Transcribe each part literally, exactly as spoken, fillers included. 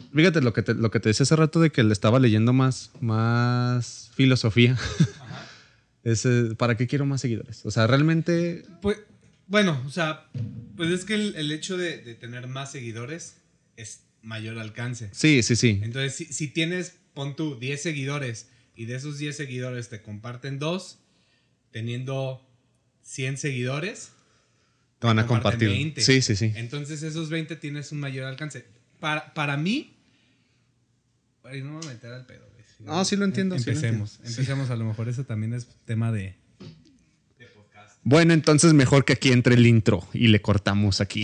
Fíjate lo que te, lo que te decía hace rato de que le estaba leyendo más, más filosofía. Ajá. Es, eh, ¿para qué quiero más seguidores? O sea, realmente... Pues, bueno, o sea, pues es que el, el hecho de, de tener más seguidores es mayor alcance. Sí, sí, sí. Entonces, si, si tienes, pon tú, diez seguidores y de esos diez seguidores te comparten dos, teniendo cien seguidores, Te van a comparten compartir. veinte. Sí, sí, sí. Entonces, esos veinte tienes un mayor alcance. Para, para mí, ay, no me voy a meter al pedo. güey. No, sí lo entiendo. sí lo Empecemos, entiendo. empecemos. Sí. A lo mejor eso también es tema de, de podcast. Bueno, entonces mejor que aquí entre el intro y le cortamos aquí.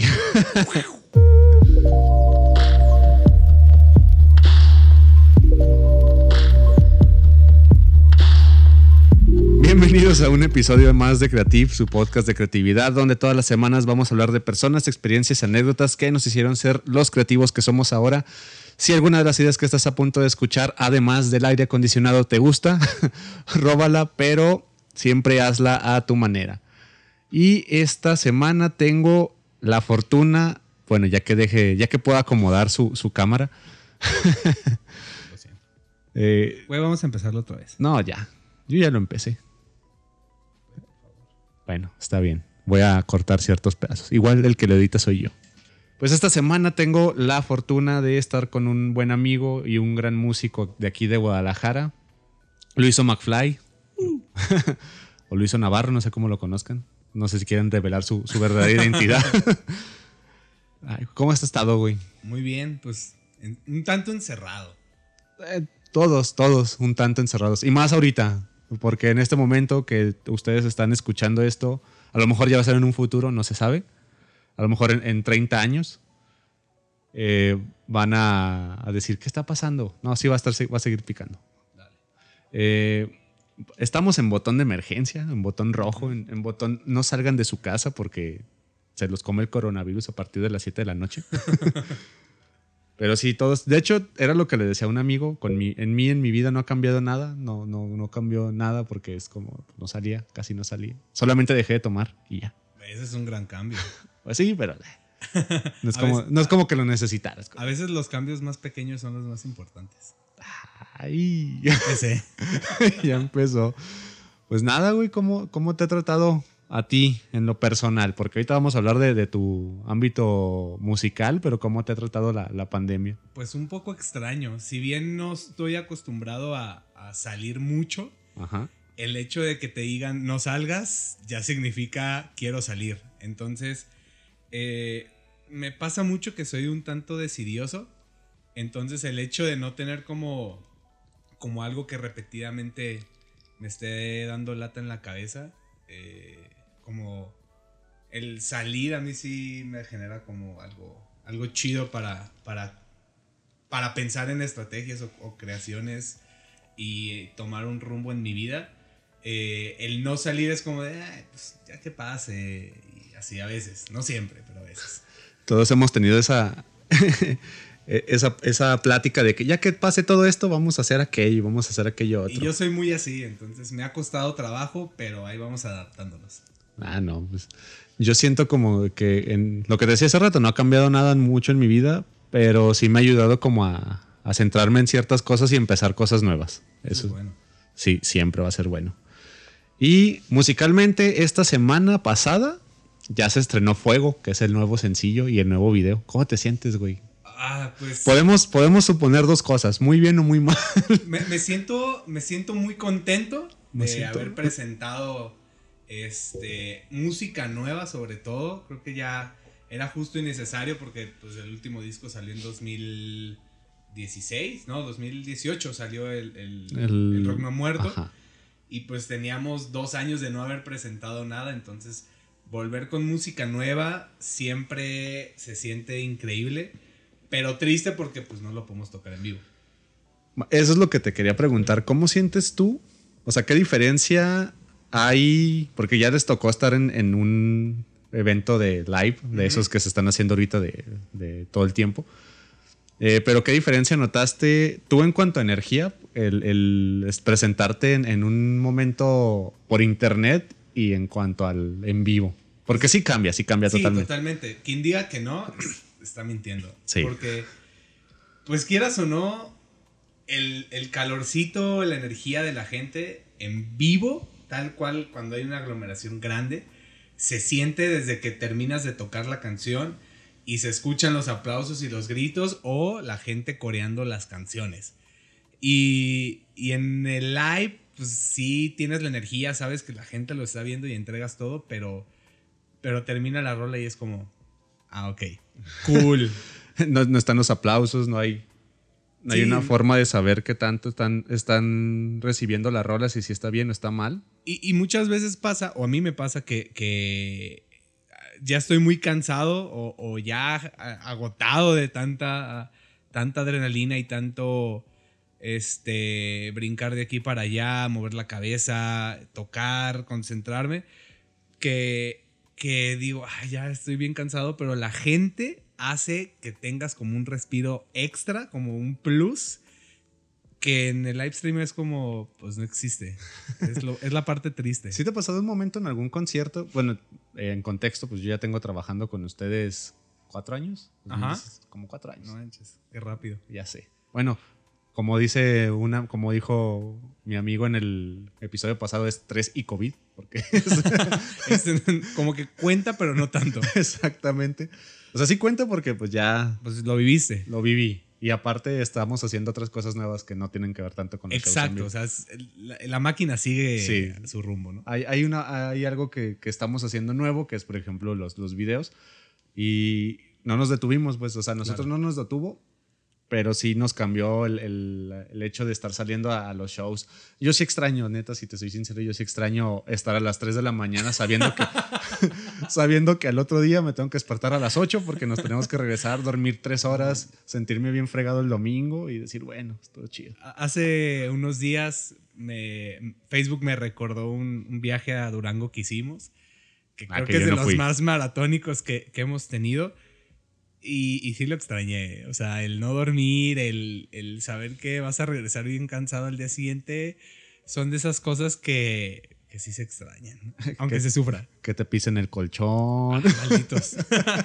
Bienvenidos a un episodio más de Creative, su podcast de creatividad, donde todas las semanas vamos a hablar de personas, experiencias y anécdotas que nos hicieron ser los creativos que somos ahora. Si alguna de las ideas que estás a punto de escuchar, además del aire acondicionado, te gusta, róbala, pero siempre hazla a tu manera. Y esta semana tengo la fortuna, bueno, ya que deje, ya que pueda acomodar su, su cámara. Lo siento. eh, Güey, vamos a empezarlo otra vez. no, ya, yo ya lo empecé. Bueno, está bien. Voy a cortar ciertos pedazos. Igual el que lo edita soy yo. Pues esta semana tengo la fortuna de estar con un buen amigo y un gran músico de aquí de Guadalajara. Luiso McFly. Uh. O Luiso Navarro, no sé cómo lo conozcan. No sé si quieren revelar su, su verdadera identidad. Ay, ¿cómo has estado, güey? Muy bien, pues en, un tanto encerrado. Eh, todos, todos un tanto encerrados. Y más ahorita, porque en este momento que ustedes están escuchando esto, a lo mejor ya va a ser en un futuro, no se sabe. A lo mejor en, en treinta años eh, van a, a decir, ¿qué está pasando? No, sí va a, estar, va a seguir picando. Dale. Eh, estamos en botón de emergencia, en botón rojo, en, en botón no salgan de su casa porque se los come el coronavirus a partir de las siete de la noche. Pero sí, todos. De hecho, era lo que le decía a un amigo. Con mi, en mí, en mi vida, no ha cambiado nada. No, no, no cambió nada porque es como no salía, casi no salía. Solamente dejé de tomar y ya. Ese es un gran cambio. Pues sí, pero no es, A como, veces- no es como que lo necesitaras. A veces los cambios más pequeños son los más importantes. Ay, Ese. ya empezó. Pues nada, güey, ¿cómo, ¿cómo te ha tratado a ti en lo personal? Porque ahorita vamos a hablar de, de tu ámbito musical, pero ¿cómo te ha tratado la, la pandemia? Pues un poco extraño. Si bien no estoy acostumbrado a, a salir mucho, Ajá. el hecho de que te digan no salgas ya significa quiero salir. Entonces, eh, me pasa mucho que soy un tanto decidioso. Entonces, el hecho de no tener como, como algo que repetidamente me esté dando lata en la cabeza, eh, como el salir a mí sí me genera como algo, algo chido para, para, para pensar en estrategias o, o creaciones y tomar un rumbo en mi vida. Eh, el no salir es como de, "Ay, pues ya que pase", y así a veces, no siempre, pero a veces. Todos hemos tenido esa, esa, esa plática de que ya que pase todo esto, vamos a hacer aquello, vamos a hacer aquello otro. Y yo soy muy así, entonces me ha costado trabajo, pero ahí vamos adaptándonos. Ah, no, pues yo siento como que en lo que decía hace rato, no ha cambiado nada mucho en mi vida, pero sí me ha ayudado como a, a centrarme en ciertas cosas y empezar cosas nuevas. Eso Eso es bueno. sí, siempre va a ser bueno. Y musicalmente, esta semana pasada ya se estrenó Fuego, que es el nuevo sencillo y el nuevo video. ¿Cómo te sientes, güey? Ah, pues Podemos, podemos suponer dos cosas, muy bien o muy mal. me, me siento, me siento muy contento Me de siento- haber presentado este, música nueva, sobre todo. Creo que ya era justo y necesario porque pues, el último disco salió en dos mil dieciséis, no, dos mil dieciocho salió el, el, El- el Rock No Muerto. Ajá. Y pues teníamos dos años de no haber presentado nada, entonces volver con música nueva siempre se siente increíble, pero triste porque pues no lo podemos tocar en vivo. Eso es lo que te quería preguntar. ¿Cómo sientes tú? O sea, ¿qué diferencia hay? Porque ya les tocó estar en, en un evento de live, de Ujú. esos que se están haciendo ahorita de, de todo el tiempo. Eh, pero ¿qué diferencia notaste tú en cuanto a energía? El, el presentarte en, en un momento por internet y en cuanto al en vivo. Porque sí cambia, sí cambia Sí, totalmente. totalmente. Quien diga que no, está mintiendo. Sí. Porque pues quieras o no, el, el calorcito, la energía de la gente en vivo, tal cual cuando hay una aglomeración grande, se siente desde que terminas de tocar la canción y se escuchan los aplausos y los gritos o la gente coreando las canciones. Y, y en el live, pues sí tienes la energía, sabes que la gente lo está viendo y entregas todo, pero, pero termina la rola y es como, ah, ok, cool. no, no están los aplausos, no hay, no sí. hay una forma de saber qué tanto están, están recibiendo las rolas y si está bien o está mal. Y, y muchas veces pasa, o a mí me pasa que, que ya estoy muy cansado o, o ya agotado de tanta, tanta adrenalina y tanto este, brincar de aquí para allá, mover la cabeza, tocar, concentrarme, que, que digo, ay, ya estoy bien cansado, pero la gente hace que tengas como un respiro extra, como un plus, que en el live stream es como, pues no existe. Es, lo, es la parte triste. ¿Sí te ha pasado un momento en algún concierto? Bueno, eh, en contexto, pues yo ya tengo trabajando con ustedes cuatro años. Ajá. Como cuatro años. No manches, qué rápido. Ya sé. Bueno, como dice una, como dijo mi amigo en el episodio pasado, es tres y COVID. Porque es, es como que cuenta, pero no tanto. Exactamente. O sea, sí cuenta porque pues ya... Pues lo viviste. Lo viví. Y aparte estamos haciendo otras cosas nuevas que no tienen que ver tanto con los Exacto, shows en vivo. o sea, la, la máquina sigue sí. su rumbo, ¿no? Hay, hay, una, hay algo que, que estamos haciendo nuevo, que es, por ejemplo, los, los videos. Y no nos detuvimos, pues, o sea, nosotros claro. no nos detuvo, pero sí nos cambió el, el, el hecho de estar saliendo a, a los shows. Yo sí extraño, neta, si te soy sincero, yo sí extraño estar a las tres de la mañana sabiendo que, sabiendo que al otro día me tengo que despertar a las ocho porque nos tenemos que regresar, dormir tres horas, sentirme bien fregado el domingo y decir, bueno, estuvo chido. Hace unos días me, Facebook me recordó un, un viaje a Durango que hicimos, que creo ah, que, que es de no los fui. más maratónicos que, que hemos tenido. Y, y sí lo extrañé, o sea, el no dormir, el, el saber que vas a regresar bien cansado al día siguiente, son de esas cosas que, que sí se extrañan, ¿no? Aunque que, se sufra. Que te pisen el colchón. Ah, malditos.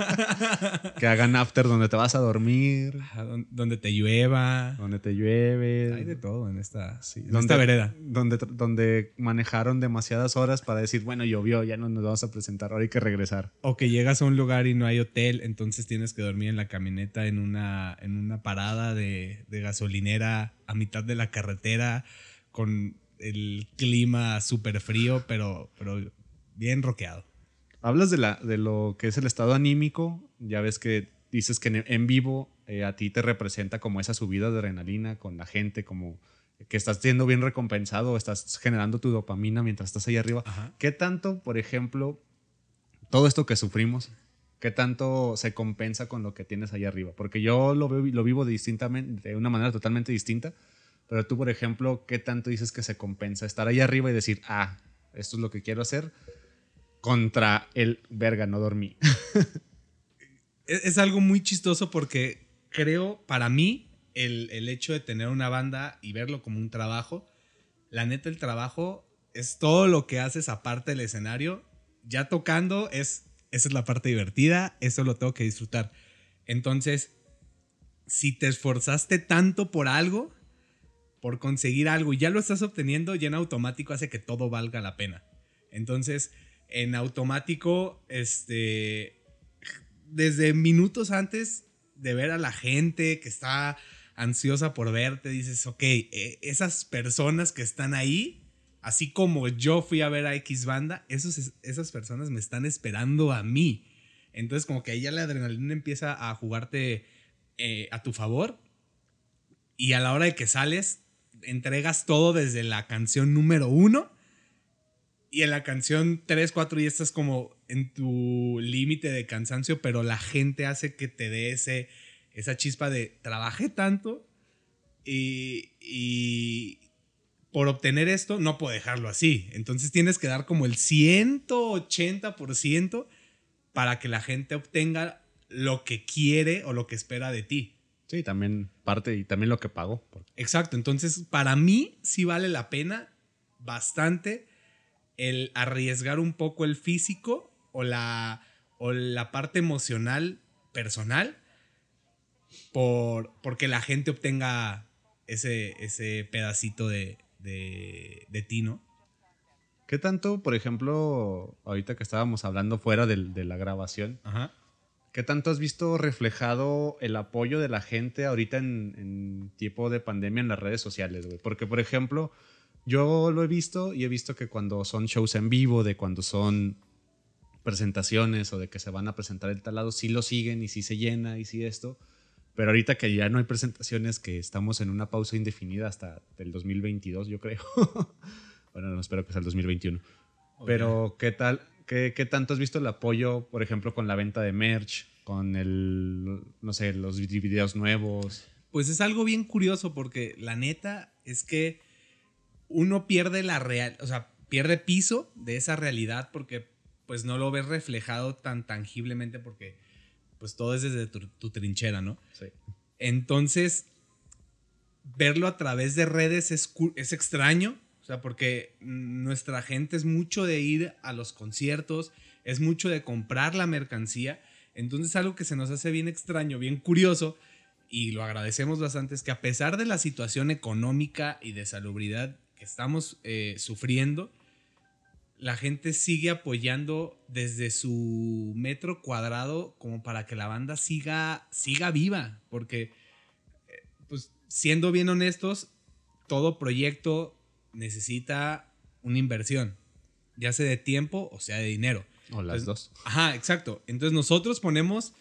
Que hagan after donde te vas a dormir. Ah, donde te llueva. Donde te llueve. Hay de todo en esta, sí, en donde, esta vereda. Donde, donde manejaron demasiadas horas para decir, bueno, llovió, ya no nos vamos a presentar, ahora hay que regresar. O que llegas a un lugar y no hay hotel, entonces tienes que dormir en la camioneta en una, en una parada de, de gasolinera a mitad de la carretera con el clima súper frío, pero, pero bien roqueado. Hablas de, la, de lo que es el estado anímico, ya ves que dices que en vivo eh, a ti te representa como esa subida de adrenalina con la gente, como que estás siendo bien recompensado, estás generando tu dopamina mientras estás ahí arriba. Ajá. ¿Qué tanto, por ejemplo, todo esto que sufrimos, qué tanto se compensa con lo que tienes ahí arriba? Porque yo lo, veo, lo vivo distintamente, de una manera totalmente distinta, pero tú, por ejemplo, ¿qué tanto dices que se compensa estar ahí arriba y decir, ah, esto es lo que quiero hacer, contra el verga, no dormí? es, es algo muy chistoso porque creo, para mí, el, el hecho de tener una banda y verlo como un trabajo, la neta, el trabajo es todo lo que haces aparte del escenario. Ya tocando, es, esa es la parte divertida, eso lo tengo que disfrutar. Entonces, si te esforzaste tanto por algo, por conseguir algo y ya lo estás obteniendo, ya en automático hace que todo valga la pena. Entonces, en automático, este, desde minutos antes de ver a la gente que está ansiosa por verte, dices, ok, eh, esas personas que están ahí, así como yo fui a ver a X banda, esos, esas personas me están esperando a mí. Entonces, como que ahí ya la adrenalina empieza a jugarte eh, a tu favor. Y a la hora de que sales, entregas todo desde la canción número uno. Y en la canción tres, cuatro ya estás como en tu límite de cansancio, pero la gente hace que te dé ese, esa chispa de trabajé tanto y, y por obtener esto no puedo dejarlo así. Entonces tienes que dar como el ciento ochenta por ciento para que la gente obtenga lo que quiere o lo que espera de ti. Sí, también parte y también lo que pagó. Exacto, entonces para mí sí vale la pena bastante el arriesgar un poco el físico o la, o la parte emocional personal por porque la gente obtenga ese, ese pedacito de, de, de ti, ¿no? ¿Qué tanto, por ejemplo, ahorita que estábamos hablando fuera del- de, la grabación, Ajá. qué tanto has visto reflejado el apoyo de la gente ahorita en, en tiempo de pandemia en las redes sociales, güey? Porque, por ejemplo, yo lo he visto y he visto que cuando son shows en vivo, de cuando son presentaciones o de que se van a presentar en tal lado, sí lo siguen y sí se llena y sí esto. Pero ahorita que ya no hay presentaciones, que estamos en una pausa indefinida hasta el dos mil veintidós, yo creo. Bueno, no espero que sea el dos mil veintiuno. Okay. Pero, ¿qué tal? ¿Qué, ¿Qué tanto has visto el apoyo, por ejemplo, con la venta de merch, con el, no sé, los videos nuevos? Pues es algo bien curioso porque la neta es que uno pierde la real, o sea, pierde piso de esa realidad porque pues no lo ves reflejado tan tangiblemente porque pues todo es desde tu, tu trinchera, ¿no? Sí. Entonces, verlo a través de redes es, es extraño, o sea, porque nuestra gente es mucho de ir a los conciertos, es mucho de comprar la mercancía, entonces algo que se nos hace bien extraño, bien curioso, y lo agradecemos bastante, es que a pesar de la situación económica y de salubridad que estamos eh, sufriendo, la gente sigue apoyando desde su metro cuadrado como para que la banda siga, siga viva, porque eh, pues siendo bien honestos, todo proyecto necesita una inversión, ya sea de tiempo o sea de dinero. O las Entonces, dos. Ajá, exacto. Entonces nosotros ponemos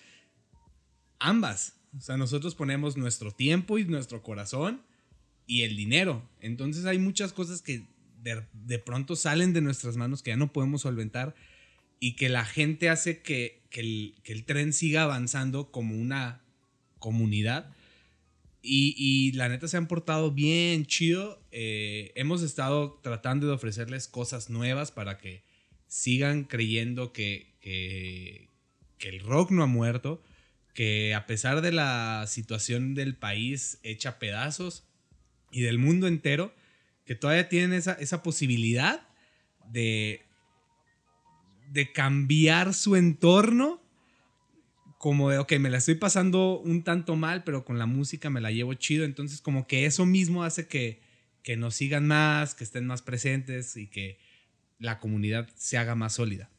ambas. O sea, nosotros ponemos nuestro tiempo y nuestro corazón y el dinero. Entonces hay muchas cosas que de, de pronto salen de nuestras manos que ya no podemos solventar y que la gente hace que, que, el, que el tren siga avanzando como una comunidad. Y, y la neta se han portado bien chido. Eh, hemos estado tratando de ofrecerles cosas nuevas para que sigan creyendo que, que, que el rock no ha muerto, que a pesar de la situación del país hecha pedazos y del mundo entero, que todavía tienen esa, esa posibilidad de, de cambiar su entorno, como de, ok, me la estoy pasando un tanto mal, pero con la música me la llevo chido. Entonces, como que eso mismo hace que, que nos sigan más, que estén más presentes y que la comunidad se haga más sólida.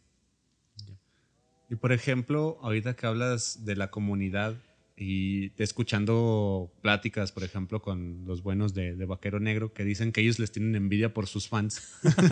Y por ejemplo, ahorita que hablas de la comunidad y te escuchando pláticas, por ejemplo, con los buenos de, de Vaquero Negro, que dicen que ellos les tienen envidia por sus fans.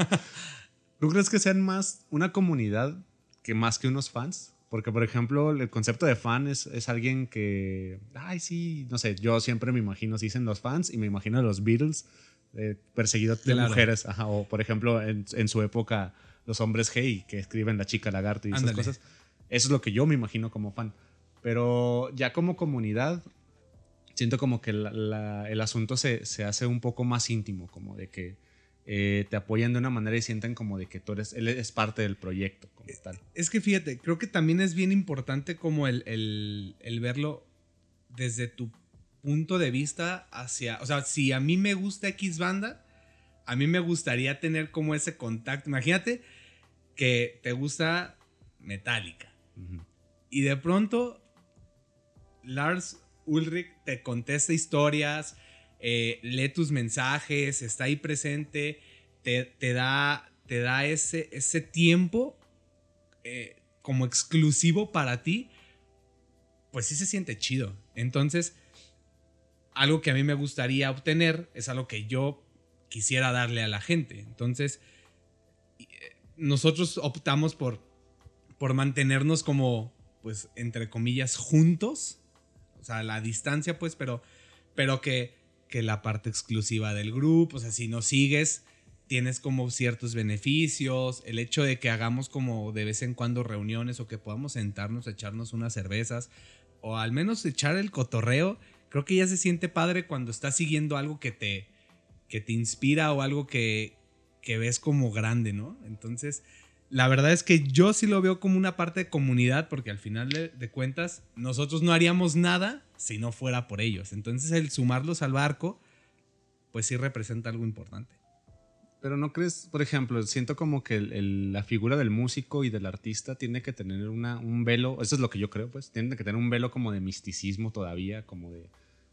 ¿Tú crees que sean más una comunidad que más que unos fans? Porque, por ejemplo, el concepto de fan es, es alguien que, ay, sí, no sé, yo siempre me imagino, se dicen los fans y me imagino a los Beatles eh, perseguidos de Claro. mujeres, ajá, o por ejemplo, en, en su época, los hombres Hey, que escriben La Chica Lagarto y esas Ándale. cosas. Eso es lo que yo me imagino como fan. Pero ya como comunidad, siento como que la, la, el asunto se, se hace un poco más íntimo, como de que eh, te apoyan de una manera y sienten como de que tú eres, él es parte del proyecto como tal. Es que fíjate, creo que también es bien importante como el, el, el verlo desde tu punto de vista hacia, o sea, si a mí me gusta X banda, a mí me gustaría tener como ese contacto. Imagínate que te gusta Metallica uh-huh. y de pronto Lars Ulrich te contesta historias, eh, lee tus mensajes, está ahí presente, te, te da, te da ese, ese tiempo eh, como exclusivo para ti, pues sí se siente chido. Entonces, algo que a mí me gustaría obtener es algo que yo quisiera darle a la gente. Entonces, nosotros optamos por, por mantenernos como, pues, entre comillas, juntos. O sea, a la distancia, pues, pero, pero que, que la parte exclusiva del grupo, o sea, si nos sigues, tienes como ciertos beneficios. El hecho de que hagamos como de vez en cuando reuniones o que podamos sentarnos a echarnos unas cervezas o al menos echar el cotorreo, creo que ya se siente padre cuando estás siguiendo algo que te, que te inspira o algo que, que ves como grande, ¿no? Entonces, la verdad es que yo sí lo veo como una parte de comunidad porque al final de, de cuentas nosotros no haríamos nada si no fuera por ellos. Entonces, el sumarlos al barco, pues sí representa algo importante. Pero ¿no crees, por ejemplo, siento como que el, el, la figura del músico y del artista tiene que tener una, un velo, eso es lo que yo creo, pues, tiene que tener un velo como de misticismo todavía, como de,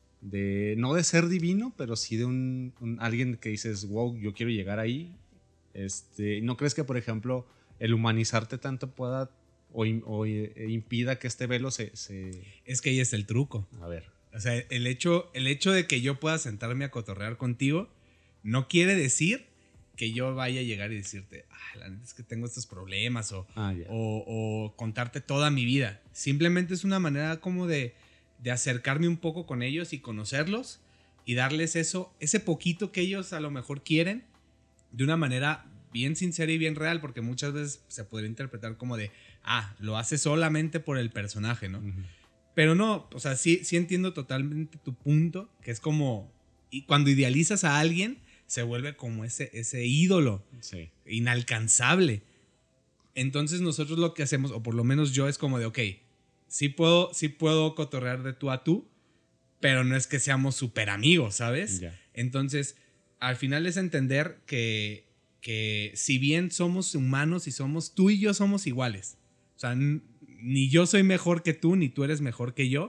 de no de ser divino, pero sí de un, un alguien que dices, wow, yo quiero llegar ahí. Este, ¿no crees que, por ejemplo, el humanizarte tanto pueda o, o impida que este velo se, se... Es que ahí está el truco. A ver. O sea, el hecho, el hecho de que yo pueda sentarme a cotorrear contigo no quiere decir que yo vaya a llegar y decirte, ah, la neta es que tengo estos problemas o, ah, yeah. o, o contarte toda mi vida. Simplemente es una manera como de, de acercarme un poco con ellos y conocerlos y darles eso, ese poquito que ellos a lo mejor quieren de una manera bien sincera y bien real, porque muchas veces se podría interpretar como de, ah, lo hace solamente por el personaje, ¿no? Uh-huh. Pero no, o sea, sí, sí entiendo totalmente tu punto, que es como, y cuando idealizas a alguien, se vuelve como ese, ese ídolo, sí. inalcanzable. Entonces nosotros lo que hacemos, o por lo menos yo, es como de, ok, sí puedo, sí puedo cotorrear de tú a tú, pero no es que seamos súper amigos, ¿sabes? Yeah. Entonces, al final es entender que, que si bien somos humanos y somos, tú y yo somos iguales. O sea, n- ni yo soy mejor que tú, ni tú eres mejor que yo,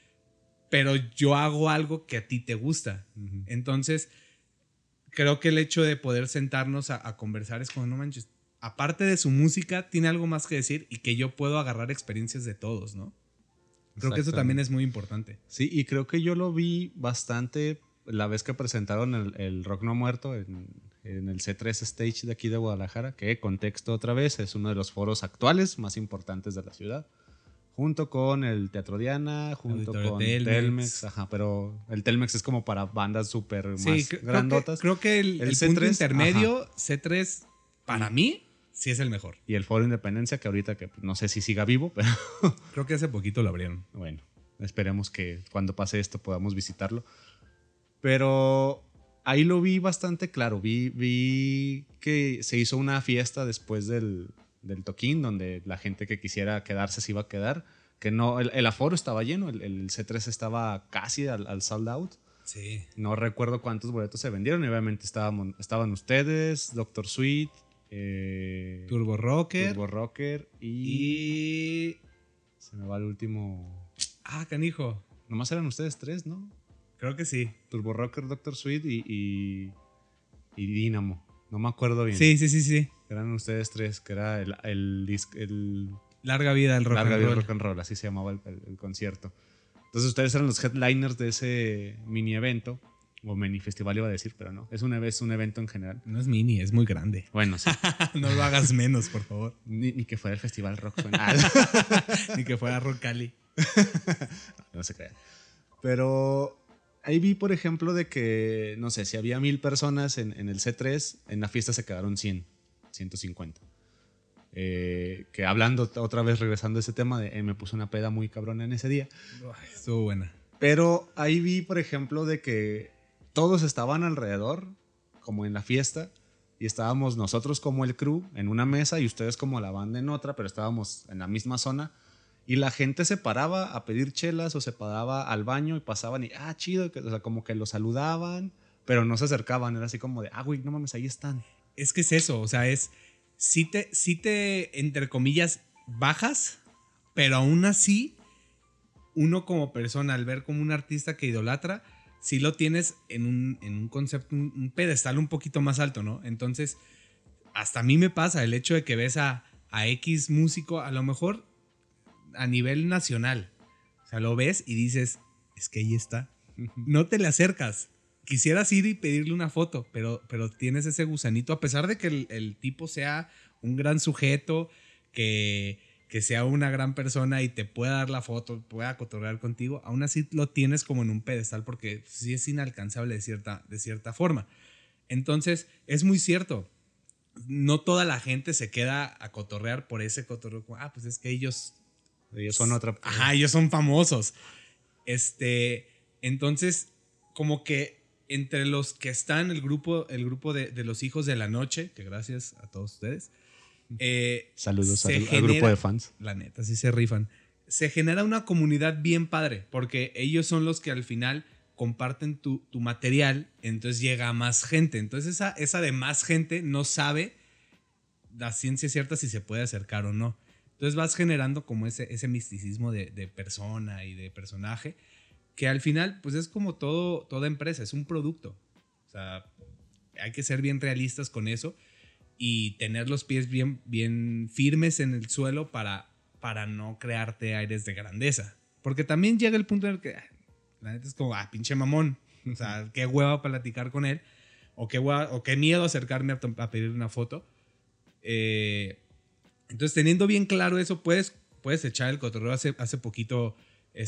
pero yo hago algo que a ti te gusta. Uh-huh. Entonces, creo que el hecho de poder sentarnos a, a conversar es como, no manches, aparte de su música, tiene algo más que decir y que yo puedo agarrar experiencias de todos, ¿no? Creo que eso también es muy importante. Sí, y creo que yo lo vi bastante la vez que presentaron el, el Rock No Muerto en, en el C tres Stage de aquí de Guadalajara, que, contexto otra vez, es uno de los foros actuales más importantes de la ciudad, junto con el Teatro Diana, junto Auditorio con Telmex. Telmex, ajá, pero el Telmex es como para bandas súper sí, más cr- grandotas. Creo que, creo que el, el, el C tres, punto intermedio, ajá. C tres, para mí, sí es el mejor. Y el Foro Independencia, que ahorita que no sé si siga vivo, pero... creo que hace poquito lo abrieron. Bueno, esperemos que cuando pase esto podamos visitarlo. Pero ahí lo vi bastante claro. Vi, vi que se hizo una fiesta después del, del toquín, donde la gente que quisiera quedarse se iba a quedar. Que no, el, el aforo estaba lleno, el, el C tres estaba casi al, al sold out. Sí. No recuerdo cuántos boletos se vendieron. Y obviamente estaban, estaban ustedes, Doctor Sweet, eh, Turbo Rocker. Turbo Rocker y, y... Se me va el último. Ah, canijo. Nomás eran ustedes tres, ¿no? Creo que sí. Turbo Rocker, Doctor Sweet y, y, y Dynamo. No me acuerdo bien. Sí, sí, sí, sí. Eran ustedes tres, que era el... el, el, el Larga vida el rock Larga and vida roll. rock and roll, así se llamaba el, el, el concierto. Entonces ustedes eran los headliners de ese mini evento. O mini festival iba a decir, pero no. Es un, es un evento en general. No es mini, es muy grande. Bueno, sí. No lo hagas menos, por favor. Ni, ni que fuera el festival rock. Ni que fuera Rock Cali. No, no se crea. Pero ahí vi, por ejemplo, de que, no sé, si había mil personas en, en el C tres, en la fiesta se quedaron cien, ciento cincuenta. Eh, que hablando otra vez, regresando a ese tema, de, eh, me puse una peda muy cabrona en ese día. Ay, estuvo buena. Pero ahí vi, por ejemplo, de que todos estaban alrededor, como en la fiesta, y estábamos nosotros como el crew en una mesa y ustedes como la banda en otra, pero estábamos en la misma zona. Y la gente se paraba a pedir chelas o se paraba al baño y pasaban y, ah, chido, o sea, como que lo saludaban, pero no se acercaban. Era así como de, ah, güey, no mames, ahí están. Es que es eso, o sea, es, sí te, sí te, entre comillas, bajas, pero aún así, uno como persona, al ver como un artista que idolatra, sí lo tienes en un, en un concepto, un, un pedestal un poquito más alto, ¿no? Entonces, hasta a mí me pasa el hecho de que ves a, a X músico, a lo mejor a nivel nacional. O sea, lo ves y dices, es que ahí está. No te le acercas. Quisieras ir y pedirle una foto, pero, pero tienes ese gusanito, a pesar de que el, el tipo sea un gran sujeto, que, que sea una gran persona y te pueda dar la foto, pueda cotorrear contigo, aún así lo tienes como en un pedestal porque sí es inalcanzable de cierta, de cierta forma. Entonces, es muy cierto. No toda la gente se queda a cotorrear por ese cotorreo. Ah, pues es que ellos... Ellos son otra... Ajá, ellos son famosos. Este, entonces, como que entre los que están, el grupo, el grupo de, de los hijos de la noche, que gracias a todos ustedes. Eh, Saludos al, genera, al grupo de fans. La neta, sí se rifan. Se genera una comunidad bien padre, porque ellos son los que al final comparten tu, tu material, entonces llega a más gente. Entonces esa, esa de más gente no sabe la ciencia cierta si se puede acercar o no. Entonces vas generando como ese, ese misticismo de, de persona y de personaje, que al final pues es como todo, toda empresa, es un producto. O sea, hay que ser bien realistas con eso y tener los pies bien, bien firmes en el suelo para, para no crearte aires de grandeza. Porque también llega el punto en el que la neta es como, ah, pinche mamón. O sea, qué hueva platicar con él. O qué, hueva, o qué miedo acercarme a, a pedir una foto. Eh, entonces, teniendo bien claro eso, puedes, puedes echar el cotorreo. Hace, hace poquito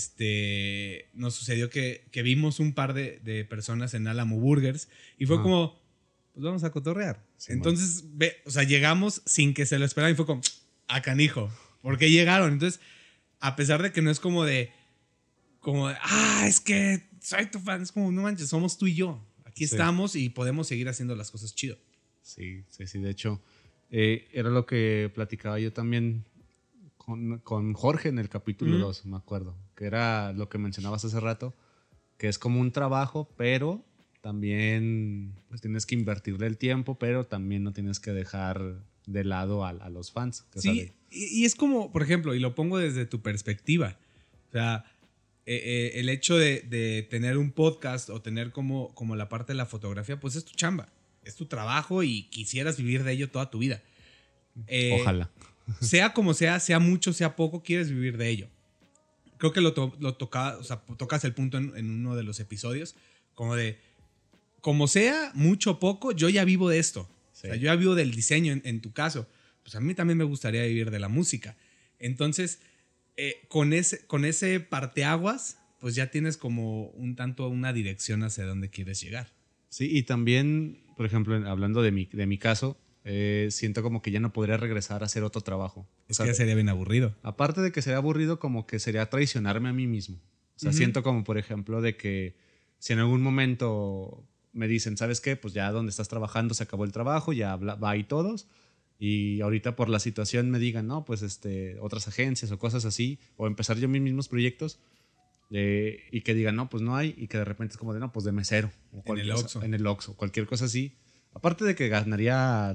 este, nos sucedió que, que vimos un par de, de personas en Alamo Burgers y fue ah. como, pues vamos a cotorrear. Sí, entonces, ve, o sea, llegamos sin que se lo esperaran y fue como, a canijo. ¿Por qué llegaron? Entonces, a pesar de que no es como de, como de, ah, es que soy tu fan, es como, no manches, somos tú y yo. Aquí sí. estamos y podemos seguir haciendo las cosas chido. Sí, sí, sí. De hecho, eh, era lo que platicaba yo también con, con Jorge en el capítulo dos, mm. me acuerdo. Que era lo que mencionabas hace rato, que es como un trabajo, pero también pues, tienes que invertirle el tiempo, pero también no tienes que dejar de lado a, a los fans. Que sí, sabe. Y, y es como, por ejemplo, y lo pongo desde tu perspectiva, o sea, eh, eh, el hecho de, de tener un podcast o tener como, como la parte de la fotografía, pues es tu chamba, es tu trabajo y quisieras vivir de ello toda tu vida. Eh, Ojalá. Sea como sea, sea mucho, sea poco, quieres vivir de ello. Creo que lo, to, lo toca, o sea, tocas el punto en, en uno de los episodios, como de, como sea, mucho o poco, yo ya vivo de esto. Sí. O sea, yo ya vivo del diseño en, en tu caso. Pues a mí también me gustaría vivir de la música. Entonces, eh, con, ese, con ese parteaguas, pues ya tienes como un tanto una dirección hacia dónde quieres llegar. Sí, y también, por ejemplo, hablando de mi, de mi caso, eh, siento como que ya no podría regresar a hacer otro trabajo. Es o sea, que ya sería bien aburrido. Aparte de que sería aburrido, como que sería traicionarme a mí mismo. O sea, uh-huh. siento como, por ejemplo, de que si en algún momento me dicen, ¿sabes qué? Pues ya donde estás trabajando se acabó el trabajo, ya va y todos. Y ahorita por la situación me digan, no, pues este, otras agencias o cosas así, o empezar yo mis mismos proyectos, eh, y que digan, no, pues no hay, y que de repente es como de, no, pues de mesero. O en el Oxxo. En el Oxxo, cualquier cosa así. Aparte de que ganaría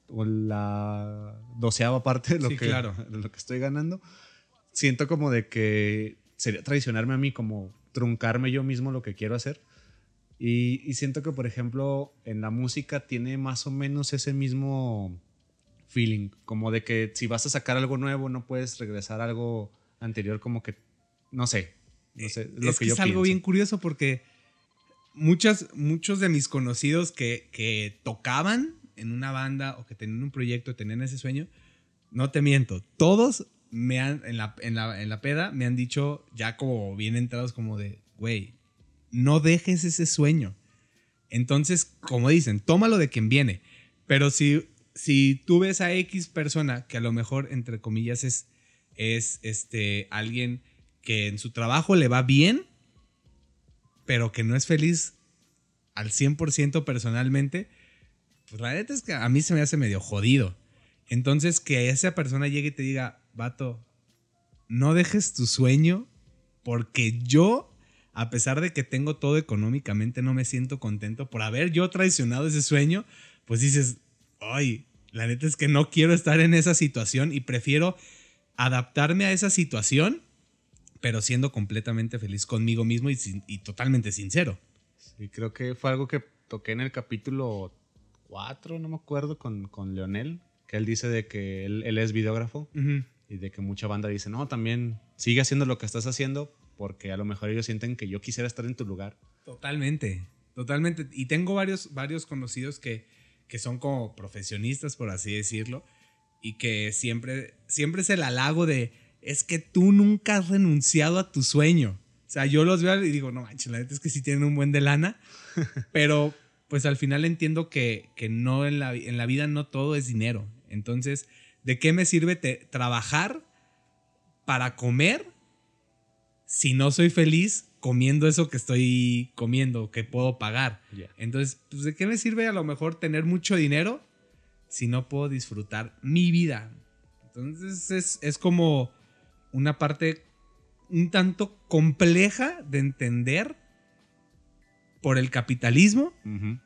la doceava parte de lo, sí, que, claro. de lo que estoy ganando, siento como de que sería traicionarme a mí, como truncarme yo mismo lo que quiero hacer. Y, y siento que, por ejemplo, en la música tiene más o menos ese mismo feeling, como de que si vas a sacar algo nuevo no puedes regresar a algo anterior, como que, no sé, no sé, lo es que, que yo es algo pienso. Bien curioso porque muchas, muchos de mis conocidos que, que tocaban en una banda o que tenían un proyecto, tenían ese sueño, no te miento, todos me han, en la, en la, en la peda me han dicho ya como bien entrados como de, güey, no dejes ese sueño. Entonces, como dicen, tómalo de quien viene. Pero si, si tú ves a X persona que a lo mejor, entre comillas, es, es este, alguien que en su trabajo le va bien, pero que no es feliz al cien por ciento personalmente, pues la neta es que a mí se me hace medio jodido. Entonces, que esa persona llegue y te diga, vato, no dejes tu sueño porque yo, a pesar de que tengo todo económicamente, no me siento contento por haber yo traicionado ese sueño, pues dices, ay, la neta es que no quiero estar en esa situación y prefiero adaptarme a esa situación, pero siendo completamente feliz conmigo mismo y, sin, y totalmente sincero. Sí, creo que fue algo que toqué en el capítulo cuatro, no me acuerdo, con, con Leonel, que él dice de que él, él es videógrafo uh-huh. y de que mucha banda dice, no, también sigue haciendo lo que estás haciendo, porque a lo mejor ellos sienten que yo quisiera estar en tu lugar. Totalmente, totalmente. Y tengo varios, varios conocidos que, que son como profesionistas, por así decirlo, y que siempre, siempre es el halago de, es que tú nunca has renunciado a tu sueño. O sea, yo los veo y digo, no manches, la neta es que sí tienen un buen de lana, pero pues al final entiendo que, que no en la, en la vida no todo es dinero. Entonces, ¿de qué me sirve te, trabajar para comer si no soy feliz comiendo eso que estoy comiendo, que puedo pagar? Yeah. Entonces, pues, ¿de qué me sirve a lo mejor tener mucho dinero si no puedo disfrutar mi vida? Entonces, es, es como una parte un tanto compleja de entender, por el capitalismo. Uh-huh.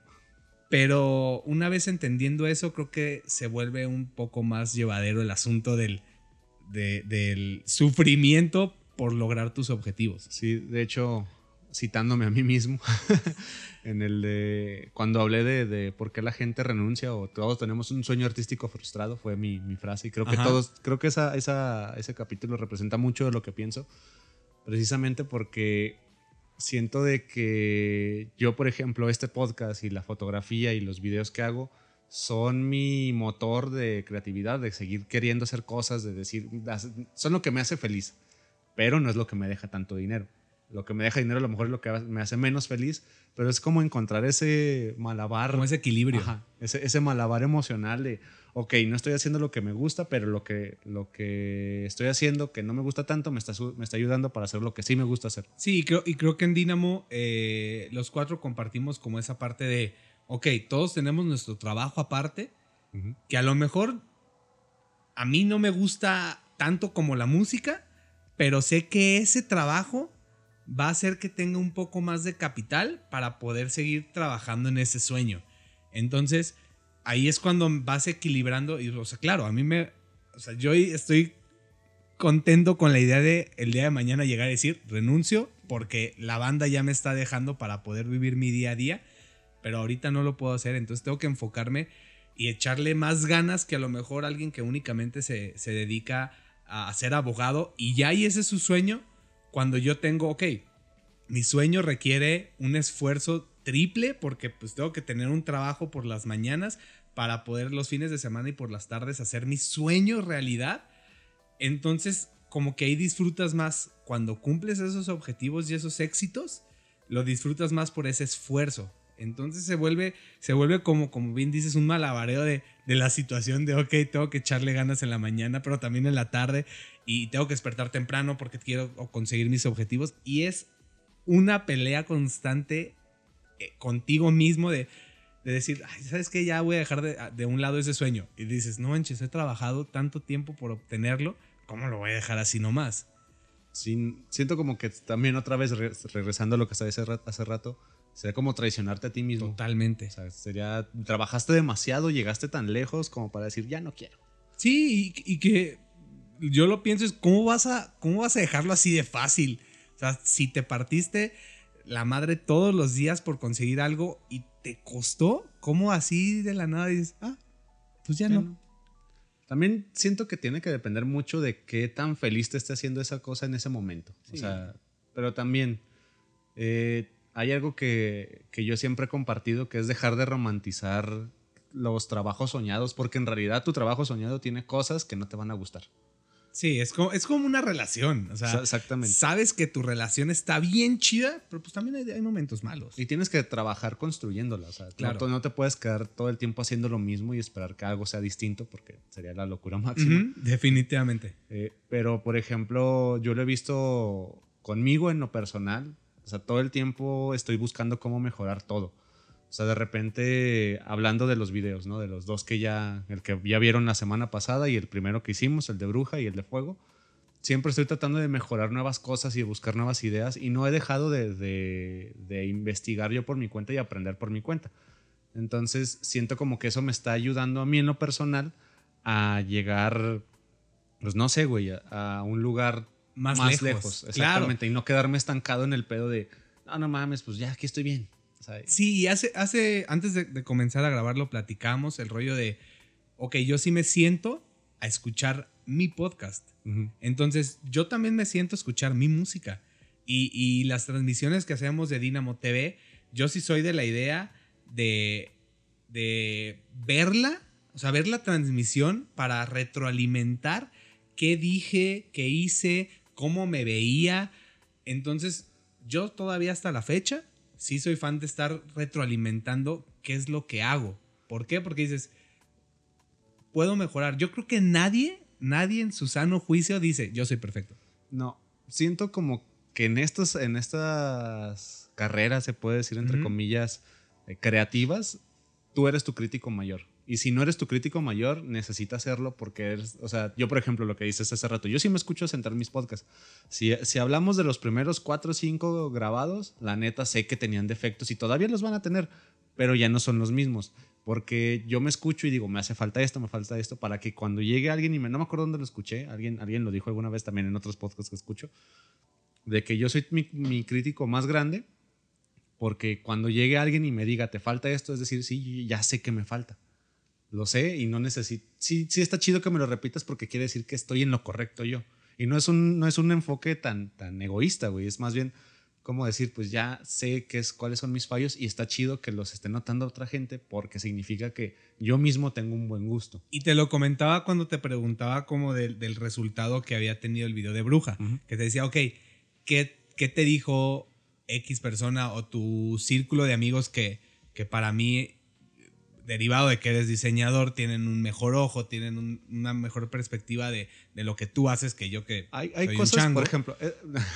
Pero una vez entendiendo eso, creo que se vuelve un poco más llevadero el asunto del, de, del sufrimiento por lograr tus objetivos. Sí, de hecho, citándome a mí mismo, en el de cuando hablé de, de por qué la gente renuncia o todos tenemos un sueño artístico frustrado, fue mi, mi frase. Y creo que Ajá. todos, creo que esa, esa, ese capítulo representa mucho de lo que pienso, precisamente porque siento de que yo, por ejemplo, este podcast y la fotografía y los videos que hago son mi motor de creatividad, de seguir queriendo hacer cosas, de decir, son lo que me hace feliz, pero no es lo que me deja tanto dinero. Lo que me deja dinero a lo mejor es lo que me hace menos feliz, pero es como encontrar ese malabar. Como ese equilibrio. Ajá, ese, ese malabar emocional de, ok, no estoy haciendo lo que me gusta, pero lo que, lo que estoy haciendo que no me gusta tanto me está, me está ayudando para hacer lo que sí me gusta hacer. Sí, y creo, y creo que en Dynamo eh, los cuatro compartimos como esa parte de, ok, todos tenemos nuestro trabajo aparte, uh-huh. que a lo mejor a mí no me gusta tanto como la música, pero sé que ese trabajo va a hacer que tenga un poco más de capital para poder seguir trabajando en ese sueño. Entonces, ahí es cuando vas equilibrando. Y, o sea, claro, a mí me... O sea, yo estoy contento con la idea de el día de mañana llegar a decir, renuncio, porque la banda ya me está dejando para poder vivir mi día a día, pero ahorita no lo puedo hacer, entonces tengo que enfocarme y echarle más ganas que a lo mejor alguien que únicamente se, se dedica a ser abogado y ya y ese es su sueño. Cuando yo tengo, ok, mi sueño requiere un esfuerzo triple porque pues tengo que tener un trabajo por las mañanas para poder los fines de semana y por las tardes hacer mi sueño realidad. Entonces, como que ahí disfrutas más cuando cumples esos objetivos y esos éxitos, lo disfrutas más por ese esfuerzo. Entonces se vuelve, se vuelve como, como bien dices, un malabareo de, de la situación de, ok, tengo que echarle ganas en la mañana, pero también en la tarde y tengo que despertar temprano porque quiero conseguir mis objetivos. Y es una pelea constante eh, contigo mismo de, de decir, ay, ¿sabes qué? Ya voy a dejar de, de un lado ese sueño. Y dices, no manches, he trabajado tanto tiempo por obtenerlo, ¿cómo lo voy a dejar así nomás? Sí, siento como que también otra vez re- regresando a lo que estaba hace, hace rato, sería como traicionarte a ti mismo. Totalmente. O sea, sería, trabajaste demasiado, llegaste tan lejos como para decir, ya no quiero. Sí, y, y que yo lo pienso es, ¿cómo vas, a, ¿cómo vas a dejarlo así de fácil? O sea, si te partiste la madre todos los días por conseguir algo y te costó, ¿cómo así de la nada dices, ah, pues ya, ya no. no? También siento que tiene que depender mucho de qué tan feliz te esté haciendo esa cosa en ese momento. Sí. O sea, pero también eh, hay algo que, que yo siempre he compartido, que es dejar de romantizar los trabajos soñados, porque en realidad tu trabajo soñado tiene cosas que no te van a gustar. Sí, es como, es como una relación. O sea, exactamente. Sabes que tu relación está bien chida, pero pues también hay, hay momentos malos. Y tienes que trabajar construyéndola. O sea, claro. no, no te puedes quedar todo el tiempo haciendo lo mismo y esperar que algo sea distinto, porque sería la locura máxima. Uh-huh, definitivamente. Eh, pero, por ejemplo, yo lo he visto conmigo en lo personal. O sea, todo el tiempo estoy buscando cómo mejorar todo. O sea, de repente, hablando de los videos, ¿no? De los dos que ya, el que ya vieron la semana pasada y el primero que hicimos, el de Bruja y el de Fuego. Siempre estoy tratando de mejorar nuevas cosas y de buscar nuevas ideas y no he dejado de, de, de investigar yo por mi cuenta y aprender por mi cuenta. Entonces, siento como que eso me está ayudando a mí en lo personal a llegar, pues no sé, güey, a, a un lugar más, más lejos. lejos. Exactamente. Claro. Y no quedarme estancado en el pedo de, no, no mames, pues ya aquí estoy bien. ¿Sabes? Sí, y hace, hace, antes de, de comenzar a grabarlo, platicamos el rollo de, ok, yo sí me siento a escuchar mi podcast. Uh-huh. Entonces, yo también me siento a escuchar mi música. Y, y las transmisiones que hacemos de Dynamo T V, yo sí soy de la idea de, de verla, o sea, ver la transmisión para retroalimentar qué dije, qué hice, cómo me veía. Entonces, yo todavía hasta la fecha sí soy fan de estar retroalimentando qué es lo que hago. ¿Por qué? Porque dices, puedo mejorar. Yo creo que nadie, nadie en su sano juicio dice, yo soy perfecto. No, siento como que en, estos, en estas carreras, se puede decir entre uh-huh. comillas, eh, creativas, tú eres tu crítico mayor. Y si no eres tu crítico mayor, necesitas hacerlo porque eres, o sea, yo por ejemplo, lo que dices hace rato, yo sí me escucho sentar mis podcasts. Si, si hablamos de los primeros cuatro o cinco grabados, la neta sé que tenían defectos y todavía los van a tener, pero ya no son los mismos. Porque yo me escucho y digo, me hace falta esto, me falta esto, para que cuando llegue alguien, y me, no me acuerdo dónde lo escuché, alguien, alguien lo dijo alguna vez también en otros podcasts que escucho, de que yo soy mi, mi crítico más grande, porque cuando llegue alguien y me diga, te falta esto, es decir, sí, ya sé que me falta. Lo sé y no necesito. Sí, sí está chido que me lo repitas porque quiere decir que estoy en lo correcto yo. Y no es un, no es un enfoque tan, tan egoísta, güey. Es más bien como decir, pues ya sé qué es, cuáles son mis fallos y está chido que los esté notando otra gente porque significa que yo mismo tengo un buen gusto. Y te lo comentaba cuando te preguntaba como del, del resultado que había tenido el video de Bruja. Uh-huh. Que te decía, ok, ¿qué, qué te dijo X persona o tu círculo de amigos que, que para mí, derivado de que eres diseñador, tienen un mejor ojo, tienen un, una mejor perspectiva de, de lo que tú haces que yo que hay, hay soy cosas, un chango? Por ejemplo, eh,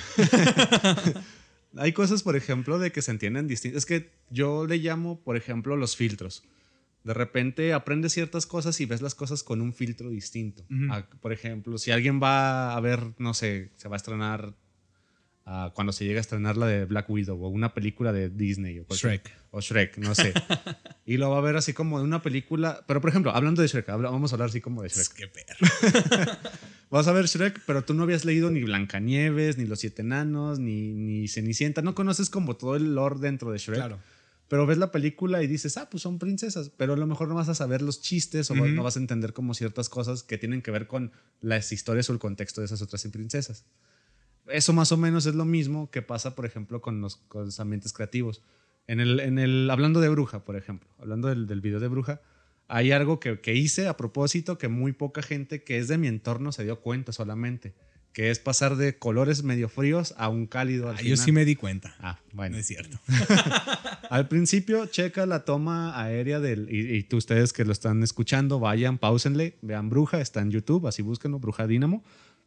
hay cosas, por ejemplo, de que se entienden distintas. Es que yo le llamo, por ejemplo, los filtros. De repente aprendes ciertas cosas y ves las cosas con un filtro distinto. Uh-huh. A, por ejemplo, si alguien va a ver, no sé, se va a estrenar uh, cuando se llega a estrenar la de Black Widow o una película de Disney o Shrek. O Shrek, no sé. Y lo va a ver así como de una película. Pero, por ejemplo, hablando de Shrek, habla, vamos a hablar así como de Shrek. ¡Qué perro! Vas a ver Shrek, pero tú no habías leído ni Blancanieves, ni Los Siete Enanos, ni, ni Cenicienta. No conoces como todo el lore dentro de Shrek. Claro. Pero ves la película y dices, ah, pues son princesas. Pero a lo mejor no vas a saber los chistes o uh-huh. no vas a entender como ciertas cosas que tienen que ver con las historias o el contexto de esas otras princesas. Eso más o menos es lo mismo que pasa, por ejemplo, con los, con los ambientes creativos. En el, en el, hablando de Bruja, por ejemplo, hablando del, del video de Bruja, hay algo que, que hice a propósito que muy poca gente que es de mi entorno se dio cuenta solamente, que es pasar de colores medio fríos a un cálido al ah, final. Yo sí me di cuenta. Ah, bueno. No es cierto. Al principio, checa la toma aérea del... Y, y tú, ustedes que lo están escuchando, vayan, páusenle, vean Bruja, está en YouTube, así búsquenlo, Bruja Dínamo.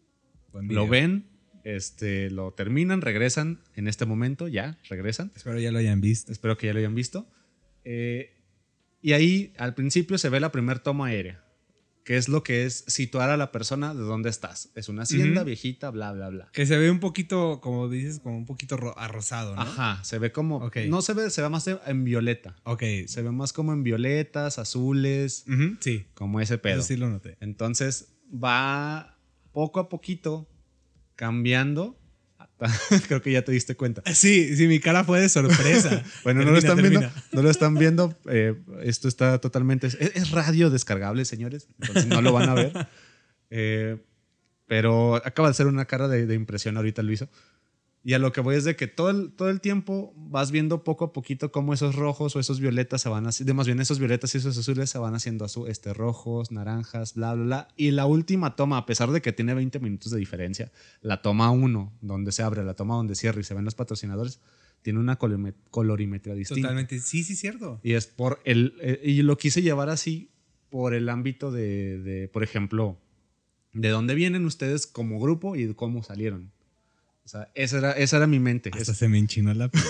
Lo ven. Este, lo terminan, regresan en este momento, ya, regresan. Espero ya lo hayan visto. Espero que ya lo hayan visto. Eh, y ahí al principio se ve la primera toma aérea, que es lo que es situar a la persona de dónde estás. Es una hacienda uh-huh. viejita, bla, bla, bla. Que se ve un poquito, como dices, como un poquito ro- arrosado, ¿no? Ajá, se ve como... Okay. No se ve, se ve más en violeta. Ok. Se ve más como en violetas, azules. Uh-huh. Sí. Como ese pedo. Eso sí lo noté. Entonces va poco a poquito cambiando. Creo que ya te diste cuenta. Sí, sí, mi cara fue de sorpresa. Bueno, termina, no lo están termina. viendo. No lo están viendo. Eh, esto está totalmente... Es, es radio descargable, señores. Entonces no lo van a ver. Eh, pero acaba de hacer una cara de, de impresión ahorita el Luiso. Y a lo que voy es de que todo el, todo el tiempo vas viendo poco a poquito cómo esos rojos o esos violetas se van haciendo, más bien esos violetas y esos azules se van haciendo azul, este, rojos, naranjas, bla, bla, bla. Y la última toma, a pesar de que tiene veinte minutos de diferencia, la toma uno, donde se abre, la toma donde cierra y se ven los patrocinadores, tiene una colorimetría distinta. Totalmente, sí, sí, cierto. Y es por el, eh, y lo quise llevar así por el ámbito de, de, por ejemplo, de dónde vienen ustedes como grupo y de cómo salieron. O sea, esa era, esa era mi mente. Hasta eso. Se me enchinó la piel.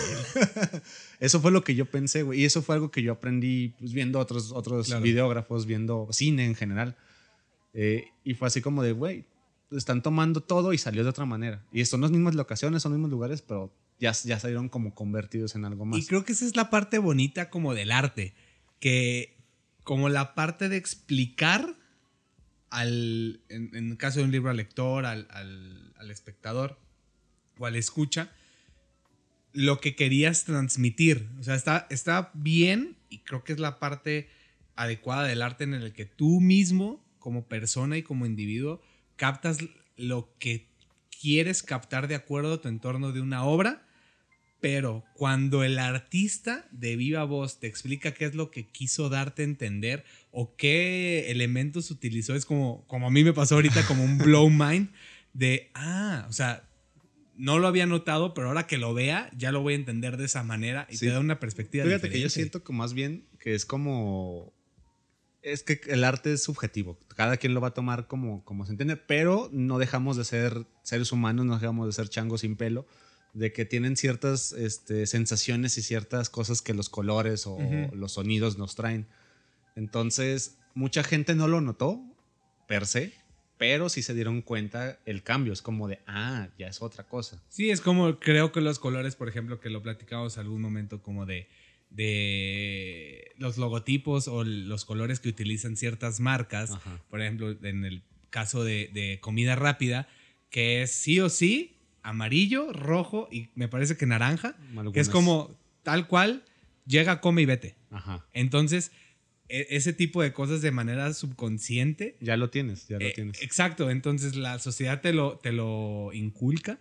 Eso fue lo que yo pensé, güey. Y eso fue algo que yo aprendí pues, viendo otros, otros claro. videógrafos, viendo cine en general. Eh, y fue así como de, güey, están tomando todo y salió de otra manera. Y son las mismas locaciones, son los mismos lugares, pero ya, ya salieron como convertidos en algo más. Y creo que esa es la parte bonita como del arte. Que como la parte de explicar al, en, en el caso de un libro al lector, al, al, al espectador, o al escucha, lo que querías transmitir. O sea, está, está bien y creo que es la parte adecuada del arte en el que tú mismo, como persona y como individuo, captas lo que quieres captar de acuerdo a tu entorno de una obra, pero cuando el artista de viva voz te explica qué es lo que quiso darte a entender o qué elementos utilizó, es como, como a mí me pasó ahorita, como un blow mind de, ah, o sea, no lo había notado, pero ahora que lo vea, ya lo voy a entender de esa manera y sí. te da una perspectiva Fíjate diferente. Que yo siento que más bien que es como... Es que el arte es subjetivo. Cada quien lo va a tomar como, como se entiende, pero no dejamos de ser seres humanos, no dejamos de ser changos sin pelo, de que tienen ciertas este, sensaciones y ciertas cosas que los colores o uh-huh. los sonidos nos traen. Entonces, mucha gente no lo notó, per se, pero sí se dieron cuenta el cambio. Es como de, ah, ya es otra cosa. Sí, es como, creo que los colores, por ejemplo, que lo platicamos algún momento, como de, de los logotipos o los colores que utilizan ciertas marcas. Ajá. Por ejemplo, en el caso de, de comida rápida, que es sí o sí amarillo, rojo y me parece que naranja, Algunas. que es como tal cual, llega, come y vete. Ajá. Entonces, ese tipo de cosas de manera subconsciente. Ya lo tienes, ya lo eh, tienes. Exacto, entonces la sociedad te lo, te lo inculca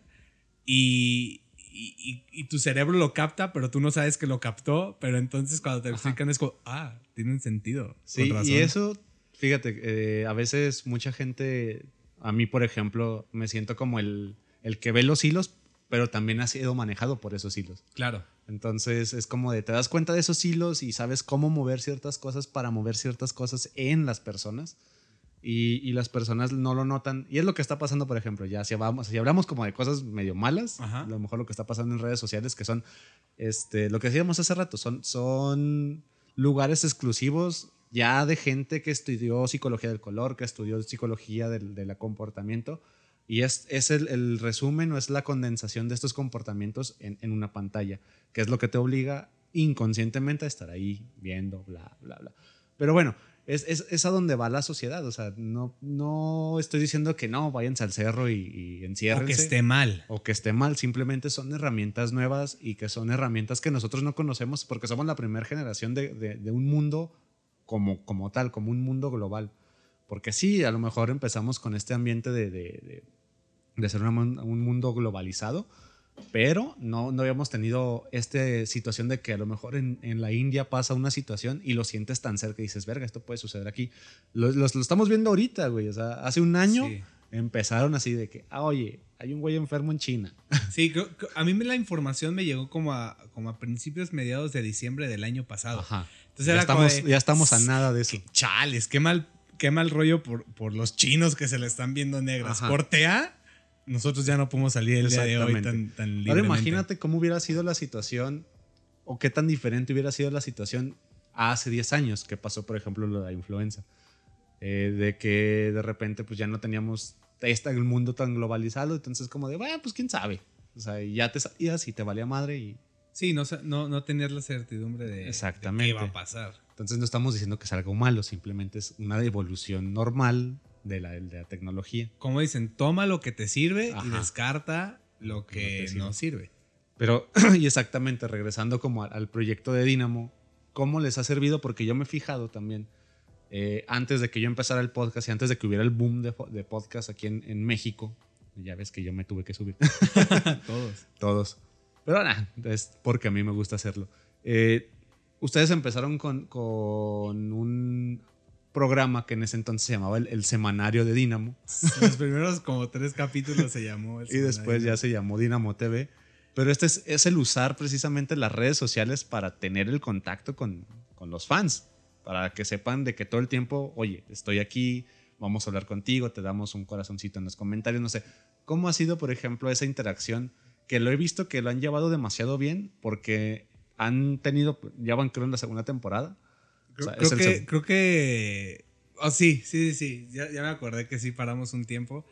y, y, y tu cerebro lo capta, pero tú no sabes que lo captó, pero entonces cuando te lo explican es como, ah, tiene un sentido. Sí, y eso, fíjate, eh, a veces mucha gente, a mí por ejemplo, me siento como el, el que ve los hilos, pero también ha sido manejado por esos hilos. Claro. Entonces es como de te das cuenta de esos hilos y sabes cómo mover ciertas cosas para mover ciertas cosas en las personas y, y las personas no lo notan. Y es lo que está pasando, por ejemplo, ya si, vamos, si hablamos como de cosas medio malas, Ajá. a lo mejor lo que está pasando en redes sociales, que son este, lo que decíamos hace rato, son, son lugares exclusivos ya de gente que estudió psicología del color, que estudió psicología del, del comportamiento. Y es, es el, el resumen o es la condensación de estos comportamientos en, en una pantalla, que es lo que te obliga inconscientemente a estar ahí viendo, bla, bla, bla. Pero bueno, es, es, es a donde va la sociedad. O sea, no, no estoy diciendo que no, váyanse al cerro y, y enciérrense. O que esté mal. O que esté mal. Simplemente son herramientas nuevas y que son herramientas que nosotros no conocemos porque somos la primera generación de, de, de un mundo como, como tal, como un mundo global. Porque sí, a lo mejor empezamos con este ambiente de, de, de, de ser una, un mundo globalizado, pero no, no habíamos tenido esta situación de que a lo mejor en, en la India pasa una situación y lo sientes tan cerca y dices, verga, esto puede suceder aquí. Lo, lo, lo estamos viendo ahorita, güey. O sea, hace un año sí. empezaron así de que, ah, oye, hay un güey enfermo en China. Sí, a mí la información me llegó como a, como a principios, mediados de diciembre del año pasado. Ajá. Entonces ya, era estamos, de, ya estamos a nada de eso. Qué chales, qué mal. Qué mal rollo por, por los chinos que se le están viendo negras. Ajá. Corte A, nosotros ya no podemos salir el día de hoy tan, tan libremente. Ahora imagínate cómo hubiera sido la situación o qué tan diferente hubiera sido la situación hace diez años que pasó, por ejemplo, lo de la influenza. Eh, de que de repente pues ya no teníamos este, el mundo tan globalizado. Entonces como de, bueno, pues quién sabe. O sea, ya te sabías y te valía madre y... Sí, no, no, no tenías la certidumbre de, Exactamente. de qué va a pasar. Entonces no estamos diciendo que es algo malo, simplemente es una evolución normal de la, de la tecnología. Como dicen, toma lo que te sirve Ajá. y descarta lo que no, no sirve. Pero, y exactamente, regresando como al proyecto de Dynamo, ¿cómo les ha servido? Porque yo me he fijado también, eh, antes de que yo empezara el podcast y antes de que hubiera el boom de, de podcast aquí en, en México, ya ves que yo me tuve que subir. Todos. Todos. Pero nada, es porque a mí me gusta hacerlo. Eh, Ustedes empezaron con, con un programa que en ese entonces se llamaba el, el Semanario de Dynamo. Los primeros como tres capítulos se llamó el Y después ya se llamó Dynamo T V. Pero este es, es el usar precisamente las redes sociales para tener el contacto con, con los fans. Para que sepan de que todo el tiempo, oye, estoy aquí, vamos a hablar contigo, te damos un corazoncito en los comentarios. No sé, ¿cómo ha sido, por ejemplo, esa interacción? Que lo he visto que lo han llevado demasiado bien porque... han tenido, ya van creo en la segunda temporada. Creo, o sea, creo, que, seg- creo que, oh sí, sí, sí, ya, ya me acordé que sí paramos un tiempo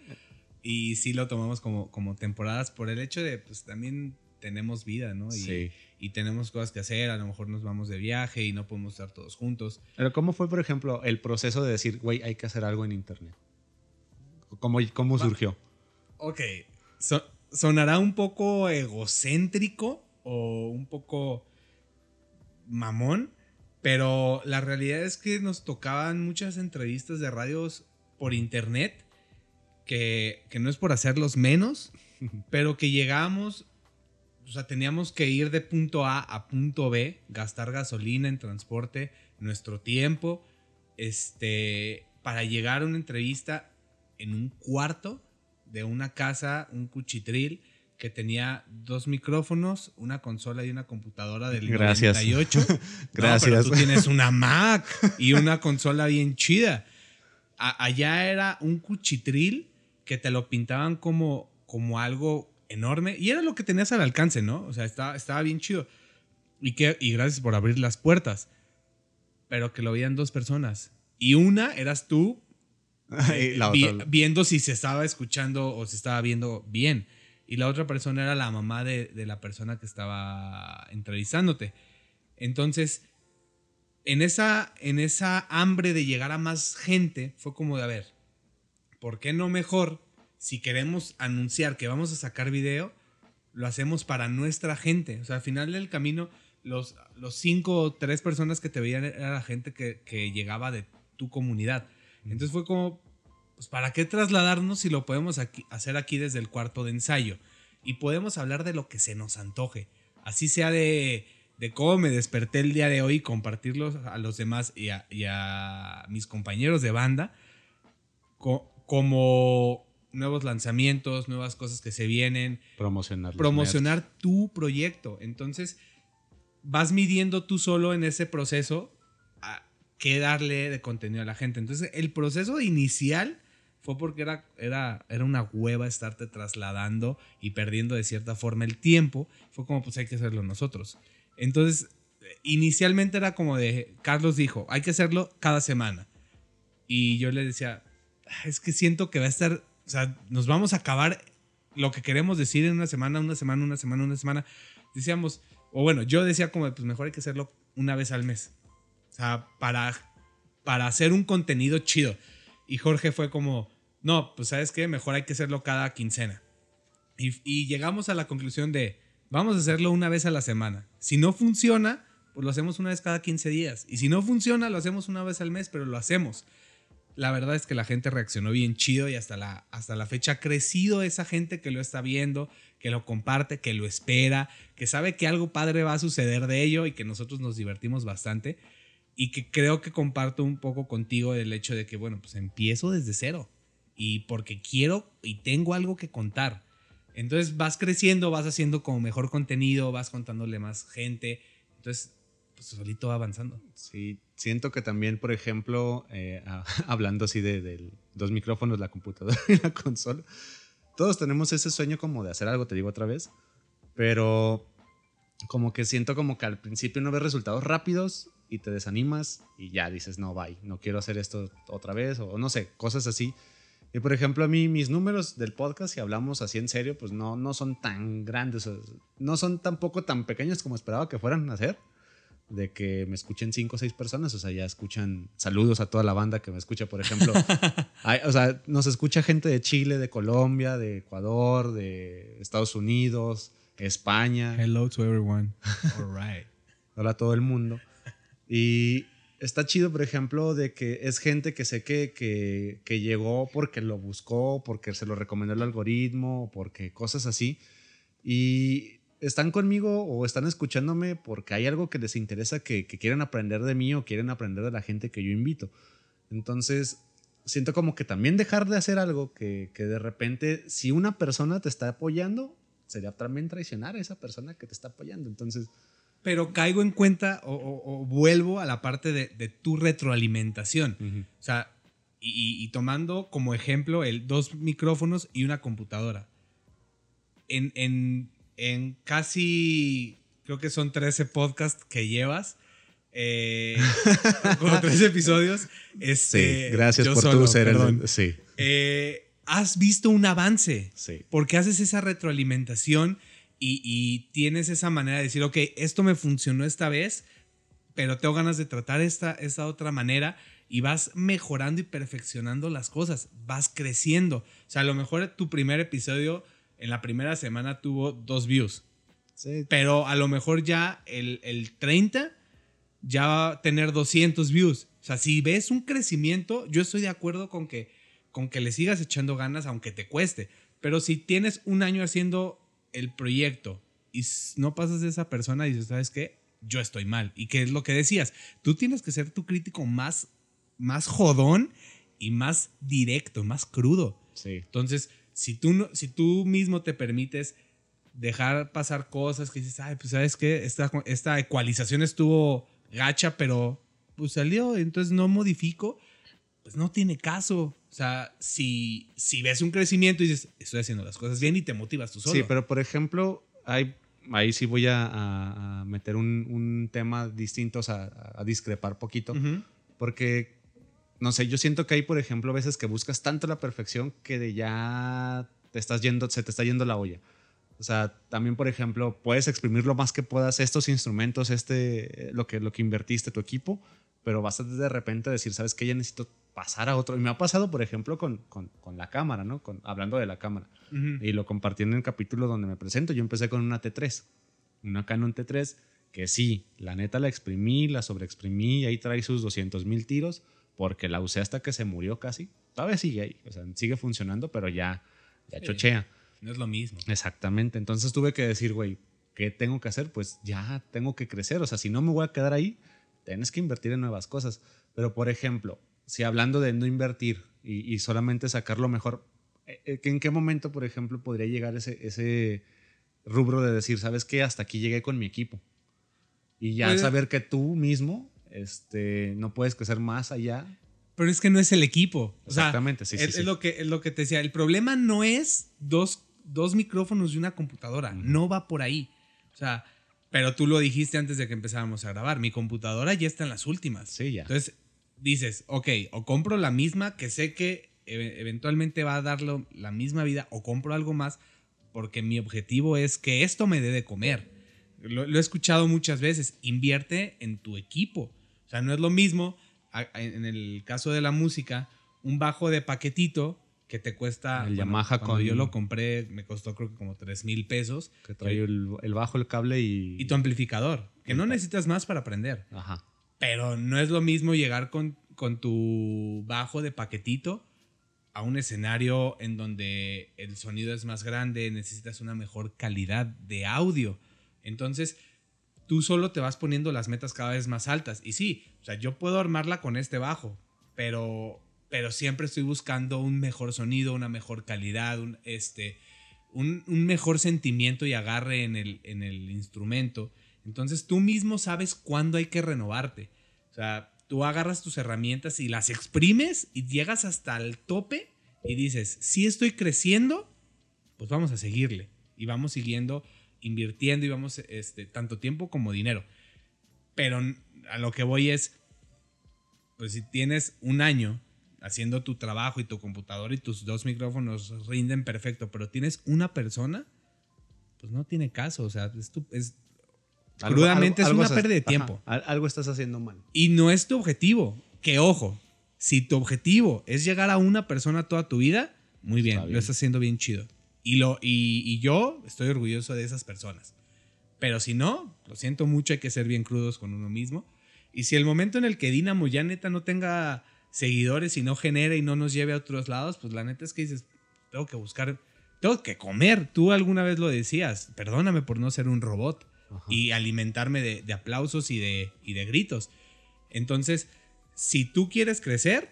y sí lo tomamos como, como temporadas por el hecho de, pues también tenemos vida, ¿no? Y, sí. y tenemos cosas que hacer, a lo mejor nos vamos de viaje y no podemos estar todos juntos. Pero ¿cómo fue, por ejemplo, el proceso de decir, güey, hay que hacer algo en internet? ¿Cómo, cómo surgió? Ok, so, sonará un poco egocéntrico o un poco... mamón, pero la realidad es que nos tocaban muchas entrevistas de radios por internet que, que no es por hacerlos menos, pero que llegábamos, o sea, teníamos que ir de punto A a punto B, gastar gasolina en transporte, nuestro tiempo, este, para llegar a una entrevista en un cuarto de una casa, un cuchitril, que tenía dos micrófonos, una consola y una computadora del Gracias. noventa y ocho. Gracias. No, pero tú tienes una Mac y una consola bien chida. A- allá era un cuchitril que te lo pintaban como, como algo enorme y era lo que tenías al alcance, ¿no? O sea, estaba, estaba bien chido. Y, que, y gracias por abrir las puertas. pero que lo veían dos personas. Y una eras tú eh, la vi, otra. viendo si se estaba escuchando o se estaba viendo bien. Y la otra persona era la mamá de, de la persona que estaba entrevistándote. Entonces, en esa, en esa hambre de llegar a más gente, fue como de, a ver, ¿por qué no mejor, si queremos anunciar que vamos a sacar video, lo hacemos para nuestra gente? O sea, al final del camino, los, los cinco o tres personas que te veían era la gente que, que llegaba de tu comunidad. Entonces fue como, pues, ¿para qué trasladarnos si lo podemos aquí, hacer aquí desde el cuarto de ensayo? Y podemos hablar de lo que se nos antoje. Así sea de, de cómo me desperté el día de hoy y compartirlo a los demás y a, y a mis compañeros de banda, co- como nuevos lanzamientos, nuevas cosas que se vienen. Promocionar. Promocionar tu proyecto. Entonces, vas midiendo tú solo en ese proceso a qué darle de contenido a la gente. Entonces, el proceso inicial fue porque era, era, era una hueva estarte trasladando y perdiendo de cierta forma el tiempo. Fue como, pues hay que hacerlo nosotros. Entonces, inicialmente era como de, Carlos dijo, hay que hacerlo cada semana. Y yo le decía, es que siento que va a estar, o sea, nos vamos a acabar lo que queremos decir en una semana, una semana, una semana, una semana. Decíamos, o bueno, yo decía como, pues mejor hay que hacerlo una vez al mes. O sea, para, para hacer un contenido chido. Y Jorge fue como, no, pues ¿sabes qué? Mejor hay que hacerlo cada quincena. Y, y llegamos a la conclusión de, vamos a hacerlo una vez a la semana. Si no funciona, pues lo hacemos una vez cada quince días. Y si no funciona, lo hacemos una vez al mes, pero lo hacemos. La verdad es que la gente reaccionó bien chido y hasta la, hasta la fecha ha crecido esa gente que lo está viendo, que lo comparte, que lo espera, que sabe que algo padre va a suceder de ello y que nosotros nos divertimos bastante. Y que creo que comparto un poco contigo el hecho de que, bueno, pues empiezo desde cero. Y porque quiero y tengo algo que contar. Entonces vas creciendo, vas haciendo como mejor contenido, vas contándole más gente. Entonces, pues solito va avanzando. Sí, siento que también, por ejemplo, eh, a, hablando así de, de dos micrófonos, la computadora y la consola, todos tenemos ese sueño como de hacer algo, te digo otra vez, pero como que siento como que al principio no ves resultados rápidos y te desanimas y ya dices, no, bye, no quiero hacer esto otra vez o no sé, cosas así. Y por ejemplo, a mí mis números del podcast, si hablamos así en serio, pues no, no son tan grandes, no son tampoco tan pequeños como esperaba que fueran a ser. De que me escuchen cinco o seis personas, o sea, ya escuchan, saludos a toda la banda que me escucha, por ejemplo. Hay, o sea, nos escucha gente de Chile, de Colombia, de Ecuador, de Estados Unidos, España. Hello to everyone. All right. Hola a todo el mundo. Y está chido, por ejemplo, de que es gente que sé que, que, que llegó porque lo buscó, porque se lo recomendó el algoritmo, porque cosas así. Y están conmigo o están escuchándome porque hay algo que les interesa, que, que quieren aprender de mí o quieren aprender de la gente que yo invito. Entonces, siento como que también dejar de hacer algo que, que de repente, si una persona te está apoyando, sería también traicionar a esa persona que te está apoyando. Entonces, pero caigo en cuenta o, o, o vuelvo a la parte de, de tu retroalimentación. Uh-huh. O sea, y, y tomando como ejemplo el dos micrófonos y una computadora. En, en, en casi, creo que son trece podcasts que llevas, eh, como trece episodios. Este, sí, gracias por solo, tu ser el, sí. Eh, has visto un avance. Sí. Porque haces esa retroalimentación y, y tienes esa manera de decir, ok, esto me funcionó esta vez, pero tengo ganas de tratar esta, esta otra manera. Y vas mejorando y perfeccionando las cosas. Vas creciendo. O sea, a lo mejor tu primer episodio en la primera semana tuvo dos views. Sí. Pero a lo mejor ya el, el treinta ya va a tener doscientos views. O sea, si ves un crecimiento, yo estoy de acuerdo con que, con que le sigas echando ganas aunque te cueste. Pero si tienes un año haciendo el proyecto y no pasas de esa persona y dices, ¿sabes qué? Yo estoy mal. ¿Y qué es lo que decías? Tú tienes que ser tu crítico más, más jodón y más directo, más crudo. Sí. Entonces, Si tú, no, si tú mismo te permites dejar pasar cosas que dices, ay, pues sabes qué, esta, esta ecualización estuvo gacha, pero pues salió, entonces no modifico, pues no tiene caso. O sea, si, si ves un crecimiento y dices, estoy haciendo las cosas bien y te motivas tú solo. Sí, pero por ejemplo, hay ahí sí voy a, a, a meter un, un tema distinto, o sea, a, a discrepar poquito, uh-huh. porque, no sé, yo siento que hay, por ejemplo, veces que buscas tanto la perfección que de ya te estás yendo, se te está yendo la olla. O sea, también, por ejemplo, puedes exprimir lo más que puedas estos instrumentos, este, lo que, lo que invertiste, tu equipo, pero vas a de repente decir, ¿sabes qué? Ya necesito pasar a otro. Y me ha pasado, por ejemplo, con, con, con la cámara, ¿no? Con, hablando de la cámara. Uh-huh. Y lo compartí en el capítulo donde me presento. Yo empecé con una T tres, una Canon T tres, que sí, la neta la exprimí, la sobreexprimí, y ahí trae sus doscientos mil tiros, porque la usé hasta que se murió casi. Todavía sigue ahí, o sea, sigue funcionando, pero ya, ya sí. chochea. No es lo mismo. Exactamente. Entonces tuve que decir, güey, ¿qué tengo que hacer? Pues ya tengo que crecer. O sea, si no me voy a quedar ahí, tienes que invertir en nuevas cosas. Pero, por ejemplo, si hablando de no invertir y, y solamente sacar lo mejor, ¿en qué momento, por ejemplo, podría llegar ese, ese rubro de decir, ¿sabes qué? Hasta aquí llegué con mi equipo. Y ya pues, saber que tú mismo este, no puedes crecer más allá. Pero es que no es el equipo. Exactamente, o sea, sí, sí, es, sí. Es lo que, es lo que te decía. El problema no es dos, dos micrófonos y una computadora. Uh-huh. No va por ahí. O sea, pero tú lo dijiste antes de que empezáramos a grabar. Mi computadora ya está en las últimas. Sí, ya. Entonces dices, ok, o compro la misma que sé que e- eventualmente va a dar lo, la misma vida, o compro algo más porque mi objetivo es que esto me dé de comer. Lo, lo he escuchado muchas veces. Invierte en tu equipo. O sea, no es lo mismo... En el caso de la música, un bajo de paquetito que te cuesta... El bueno, Yamaha cuando con... yo lo compré me costó creo que como tres mil pesos. Que trae que, el, el bajo, el cable y... Y tu amplificador, que no necesitas más para aprender. Ajá. Pero no es lo mismo llegar con, con tu bajo de paquetito a un escenario en donde el sonido es más grande, necesitas una mejor calidad de audio. Entonces... tú solo te vas poniendo las metas cada vez más altas. Y sí, o sea, yo puedo armarla con este bajo, pero, pero siempre estoy buscando un mejor sonido, una mejor calidad, un, este, un, un mejor sentimiento y agarre en el, en el instrumento. Entonces tú mismo sabes cuándo hay que renovarte. O sea, tú agarras tus herramientas y las exprimes y llegas hasta el tope y dices, si estoy creciendo, pues vamos a seguirle. Y vamos siguiendo... invirtiendo y vamos este, tanto tiempo como dinero. Pero a lo que voy es, pues si tienes un año haciendo tu trabajo y tu computadora y tus dos micrófonos rinden perfecto, pero tienes una persona, pues no tiene caso. O sea, es, tu, es algo, crudamente algo, es una algo pérdida de ajá, tiempo. Algo estás haciendo mal. Y no es tu objetivo. Que ojo, si tu objetivo es llegar a una persona toda tu vida, muy bien, bien. Lo estás haciendo bien chido. Y, lo, y, y yo estoy orgulloso de esas personas. Pero si no, lo siento mucho, hay que ser bien crudos con uno mismo. Y si el momento en el que Dynamo ya neta no tenga seguidores y no genere y no nos lleve a otros lados, pues la neta es que dices, tengo que buscar, tengo que comer. Tú alguna vez lo decías, perdóname por no ser un robot. Ajá. Y alimentarme de, de aplausos y de, y de gritos. Entonces, si tú quieres crecer,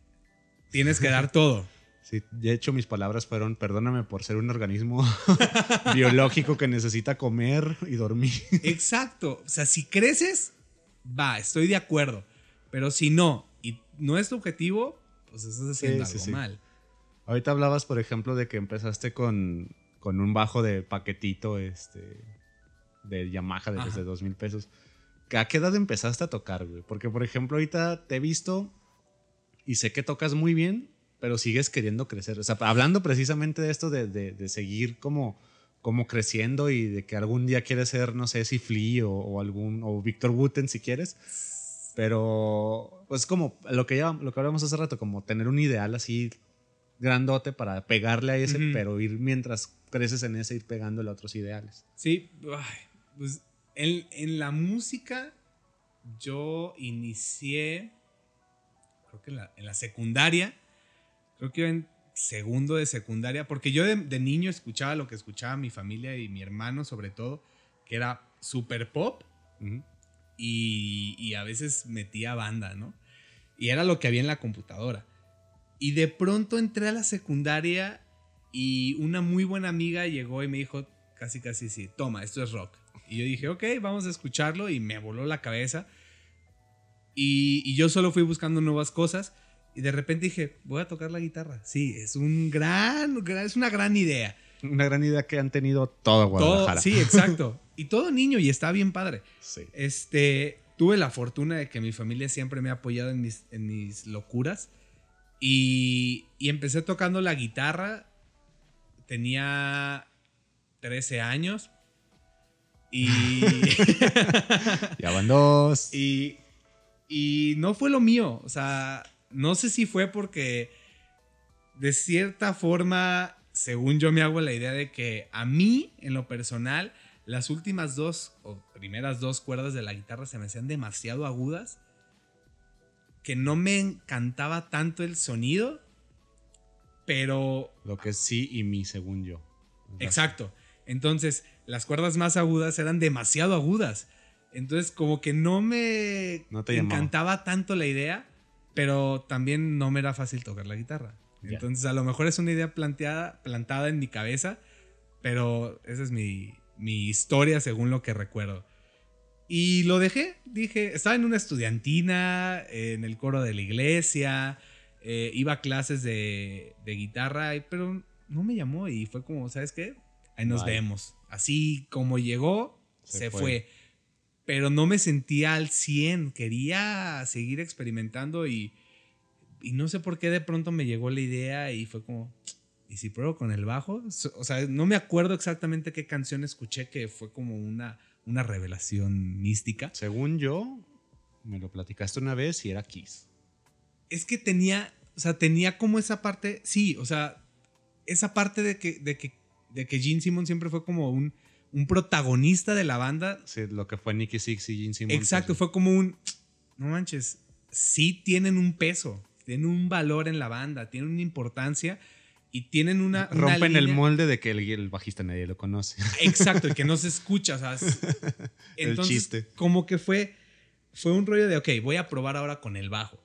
tienes que dar todo. Sí, de hecho mis palabras fueron, perdóname por ser un organismo biológico que necesita comer y dormir. Exacto, o sea, si creces, va, estoy de acuerdo, pero si no, y no es tu objetivo, pues estás haciendo sí, algo sí, sí. mal. Ahorita hablabas, por ejemplo, de que empezaste con, con un bajo de paquetito este, de Yamaha de desde dos mil pesos. ¿A qué edad empezaste a tocar, güey? Porque, por ejemplo, ahorita te he visto y sé que tocas muy bien, pero sigues queriendo crecer. O sea, hablando precisamente de esto de, de, de seguir como, como creciendo y de que algún día quieres ser, no sé, si Flea o, o algún o Víctor Wooten si quieres. Pero pues como lo que ya lo que hablamos hace rato, como tener un ideal así grandote para pegarle a ese, uh-huh. pero ir mientras creces en ese, ir pegándole a otros ideales. Sí, ay, pues en, en la música yo inicié, creo que en la, en la secundaria. Creo que iba en segundo de secundaria, porque yo de, de niño escuchaba lo que escuchaba mi familia y mi hermano sobre todo, que era super pop, uh-huh. y, y a veces metía banda, ¿no? Y era lo que había en la computadora. Y de pronto entré a la secundaria y una muy buena amiga llegó y me dijo casi casi sí, toma, esto es rock. Y yo dije, ok, vamos a escucharlo, y me voló la cabeza. Y, y yo solo fui buscando nuevas cosas. Y de repente dije, voy a tocar la guitarra. Sí, es un gran, es una gran idea. Una gran idea que han tenido todo Guadalajara. Todo, sí, exacto. Y todo niño, y está bien padre. Sí. Este, tuve la fortuna de que mi familia siempre me ha apoyado en mis, en mis locuras. Y, y empecé tocando la guitarra. Tenía trece años. Y. Ya van dos. Y, y no fue lo mío. O sea, no sé si fue porque de cierta forma, según yo me hago la idea de que a mí, en lo personal, las últimas dos o primeras dos cuerdas de la guitarra se me hacían demasiado agudas, que no me encantaba tanto el sonido, pero... Lo que es sí y mi, según yo. Exacto. Entonces, las cuerdas más agudas eran demasiado agudas. Entonces, como que no me no te encantaba llamaba tanto la idea, pero también no me era fácil tocar la guitarra. Ya. Entonces, a lo mejor es una idea planteada, plantada en mi cabeza, pero esa es mi, mi historia según lo que recuerdo. Y lo dejé, dije, estaba en una estudiantina, en el coro de la iglesia, eh, iba a clases de, de guitarra, pero no me llamó y fue como, ¿sabes qué? Ahí nos vale. vemos. Así como llegó, se, se fue. fue. Pero no me sentía al cien, quería seguir experimentando y, y no sé por qué de pronto me llegó la idea y fue como, ¿y si pruebo con el bajo? O sea, no me acuerdo exactamente qué canción escuché que fue como una... una revelación mística. Según yo, me lo platicaste una vez y era Kiss. Es que tenía, o sea, tenía como esa parte, sí, o sea, esa parte de que, de que, de que Gene Simmons siempre fue como un, un protagonista de la banda. Sí, lo que fue Nicky Six y Gene Simmons. Exacto, fue como un, no manches, sí tienen un peso, tienen un valor en la banda, tienen una importancia. Y tienen una. una Rompen línea. el molde de que el, el bajista nadie lo conoce. Exacto, y que no se escucha. O sea, entonces, el chiste. Como que fue, fue un rollo de, ok, voy a probar ahora con el bajo.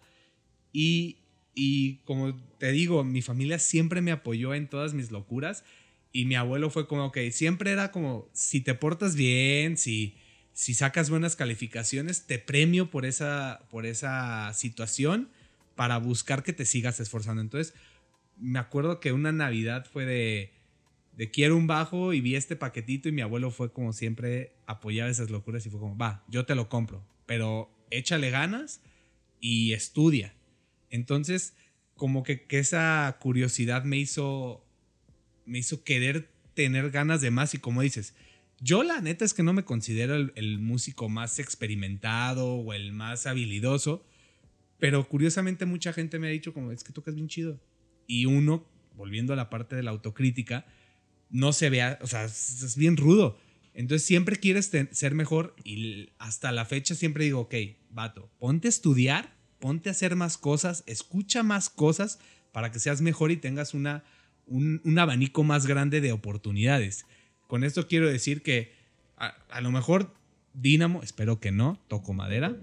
Y, y como te digo, mi familia siempre me apoyó en todas mis locuras. Y mi abuelo fue como, ok, siempre era como, si te portas bien, si, si sacas buenas calificaciones, te premio por esa, por esa situación para buscar que te sigas esforzando. Entonces, me acuerdo que una Navidad fue de, de quiero un bajo y vi este paquetito y mi abuelo fue como siempre apoyaba esas locuras y fue como, va, yo te lo compro, pero échale ganas y estudia. Entonces, como que, que esa curiosidad me hizo, me hizo querer tener ganas de más y como dices, yo la neta es que no me considero el, el músico más experimentado o el más habilidoso, pero curiosamente mucha gente me ha dicho como, es que tocas bien chido. Y uno, volviendo a la parte de la autocrítica, no se vea, o sea, es, es bien rudo. Entonces siempre quieres ten, ser mejor y hasta la fecha siempre digo, ok, vato, ponte a estudiar, ponte a hacer más cosas, escucha más cosas para que seas mejor y tengas una, un, un abanico más grande de oportunidades. Con esto quiero decir que a, a lo mejor Dynamo, espero que no, toco madera,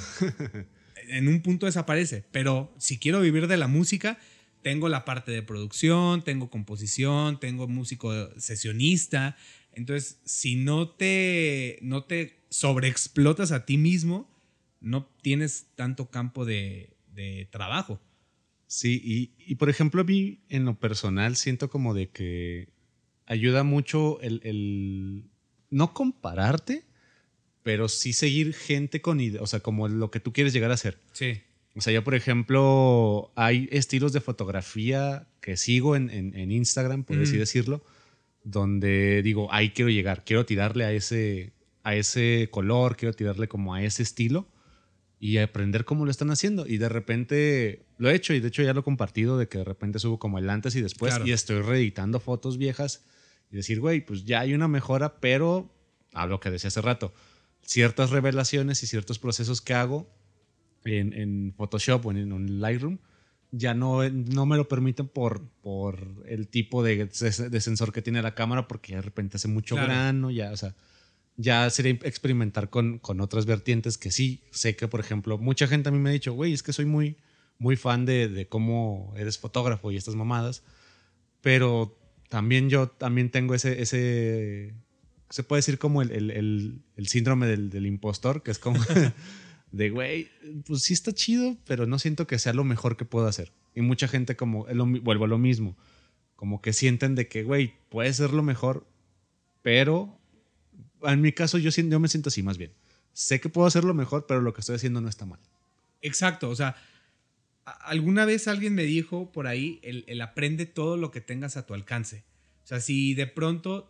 en un punto desaparece, pero si quiero vivir de la música... Tengo la parte de producción, tengo composición, tengo músico sesionista. Entonces, si no te, no te sobreexplotas a ti mismo, no tienes tanto campo de, de trabajo. Sí, y, y por ejemplo, a mí en lo personal siento como de que ayuda mucho el, el no compararte, pero sí seguir gente con ideas, o sea, como lo que tú quieres llegar a ser. Sí. O sea, yo, por ejemplo, hay estilos de fotografía que sigo en, en, en Instagram, por mm. así decirlo, donde digo, ahí quiero llegar, quiero tirarle a ese, a ese color, quiero tirarle como a ese estilo y aprender cómo lo están haciendo. Y de repente lo he hecho y de hecho ya lo he compartido, de que de repente subo como el antes y después claro. Y estoy reeditando fotos viejas y decir, güey, pues ya hay una mejora, pero a lo que decía hace rato, ciertas revelaciones y ciertos procesos que hago En, en Photoshop o en, en Lightroom ya no, no me lo permiten por, por el tipo de, de sensor que tiene la cámara, porque de repente hace mucho claro. grano, ya, o sea, ya sería experimentar con, con otras vertientes que sí, sé que por ejemplo, mucha gente a mí me ha dicho, güey, es que soy muy, muy fan de, de cómo eres fotógrafo y estas mamadas, pero también yo también tengo ese, ese se puede decir como el, el, el, el síndrome del, del impostor, que es como... de, güey, pues sí está chido, pero no siento que sea lo mejor que puedo hacer. Y mucha gente como, lo, vuelvo a lo mismo, como que sienten de que, güey, puede ser lo mejor, pero en mi caso yo, yo me siento así más bien. Sé que puedo hacerlo mejor, pero lo que estoy haciendo no está mal. Exacto, o sea, alguna vez alguien me dijo por ahí, el, el aprende todo lo que tengas a tu alcance. O sea, si de pronto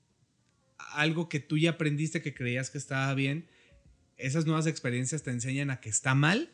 algo que tú ya aprendiste que creías que estaba bien, esas nuevas experiencias te enseñan a que está mal,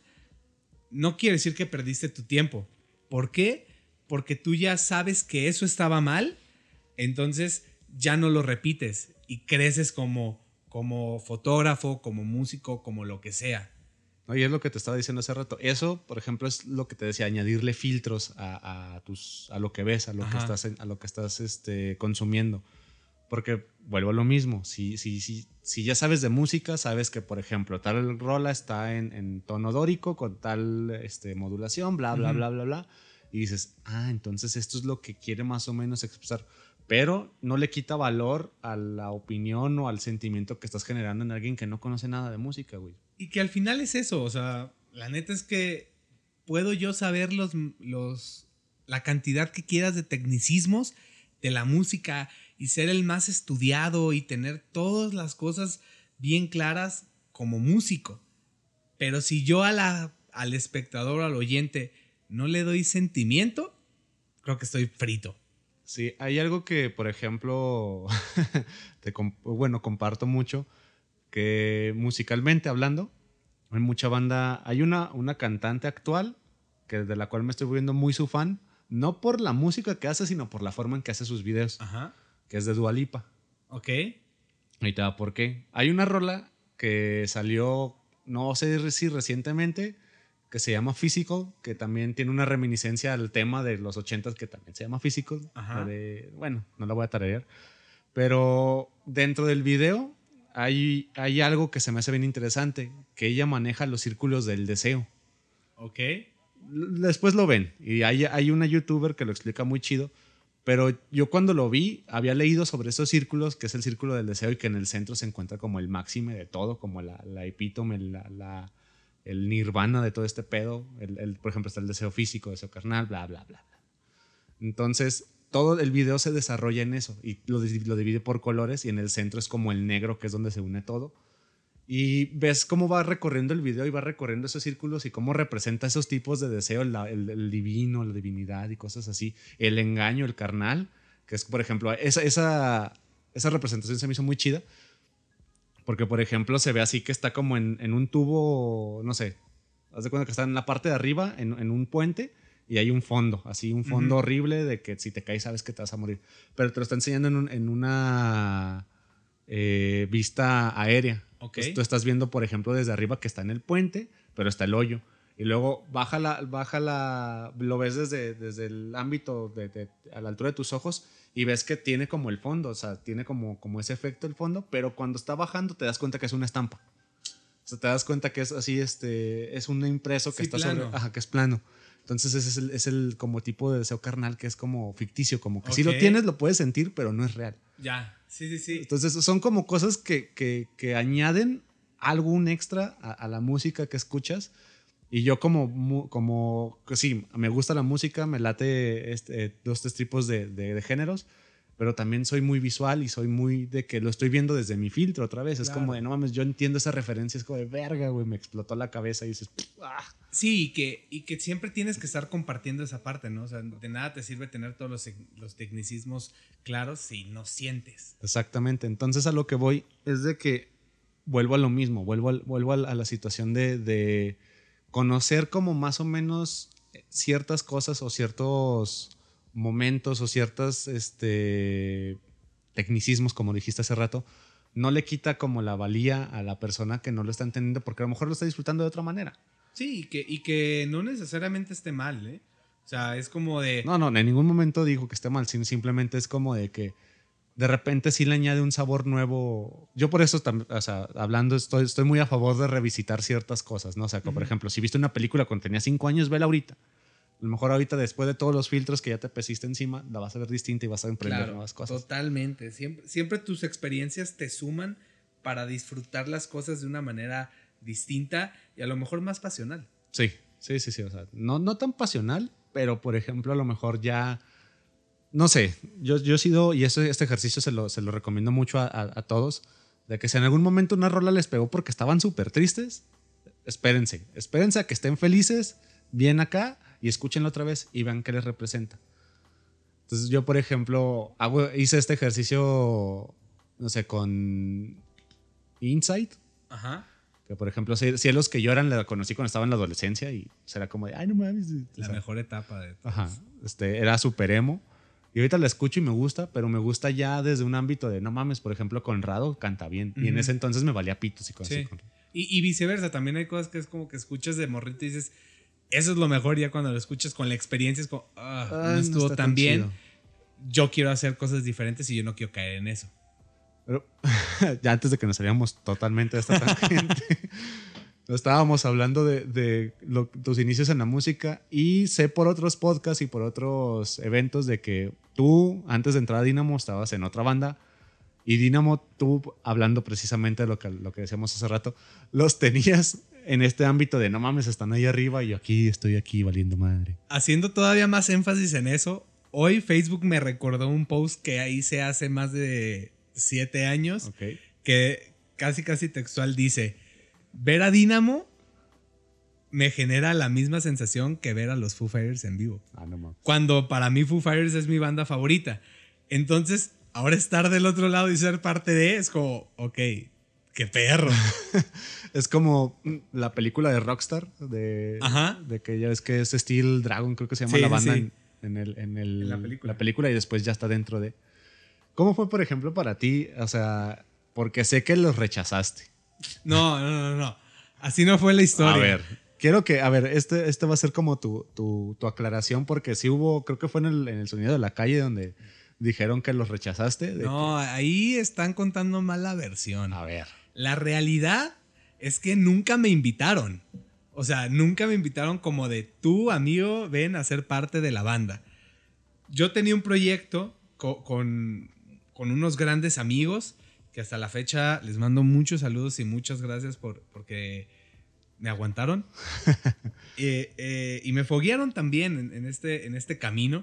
no quiere decir que perdiste tu tiempo. ¿Por qué? Porque tú ya sabes que eso estaba mal, entonces ya no lo repites y creces como, como fotógrafo, como músico, como lo que sea. ¿No? Y es lo que te estaba diciendo hace rato. Eso, por ejemplo, es lo que te decía, añadirle filtros a, a, tus, a lo que ves, a lo Ajá. que estás, a lo que estás este, consumiendo. Porque vuelvo a lo mismo, si, si, si, si ya sabes de música, sabes que, por ejemplo, tal rola está en, en tono dórico, con tal este, modulación, bla, bla, uh-huh. bla, bla, bla. Y dices, ah, entonces esto es lo que quiere más o menos expresar. Pero no le quita valor a la opinión o al sentimiento que estás generando en alguien que no conoce nada de música, güey. Y que al final es eso, o sea, la neta es que puedo yo saber los, los, la cantidad que quieras de tecnicismos de la música y ser el más estudiado y tener todas las cosas bien claras como músico. Pero si yo a la, al espectador, al oyente, no le doy sentimiento, creo que estoy frito. Sí, hay algo que, por ejemplo, te comp- bueno, comparto mucho, que musicalmente hablando, hay mucha banda, hay una, una cantante actual que de la cual me estoy volviendo muy su fan, no por la música que hace, sino por la forma en que hace sus videos. Ajá. Que es de Dua Lipa. Ok. Ahí te va por qué. Hay una rola que salió, no sé si recientemente, que se llama Physical, que también tiene una reminiscencia al tema de los ochentas que también se llama Physical. Ajá. De, bueno, no la voy a tararear. Pero dentro del video hay, hay algo que se me hace bien interesante, que ella maneja los círculos del deseo. Ok. Después lo ven. Y hay, hay una youtuber que lo explica muy chido. Pero yo cuando lo vi, había leído sobre esos círculos, que es el círculo del deseo y que en el centro se encuentra como el máxime de todo, como la, la epítome, la, la, el nirvana de todo este pedo. El, el, por ejemplo, está el deseo físico, deseo carnal, bla, bla, bla. Entonces, todo el video se desarrolla en eso y lo, lo divide por colores y en el centro es como el negro, que es donde se une todo. Y ves cómo va recorriendo el video y va recorriendo esos círculos y cómo representa esos tipos de deseo, el, el, el divino, la divinidad y cosas así. El engaño, el carnal, que es, por ejemplo, esa, esa, esa representación se me hizo muy chida. Porque, por ejemplo, se ve así que está como en, en un tubo, no sé, haz de cuenta que está en la parte de arriba, en, en un puente, y hay un fondo, así un fondo uh-huh. horrible de que si te caes sabes que te vas a morir. Pero te lo está enseñando en, un, en una eh, vista aérea. Okay. Entonces, tú estás viendo, por ejemplo, desde arriba que está en el puente, pero está el hoyo. Y luego baja la, baja la, lo ves desde, desde el ámbito, de, de, a la altura de tus ojos, y ves que tiene como el fondo, o sea, tiene como, como ese efecto el fondo, pero cuando está bajando te das cuenta que es una estampa. O sea, te das cuenta que es así, este, es un impreso que sí, está plano. sobre, ajá, que es plano. Entonces ese es el, es el como tipo de deseo carnal que es como ficticio, como que okay. si lo tienes lo puedes sentir, pero no es real. Ya, sí, sí, sí. Entonces son como cosas que, que, que añaden algo, un extra a, a la música que escuchas. Y yo como, como sí, me gusta la música, me late este, dos, tres tipos de, de, de géneros, pero también soy muy visual y soy muy de que lo estoy viendo desde mi filtro otra vez. Claro. Es como de, no mames, yo entiendo esa referencia, es como de verga, güey, me explotó la cabeza y dices, ¡ah! Sí, y que, y que siempre tienes que estar compartiendo esa parte, ¿no? O sea, de nada te sirve tener todos los, los tecnicismos claros si no sientes. Exactamente, entonces a lo que voy es de que vuelvo a lo mismo, vuelvo a, vuelvo a la situación de... de conocer como más o menos ciertas cosas o ciertos momentos o ciertos este, tecnicismos, como dijiste hace rato, no le quita como la valía a la persona que no lo está entendiendo porque a lo mejor lo está disfrutando de otra manera. Sí, y que, y que no necesariamente esté mal, ¿eh? O sea, es como de... No, no, en ningún momento dijo que esté mal, simplemente es como de que de repente sí le añade un sabor nuevo. Yo por eso, o sea, hablando, estoy, estoy muy a favor de revisitar ciertas cosas, ¿no? O sea, como, uh-huh. por ejemplo, si viste una película cuando tenía cinco años, vela ahorita. A lo mejor ahorita, después de todos los filtros que ya te pesiste encima, la vas a ver distinta y vas a emprender claro, nuevas cosas. Totalmente. Siempre, siempre tus experiencias te suman para disfrutar las cosas de una manera distinta y a lo mejor más pasional. Sí, sí, sí, sí. O sea, no, no tan pasional, pero por ejemplo, a lo mejor ya... no sé, yo, yo he sido, y este, este ejercicio se lo, se lo recomiendo mucho a, a, a todos, de que si en algún momento una rola les pegó porque estaban súper tristes, espérense, espérense a que estén felices, bien acá, y escúchenlo otra vez y vean qué les representa. Entonces yo, por ejemplo, hago, hice este ejercicio, no sé, con Insight. Ajá. Que, por ejemplo, Cielos que lloran la conocí cuando estaba en la adolescencia y será como de, ay, no mames. La o sea, mejor etapa de todos. Ajá. Este, era súper emo. Y ahorita la escucho y me gusta, pero me gusta ya desde un ámbito de, no mames, por ejemplo, Conrado canta bien. Uh-huh. Y en ese entonces me valía pito si conocí sí. Conrado. Y, y viceversa, también hay cosas que es como que escuchas de morrito y dices, eso es lo mejor, ya cuando lo escuchas con la experiencia es como, ah, ah, no estuvo no tan, tan bien. Chido. Yo quiero hacer cosas diferentes y yo no quiero caer en eso. Pero ya antes de que nos saliéramos totalmente de esta tangente, estábamos hablando de, de lo, tus inicios en la música y sé por otros podcasts y por otros eventos de que tú, antes de entrar a Dynamo, estabas en otra banda y Dynamo, tú, hablando precisamente de lo que, lo que decíamos hace rato, los tenías en este ámbito de no mames, están ahí arriba y yo aquí estoy aquí valiendo madre. Haciendo todavía más énfasis en eso, hoy Facebook me recordó un post que hice hace más de siete años, okay. que casi casi textual dice, ver a Dynamo me genera la misma sensación que ver a los Foo Fighters en vivo. Ah, no mames. Cuando para mí Foo Fighters es mi banda favorita. Entonces, ahora estar del otro lado y ser parte de es como, ok, qué perro. Es como la película de Rockstar, de, Ajá. de que ya ves que es Steel Dragon, creo que se llama sí, la banda sí. en, en, el, en, el, en la, película. la película y después ya está dentro de... ¿Cómo fue, por ejemplo, para ti? O sea, porque sé que los rechazaste. No, no, no, no. Así no fue la historia. A ver, quiero que, a ver, este, este va a ser como tu, tu, tu aclaración, porque sí hubo, creo que fue en el, en el Sonido de la Calle donde dijeron que los rechazaste. De no, que... ahí están contando mal la versión. A ver. La realidad es que nunca me invitaron. O sea, nunca me invitaron como de tú, amigo, ven a ser parte de la banda. Yo tenía un proyecto con... con con unos grandes amigos que hasta la fecha les mando muchos saludos y muchas gracias por, porque me aguantaron eh, eh, y me foguearon también en, en, este, en este camino.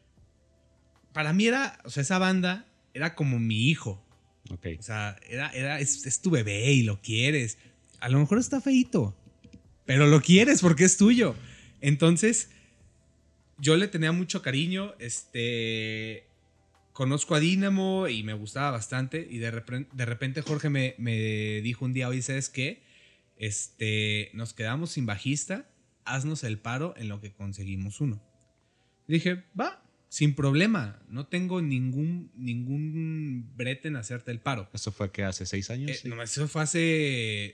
Para mí era, o sea, esa banda era como mi hijo. Okay. O sea, era, era, es, es tu bebé y lo quieres. A lo mejor está feíto, pero lo quieres porque es tuyo. Entonces, yo le tenía mucho cariño, este... Conozco a Dynamo y me gustaba bastante y de repente, de repente Jorge me, me dijo un día, oye, ¿sabes qué? Este, nos quedamos sin bajista, haznos el paro en lo que conseguimos uno. Y dije, va, sin problema, no tengo ningún, ningún brete en hacerte el paro. ¿Eso fue que hace seis años? Eh, sí. No, eso fue hace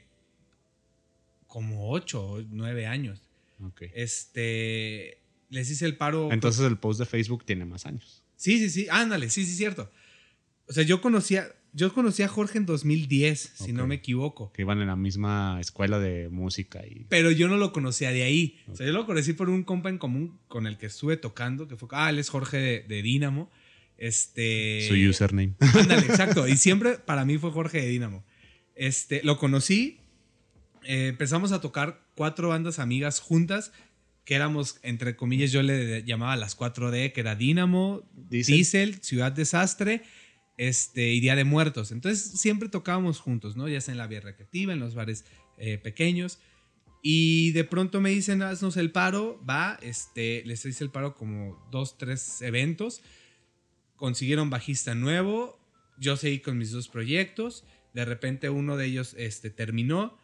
como ocho, nueve años. Okay. Este, les hice el paro. Entonces el post de Facebook tiene más años. Sí, sí, sí, ándale, sí, sí, cierto. O sea, yo conocía, yo conocí a Jorge en dos mil diez, okay. si no me equivoco. Que iban en la misma escuela de música. Y... Pero yo no lo conocía de ahí. Okay. O sea, yo lo conocí por un compa en común con el que estuve tocando, que fue, ah, él es Jorge de, de Dynamo. Este... Su username. Ándale, exacto. Y siempre para mí fue Jorge de Dynamo. Este, lo conocí, eh, empezamos a tocar cuatro bandas amigas juntas, que éramos, entre comillas, yo le llamaba las cuatro D, que era Dynamo, Diesel, Diesel Ciudad Desastre este, y Día de Muertos. Entonces siempre tocábamos juntos, ¿no? Ya sea en la vía recreativa, en los bares eh, pequeños. Y de pronto me dicen, haznos el paro, va, este, les hice el paro como dos, tres eventos. Consiguieron bajista nuevo, yo seguí con mis dos proyectos. De repente uno de ellos este, terminó.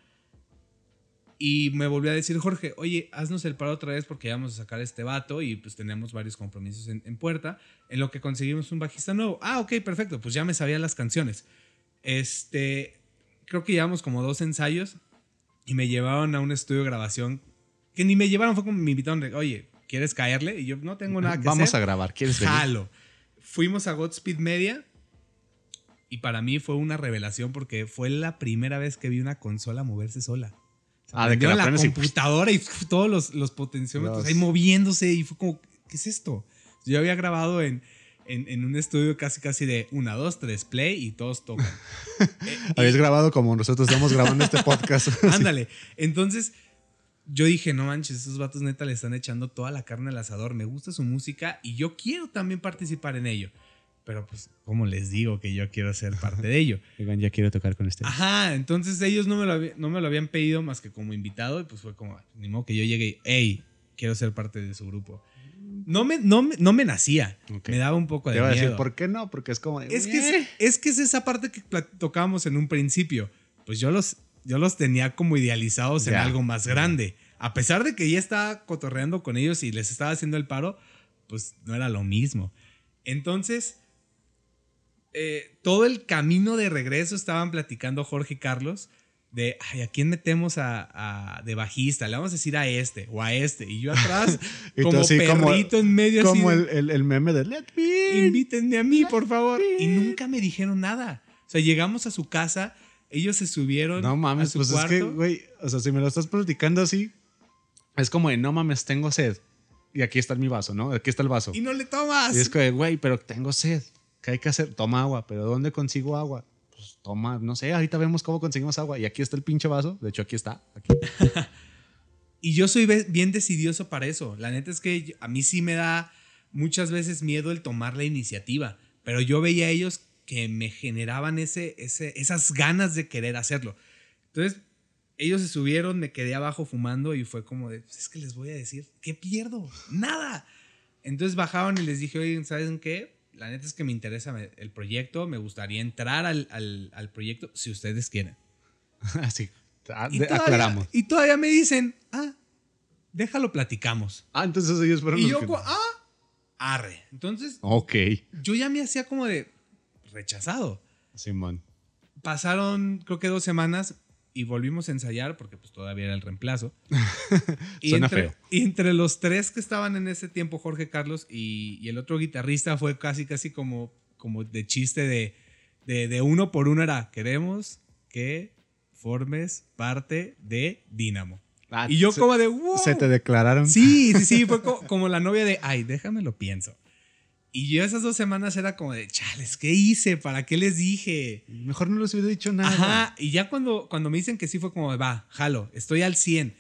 Y me volvió a decir, Jorge, oye, haznos el paro otra vez porque ya vamos a sacar a este vato y pues tenemos varios compromisos en, en puerta, en lo que conseguimos un bajista nuevo. Ah, ok, perfecto, pues ya me sabía las canciones. Este, creo que llevamos como dos ensayos y me llevaron a un estudio de grabación que ni me llevaron, fue como me invitaron, de, oye, ¿quieres caerle? Y yo no tengo nada que Vamos hacer. Vamos a grabar, ¿quieres venir? Jalo. Fuimos a Godspeed Media y para mí fue una revelación porque fue la primera vez que vi una consola moverse sola. Ah, de que la, la computadora y, y todos los, los potenciómetros ahí moviéndose y fue como, ¿qué es esto? Yo había grabado en, en, en un estudio casi casi de una, dos, tres, play y todos tocan. eh, Habías y, grabado como nosotros estamos grabando este podcast. Ándale. Entonces, yo dije, no manches, esos vatos neta le están echando toda la carne al asador. Me gusta su música y yo quiero también participar en ello. Pero pues, ¿cómo les digo que yo quiero ser parte de ello? Oigan, ya quiero tocar con ustedes. Ajá, entonces ellos no me, lo habían, no me lo habían pedido más que como invitado. Y pues fue como, ni modo que yo llegue y, hey, quiero ser parte de su grupo. No me, no me, no me nacía. Okay. Me daba un poco de Te iba miedo. A decir, ¿por qué no? Porque es como... De, es, que es, es que es esa parte que tocábamos en un principio. Pues yo los, yo los tenía como idealizados ya. en algo más grande. A pesar de que ya estaba cotorreando con ellos y les estaba haciendo el paro, pues no era lo mismo. Entonces... Eh, todo el camino de regreso estaban platicando Jorge y Carlos de, ay, ¿a quién metemos a, a, de bajista? Le vamos a decir a este o a este. Y yo atrás, y como así, perrito como, en medio. Como así el, el, el meme de Let me in, invítenme a mí, let por favor. Me. Y nunca me dijeron nada. O sea, llegamos a su casa, ellos se subieron no mames, a su pues cuarto. Es que, güey, o sea, si me lo estás platicando así, es como de, no mames, tengo sed. Y aquí está mi vaso, ¿no? Aquí está el vaso. Y no le tomas. Y es que, güey, pero tengo sed. ¿Qué hay que hacer? Toma agua. ¿Pero dónde consigo agua? Pues toma, no sé, ahorita vemos cómo conseguimos agua. Y aquí está el pinche vaso. De hecho, aquí está. Aquí. Y yo soy bien decidioso para eso. La neta es que a mí sí me da muchas veces miedo el tomar la iniciativa. Pero yo veía a ellos que me generaban ese, ese, esas ganas de querer hacerlo. Entonces, ellos se subieron, me quedé abajo fumando y fue como de, es que les voy a decir, ¿qué pierdo? Nada. Entonces bajaron y les dije, oye, ¿saben qué? La neta es que me interesa el proyecto, me gustaría entrar al, al, al proyecto si ustedes quieren. Así, y todavía, aclaramos. Y todavía me dicen, ah, déjalo, platicamos. Ah, entonces ellos fueron y los yo, que... ah, arre. Entonces, ok. Yo ya me hacía como de rechazado. Simón. Pasaron, creo que dos semanas y volvimos a ensayar porque pues todavía era el reemplazo. y Suena entre, feo. Y entre los tres que estaban en ese tiempo, Jorge, Carlos y, y el otro guitarrista, fue casi, casi como, como de chiste de, de, de uno por uno era, queremos que formes parte de Dínamo. Ah, y yo se, como de, wow. ¿Se te declararon? Sí, sí, sí, fue co como la novia de, ay, déjame lo pienso. Y yo esas dos semanas era como de, chales, ¿qué hice? ¿Para qué les dije? Mejor no les hubiera dicho nada. Ajá, y ya cuando, cuando me dicen que sí fue como, va, jalo, estoy al cien.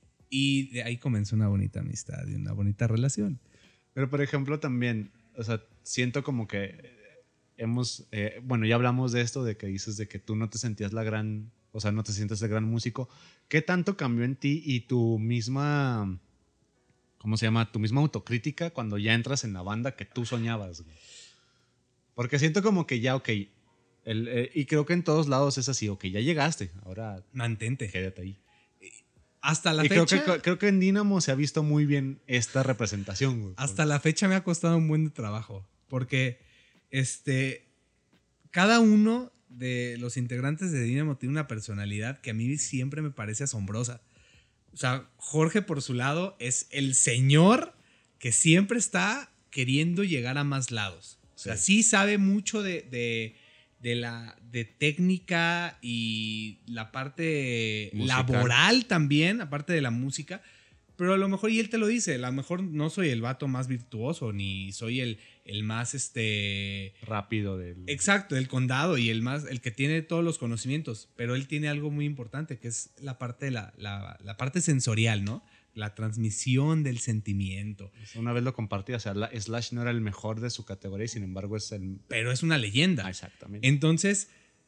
Y de ahí comenzó una bonita amistad y una bonita relación. Pero, por ejemplo, también, o sea, siento como que hemos, eh, bueno, ya hablamos de esto, de que dices de que tú no te sentías la gran, o sea, no te sientes el gran músico. ¿Qué tanto cambió en ti y tu misma... ¿Cómo se llama? Tu misma autocrítica cuando ya entras en la banda que tú soñabas, güey? Porque siento como que ya, ok, el, eh, y creo que en todos lados es así, ok, ya llegaste, ahora mantente. Quédate ahí. Hasta la y fecha... Creo que, creo que en Dínamo se ha visto muy bien esta representación, güey. Hasta la fecha me ha costado un buen trabajo, porque este, cada uno de los integrantes de Dínamo tiene una personalidad que a mí siempre me parece asombrosa. O sea, Jorge por su lado es el señor que siempre está queriendo llegar a más lados. O sea, sí, sí sabe mucho de, de, de, la, de técnica y la parte musical. Laboral también, aparte de la música. Pero a lo mejor, y él te lo dice, a lo mejor no soy el vato más virtuoso, ni soy el, el más este rápido del... Exacto, del condado y el más el que tiene todos los conocimientos, pero él tiene algo muy importante que es la parte de la, la, la parte sensorial, ¿no? La transmisión del sentimiento. Una vez lo compartí, o sea, Slash no era el mejor de su categoría y sin embargo es el... Pero es una leyenda. Ah, exactamente. Entonces,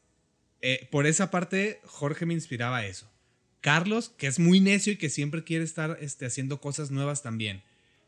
eh, por esa parte, Jorge me inspiraba a eso. Carlos, que es muy necio y que siempre quiere estar este, haciendo cosas nuevas también.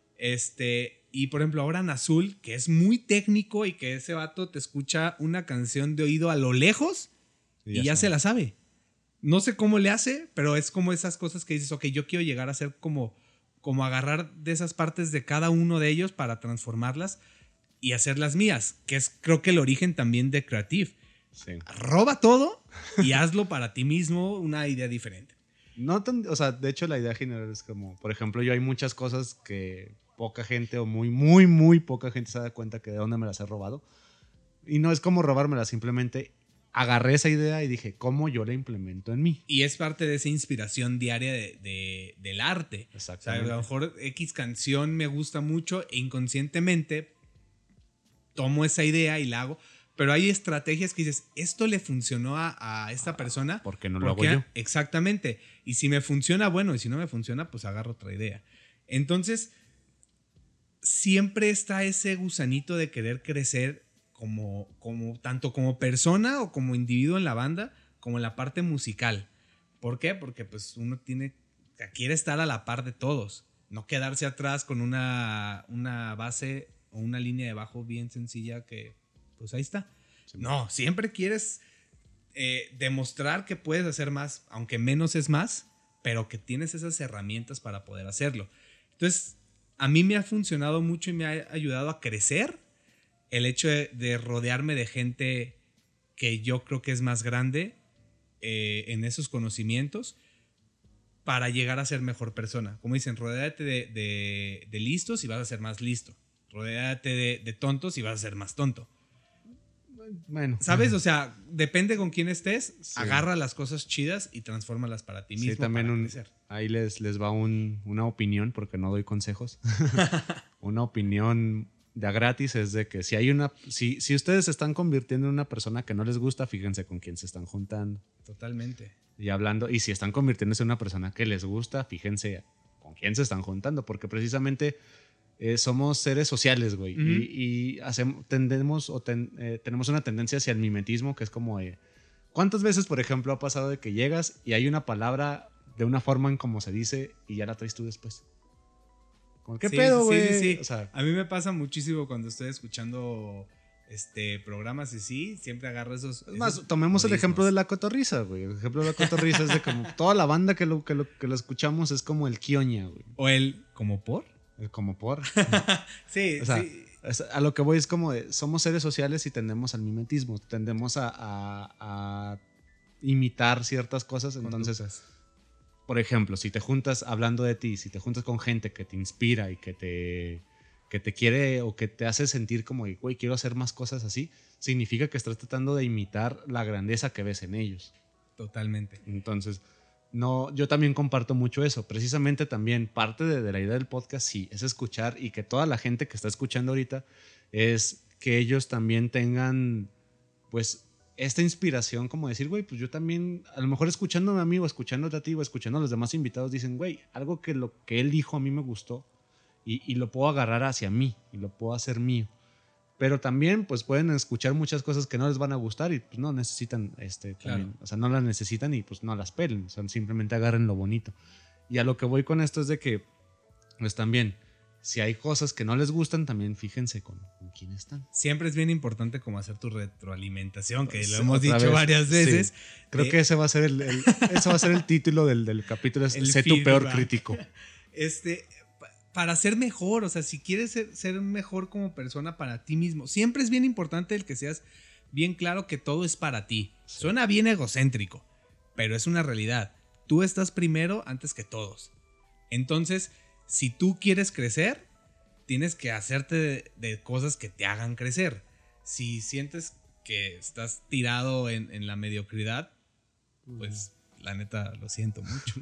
Este, y por ejemplo, ahora Nazul, que es muy técnico y que ese vato te escucha una canción de oído a lo lejos y ya, y ya se la sabe. No sé cómo le hace, pero es como esas cosas que dices, ok, yo quiero llegar a ser como, como agarrar de esas partes de cada uno de ellos para transformarlas y hacerlas mías, que es creo que el origen también de Creative. Sí. Roba todo y hazlo para ti mismo, una idea diferente. No tan, o sea, de hecho la idea general es como, por ejemplo, yo hay muchas cosas que poca gente o muy, muy, muy poca gente se da cuenta que de dónde me las he robado. Y no es como robármelas, simplemente agarré esa idea y dije, ¿cómo yo la implemento en mí? Y es parte de esa inspiración diaria de, de, del arte. Exactamente. O sea, a lo mejor X canción me gusta mucho e inconscientemente tomo esa idea y la hago, pero hay estrategias que dices, esto le funcionó a, a esta persona. ¿Por qué no lo hago yo? Exactamente. Y si me funciona, bueno, y si no me funciona, pues agarro otra idea. Entonces, siempre está ese gusanito de querer crecer como, como, tanto como persona o como individuo en la banda, como en la parte musical. ¿Por qué? Porque pues uno tiene, quiere estar a la par de todos. No quedarse atrás con una, una base o una línea de bajo bien sencilla que, pues ahí está. Sí. No, siempre quieres eh, demostrar que puedes hacer más, aunque menos es más, pero que tienes esas herramientas para poder hacerlo. Entonces, a mí me ha funcionado mucho y me ha ayudado a crecer el hecho de, de rodearme de gente que yo creo que es más grande eh, en esos conocimientos, para llegar a ser mejor persona. Como dicen, rodéate de, de, de listos y vas a ser más listo. Rodéate de, de tontos y vas a ser más tonto. Bueno. ¿Sabes? O sea, depende con quién estés, sí. Agarra las cosas chidas y transfórmalas para ti mismo. Sí, también para un, crecer. Ahí les, les va un, una opinión, porque no doy consejos. Una opinión de a gratis es de que si hay una, si, si ustedes se están convirtiendo en una persona que no les gusta, fíjense con quién se están juntando. Totalmente. Y hablando, y si están convirtiéndose en una persona que les gusta, fíjense con quién se están juntando, porque precisamente eh, somos seres sociales, güey. Uh-huh. Y, y hacemos, tendemos o ten, eh, tenemos una tendencia hacia el mimetismo, que es como, eh, ¿cuántas veces, por ejemplo, ha pasado de que llegas y hay una palabra de una forma en cómo se dice y ya la traes tú después? ¿Qué sí, pedo, güey? Sí, sí, sí. O sea, a mí me pasa muchísimo cuando estoy escuchando este, programas y sí, siempre agarro esos. Es más, esos tomemos modismos. El ejemplo de La Cotorrisa, güey. El ejemplo de La Cotorrisa es de como toda la banda que lo, que lo, que lo escuchamos es como el Kioña, güey. O el ¿como por? El como por. Sí, o sea, sí. A lo que voy es como de, somos seres sociales y tendemos al mimetismo, tendemos a, a, a imitar ciertas cosas, entonces... Conductas. Por ejemplo, si te juntas hablando de ti, si te juntas con gente que te inspira y que te, que te quiere o que te hace sentir como, güey, quiero hacer más cosas así, significa que estás tratando de imitar la grandeza que ves en ellos. Totalmente. Entonces, no, yo también comparto mucho eso. Precisamente también parte de, de la idea del podcast, sí, es escuchar y que toda la gente que está escuchando ahorita es que ellos también tengan, pues, esta inspiración como decir, güey, pues yo también, a lo mejor escuchando a mi amigo, escuchándote a ti o escuchando a los demás invitados, dicen, güey, algo que lo que él dijo a mí me gustó y, y lo puedo agarrar hacia mí y lo puedo hacer mío. Pero también, pues pueden escuchar muchas cosas que no les van a gustar y pues no necesitan, este, también, claro. O sea, no las necesitan y pues no las pelen, o sea, simplemente agarren lo bonito. Y a lo que voy con esto es de que, pues también, si hay cosas que no les gustan, también fíjense con, con quién están. Siempre es bien importante como hacer tu retroalimentación, que pues, lo hemos dicho vez, varias veces. Sí. Creo de, que ese va a ser el, el, ese va a ser el título del, del capítulo, es, sé tu peor crítico. Este, para ser mejor, o sea, si quieres ser, ser mejor como persona para ti mismo, siempre es bien importante el que seas bien claro que todo es para ti. Sí. Suena bien egocéntrico, pero es una realidad. Tú estás primero antes que todos. Entonces, si tú quieres crecer, tienes que hacerte de, de cosas que te hagan crecer. Si sientes que estás tirado en, en la mediocridad, pues la neta lo siento mucho.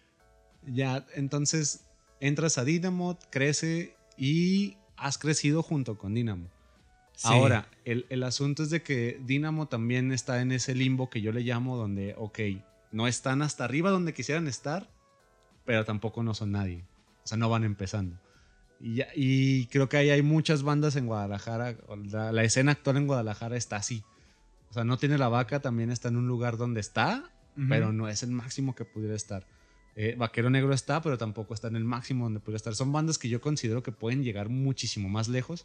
Ya, entonces entras a Dynamo, crece y has crecido junto con Dynamo. Sí. Ahora, el, el asunto es de que Dynamo también está en ese limbo que yo le llamo donde, ok, no están hasta arriba donde quisieran estar, pero tampoco no son nadie. O sea, no van empezando. Y, ya, y creo que ahí hay muchas bandas en Guadalajara. La, la escena actual en Guadalajara está así. O sea, No Tiene la Vaca también está en un lugar donde está, uh-huh. pero no es el máximo que pudiera estar. Eh, Vaquero Negro está, pero tampoco está en el máximo donde pudiera estar. Son bandas que yo considero que pueden llegar muchísimo más lejos.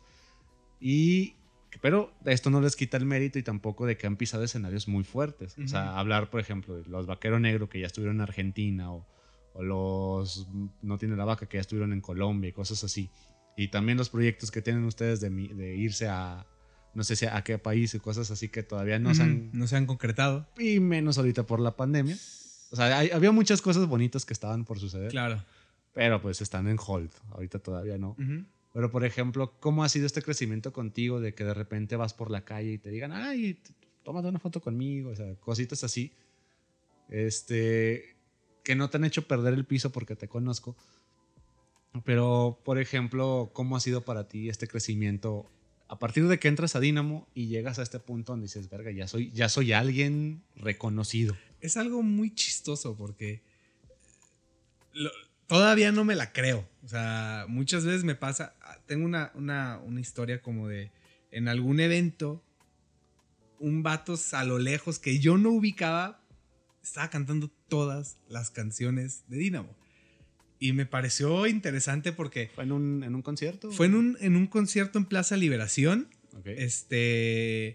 Y, pero esto no les quita el mérito y tampoco de que han pisado escenarios muy fuertes. Uh-huh. O sea, hablar, por ejemplo, de los Vaquero Negro que ya estuvieron en Argentina o o los No Tiene la Vaca que ya estuvieron en Colombia y cosas así. Y también los proyectos que tienen ustedes de, de irse a, no sé si a qué país y cosas así que todavía no, uh-huh. se han... no se han concretado. Y menos ahorita por la pandemia. O sea, hay, había muchas cosas bonitas que estaban por suceder. Claro. Pero pues están en hold. Ahorita todavía no. Uh-huh. Pero por ejemplo, ¿cómo ha sido este crecimiento contigo de que de repente vas por la calle y te digan, ay, tómate una foto conmigo? O sea, cositas así. Este... que no te han hecho perder el piso porque te conozco. Pero, por ejemplo, ¿cómo ha sido para ti este crecimiento a partir de que entras a Dynamo y llegas a este punto donde dices, verga, ya soy, ya soy alguien reconocido. Es algo muy chistoso porque lo, todavía no me la creo. O sea, muchas veces me pasa, tengo una, una, una historia como de, en algún evento, un vato a lo lejos que yo no ubicaba, estaba cantando todas las canciones de Dynamo. Y me pareció interesante porque... ¿Fue en un, en un concierto? Fue en un, en un concierto en Plaza Liberación. Okay. Este...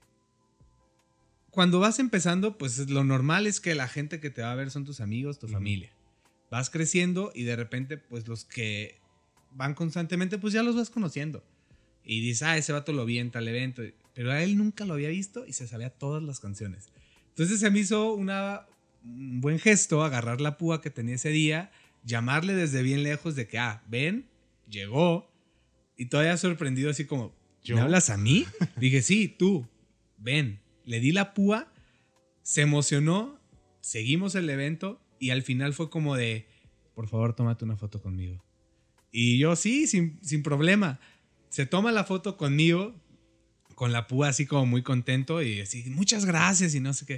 Cuando vas empezando, pues lo normal es que la gente que te va a ver son tus amigos, tu uh-huh. familia. Vas creciendo y de repente, pues los que van constantemente, pues ya los vas conociendo. Y dices, ah, ese vato lo vi en tal evento. Pero a él nunca lo había visto y se sabía todas las canciones. Entonces se me hizo una, un buen gesto agarrar la púa que tenía ese día, llamarle desde bien lejos de que, ah, ven, llegó. Y todavía sorprendido así como, ¿me hablas a mí? Dije, sí, tú, ven. Le di la púa, se emocionó, seguimos el evento y al final fue como de, por favor, tómate una foto conmigo. Y yo, sí, sin, sin problema. Se toma la foto conmigo, con la púa así como muy contento y así, muchas gracias y no sé qué.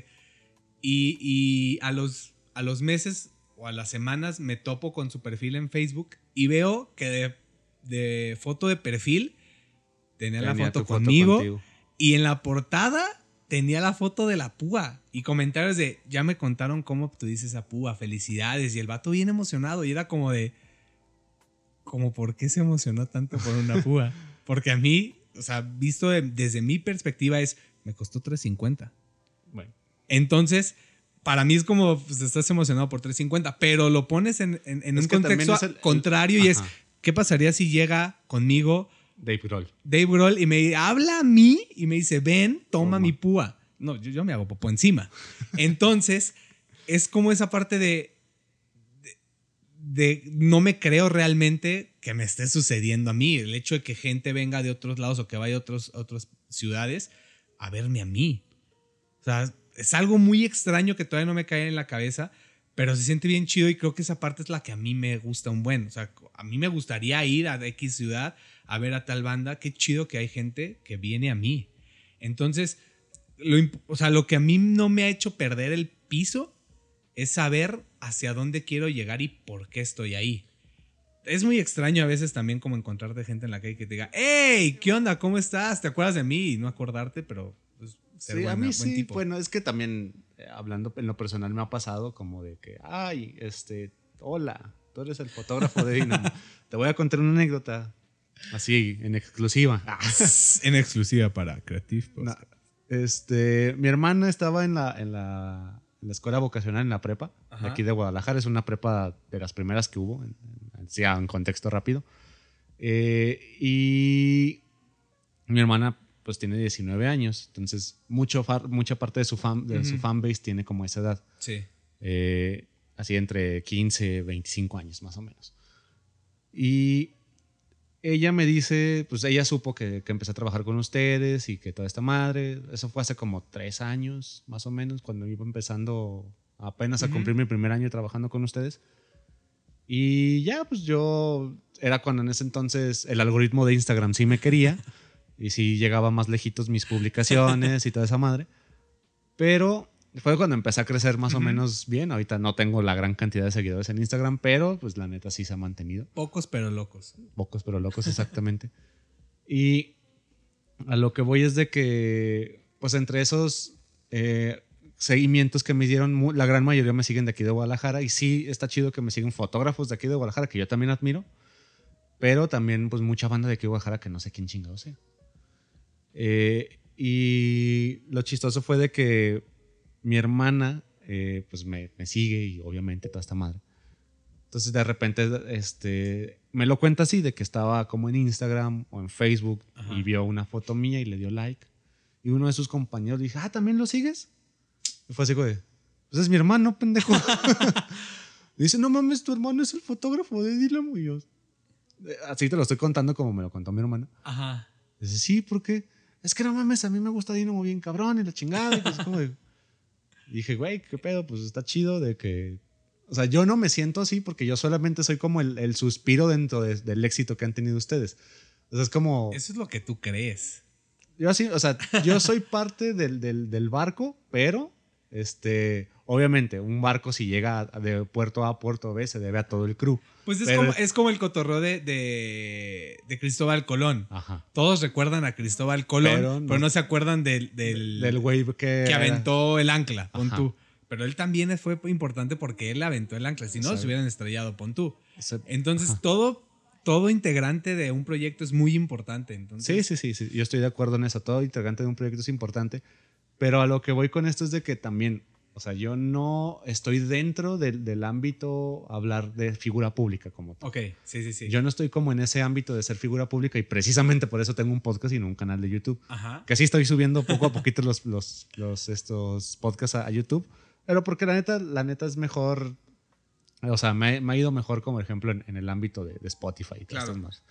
Y, y a, los, a los meses o a las semanas me topo con su perfil en Facebook y veo que de, de foto de perfil tenía, tenía la foto conmigo foto y en la portada tenía la foto de la púa y comentarios de, ya me contaron cómo obtuviste esa púa, felicidades. Y el vato bien emocionado y era como de, como ¿por qué se emocionó tanto por una púa? Porque a mí, o sea, visto de, desde mi perspectiva es, me costó tres cincuenta. Bueno. Entonces, para mí es como, pues estás emocionado por tres cincuenta, pero lo pones en, en, en un contexto el, contrario el, y es, ¿qué pasaría si llega conmigo Dave Grohl? Dave Grohl y me habla a mí y me dice, ven, toma, toma. mi púa. No, yo, yo me hago popó encima. Entonces, es como esa parte de, de, de no me creo realmente que me esté sucediendo a mí. El hecho de que gente venga de otros lados o que vaya a otros, otras ciudades a verme a mí. O sea, es algo muy extraño que todavía no me cae en la cabeza, pero se siente bien chido y creo que esa parte es la que a mí me gusta un buen. O sea, a mí me gustaría ir a X ciudad a ver a tal banda. Qué chido que hay gente que viene a mí. Entonces, lo, o sea, lo que a mí no me ha hecho perder el piso es saber hacia dónde quiero llegar y por qué estoy ahí. Es muy extraño a veces también como encontrarte gente en la calle que te diga, hey, ¿qué onda? ¿Cómo estás? ¿Te acuerdas de mí? Y no acordarte, pero... Pues, ser sí, buena, a mí buen sí. tipo. Bueno, es que también, eh, hablando en lo personal, me ha pasado como de que, ay, este, hola, tú eres el fotógrafo de Dynamo. Te voy a contar una anécdota. Así, en exclusiva. En exclusiva para Creative Podcast. No, este, mi hermana estaba en la, en la, en la escuela vocacional, en la prepa, Ajá. de aquí de Guadalajara. Es una prepa de las primeras que hubo, en, en, ya en contexto rápido. Eh, y mi hermana pues tiene diecinueve años, entonces mucho far, mucha parte de su fan de uh-huh. su fanbase tiene como esa edad. Sí. Eh, así entre quince, veinticinco años más o menos. Y ella me dice, pues ella supo que, que empecé a trabajar con ustedes y que toda esta madre, eso fue hace como tres años más o menos, cuando iba empezando apenas uh-huh. a cumplir mi primer año trabajando con ustedes. Y ya, pues yo, era cuando en ese entonces el algoritmo de Instagram sí me quería. Y sí llegaba más lejitos mis publicaciones y toda esa madre. Pero fue cuando empecé a crecer más uh-huh. o menos bien. Ahorita no tengo la gran cantidad de seguidores en Instagram, pero pues la neta sí se ha mantenido. Pocos pero locos. Pocos pero locos, exactamente. Y a lo que voy es de que, pues entre esos eh, seguimientos que me dieron, la gran mayoría me siguen de aquí de Guadalajara. Y sí está chido que me siguen fotógrafos de aquí de Guadalajara, que yo también admiro. Pero también pues mucha banda de aquí de Guadalajara que no sé quién chingado sea. Eh, y lo chistoso fue de que mi hermana eh, pues me, me sigue y obviamente toda esta madre. Entonces de repente este, me lo cuenta así de que estaba como en Instagram o en Facebook Ajá. y vio una foto mía y le dio like. Y uno de sus compañeros le dijo, ah, ¿también lo sigues? Y fue así como de, pues es mi hermano, pendejo. Dice, no mames, tu hermano es el fotógrafo de Dynamo. Y yo, así te lo estoy contando como me lo contó mi hermana. Ajá. Dice, sí, ¿por qué? Es que no mames, a mí me gusta Dynamo bien cabrón y la chingada. Y pues como de, y dije, güey, qué pedo, pues está chido de que... O sea, yo no me siento así porque yo solamente soy como el, el suspiro dentro de, del éxito que han tenido ustedes. O sea, es como... Eso es lo que tú crees. Yo así, o sea, yo soy parte del, del, del barco, pero este, obviamente un barco si llega de puerto A a puerto B se debe a todo el crew. Pues es, pero, como, es como el cotorreo de, de, de Cristóbal Colón. Ajá. Todos recuerdan a Cristóbal Colón, pero no, pero no se acuerdan del, del, del güey que, que aventó el ancla, pon Ajá. tú. Pero él también fue importante porque él aventó el ancla. Si no, se hubieran estrellado, pon tú. Entonces, Ajá. todo... Todo integrante de un proyecto es muy importante. Entonces. Sí, sí, sí, sí. Yo estoy de acuerdo en eso. Todo integrante de un proyecto es importante. Pero a lo que voy con esto es de que también, o sea, yo no estoy dentro del, del ámbito hablar de figura pública como tal. Ok, sí, sí, sí. Yo no estoy como en ese ámbito de ser figura pública y precisamente por eso tengo un podcast y no un canal de YouTube. Ajá. Que sí estoy subiendo poco a poquito los, los, los estos podcasts a, a YouTube. Pero porque la neta, la neta es mejor... O sea, me, me ha ido mejor como ejemplo en, en el ámbito de, de Spotify y todas claro. estas más.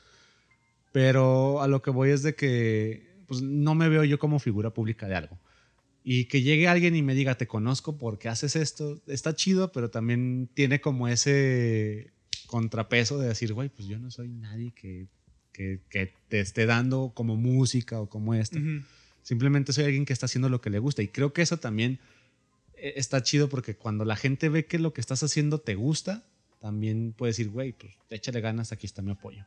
Pero a lo que voy es de que pues, no me veo yo como figura pública de algo. Y que llegue alguien y me diga, te conozco porque haces esto, está chido, pero también tiene como ese contrapeso de decir, güey, pues yo no soy nadie que, que, que te esté dando como música o como esto. Uh-huh. Simplemente soy alguien que está haciendo lo que le gusta. Y creo que eso también... está chido porque cuando la gente ve que lo que estás haciendo te gusta, también puede decir, güey, pues échale ganas, aquí está mi apoyo.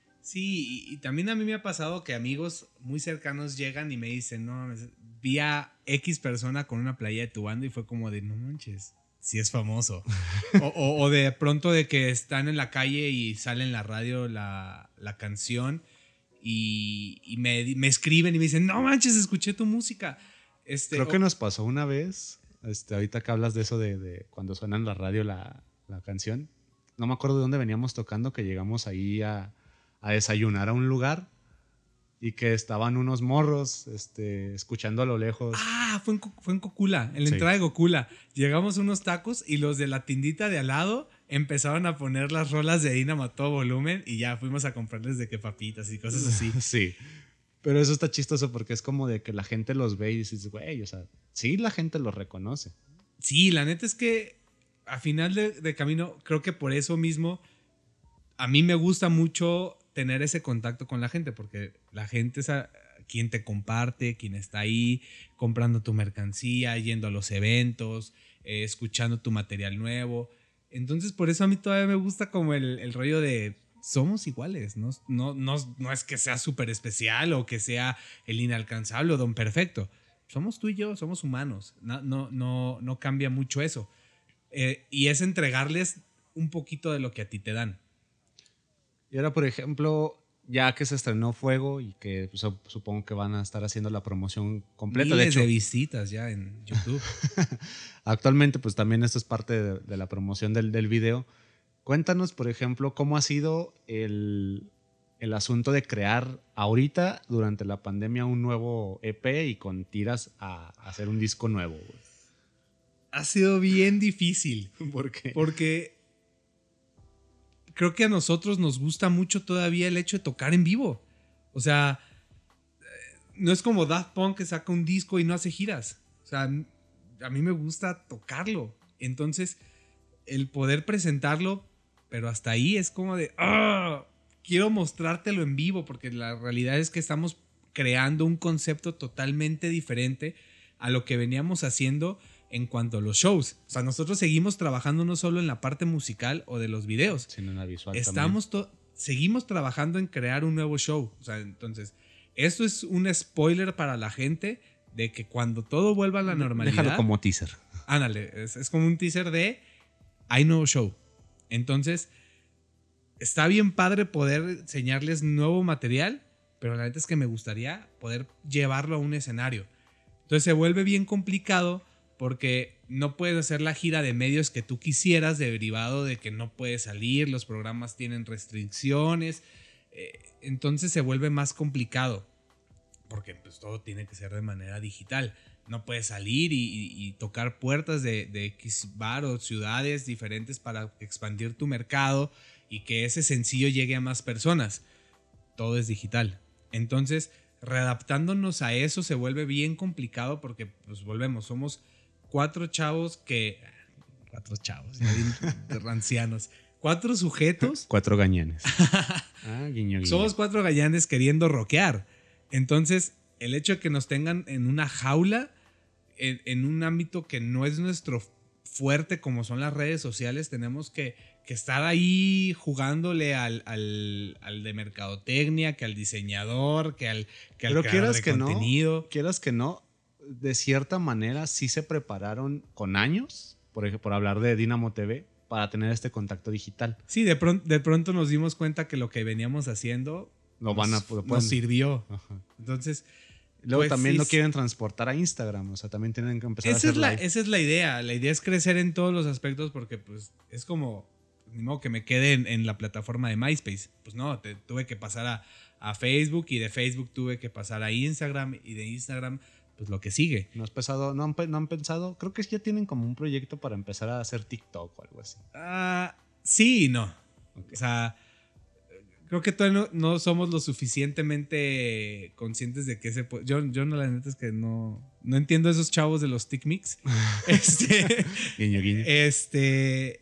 Sí, y, y también a mí me ha pasado que amigos muy cercanos llegan y me dicen, no, vi a X persona con una playa de tu banda y fue como de, no manches, sí es famoso. o, o, o de pronto de que están en la calle y sale en la radio la, la canción y, y me, me escriben y me dicen, no manches, escuché tu música. Este, Creo o, que nos pasó una vez... Este, ahorita que hablas de eso de, de cuando suena en la radio la, la canción, no me acuerdo de dónde veníamos tocando, que llegamos ahí a, a desayunar a un lugar y que estaban unos morros este, escuchando a lo lejos. Ah, fue en, fue en Cocula, en la sí. entrada de Cocula. Llegamos a unos tacos y los de la tiendita de al lado empezaron a poner las rolas de Dynamo a todo volumen y ya fuimos a comprarles de que papitas y cosas así. Sí. Pero eso está chistoso porque es como de que la gente los ve y dices, güey, o sea, sí, la gente los reconoce. Sí, la neta es que a final de, de camino, creo que por eso mismo a mí me gusta mucho tener ese contacto con la gente, porque la gente es a, quien te comparte, quien está ahí comprando tu mercancía, yendo a los eventos, eh, escuchando tu material nuevo. Entonces, por eso a mí todavía me gusta como el, el rollo de... somos iguales, no, no, no, no es que sea súper especial o que sea el inalcanzable o don perfecto. Somos tú y yo, somos humanos. No, no, no, no cambia mucho eso. Eh, y es entregarles un poquito de lo que a ti te dan. Y ahora, por ejemplo, ya que se estrenó Fuego y que pues, supongo que van a estar haciendo la promoción completa. Miles de, hecho, de visitas ya en YouTube. Actualmente, pues también esto es parte de, de la promoción del, del video. Cuéntanos, por ejemplo, cómo ha sido el, el asunto de crear ahorita, durante la pandemia, un nuevo E P y con tiras a, a hacer un disco nuevo. Güey. Ha sido bien difícil. ¿Por qué? Porque creo que a nosotros nos gusta mucho todavía el hecho de tocar en vivo. O sea, no es como Daft Punk que saca un disco y no hace giras. O sea, a mí me gusta tocarlo. Entonces, el poder presentarlo... pero hasta ahí es como de, ¡ah! Quiero mostrártelo en vivo, porque la realidad es que estamos creando un concepto totalmente diferente a lo que veníamos haciendo en cuanto a los shows. O sea, nosotros seguimos trabajando no solo en la parte musical o de los videos, sino en la visual estamos to- seguimos trabajando en crear un nuevo show. O sea, entonces, esto es un spoiler para la gente de que cuando todo vuelva a la normalidad... Déjalo como teaser. Ándale, es, es como un teaser de hay nuevo show. Entonces, está bien padre poder enseñarles nuevo material, pero la neta es que me gustaría poder llevarlo a un escenario. Entonces se vuelve bien complicado porque no puedes hacer la gira de medios que tú quisieras, derivado de que no puedes salir, los programas tienen restricciones. Eh, entonces se vuelve más complicado porque pues, todo tiene que ser de manera digital. No puedes salir y, y, y tocar puertas de, de X bar o ciudades diferentes para expandir tu mercado y que ese sencillo llegue a más personas. Todo es digital. Entonces, readaptándonos a eso se vuelve bien complicado porque, pues, volvemos, somos cuatro chavos que... Cuatro chavos, ya bien ancianos. Cuatro sujetos. Cuatro gañanes. Ah, guiño, guiño. Somos cuatro gallanes queriendo rockear. Entonces, el hecho de que nos tengan en una jaula, en, en un ámbito que no es nuestro fuerte como son las redes sociales, tenemos que, que estar ahí jugándole al, al, al de mercadotecnia, que al diseñador, que al, que al Pero creador quieras de que contenido. no, quieras que no, de cierta manera sí se prepararon con años, por ejemplo, por hablar de Dynamo T V, para tener este contacto digital. Sí, de pronto, de pronto nos dimos cuenta que lo que veníamos haciendo Lo nos, van a, lo nos pueden- sirvió. Ajá. Entonces, Luego pues también sí, lo sí. quieren transportar a Instagram, o sea, también tienen que empezar a Esa hacer es, la, live. esa es la idea. La idea es crecer en todos los aspectos porque pues es como, ni modo que me quede en, en la plataforma de MySpace. Pues no, te, tuve que pasar a, a Facebook y de Facebook tuve que pasar a Instagram y de Instagram pues lo que sigue. ¿No has pensado, no han, pe- no han pensado? Creo que ya tienen como un proyecto para empezar a hacer TikTok o algo así. Ah, sí y no. Ok. O sea, creo que todavía no, no somos lo suficientemente conscientes de que se puede. Yo, yo no, la neta es que no, no entiendo esos chavos de los TikMix. este, Guiño, guiño. este.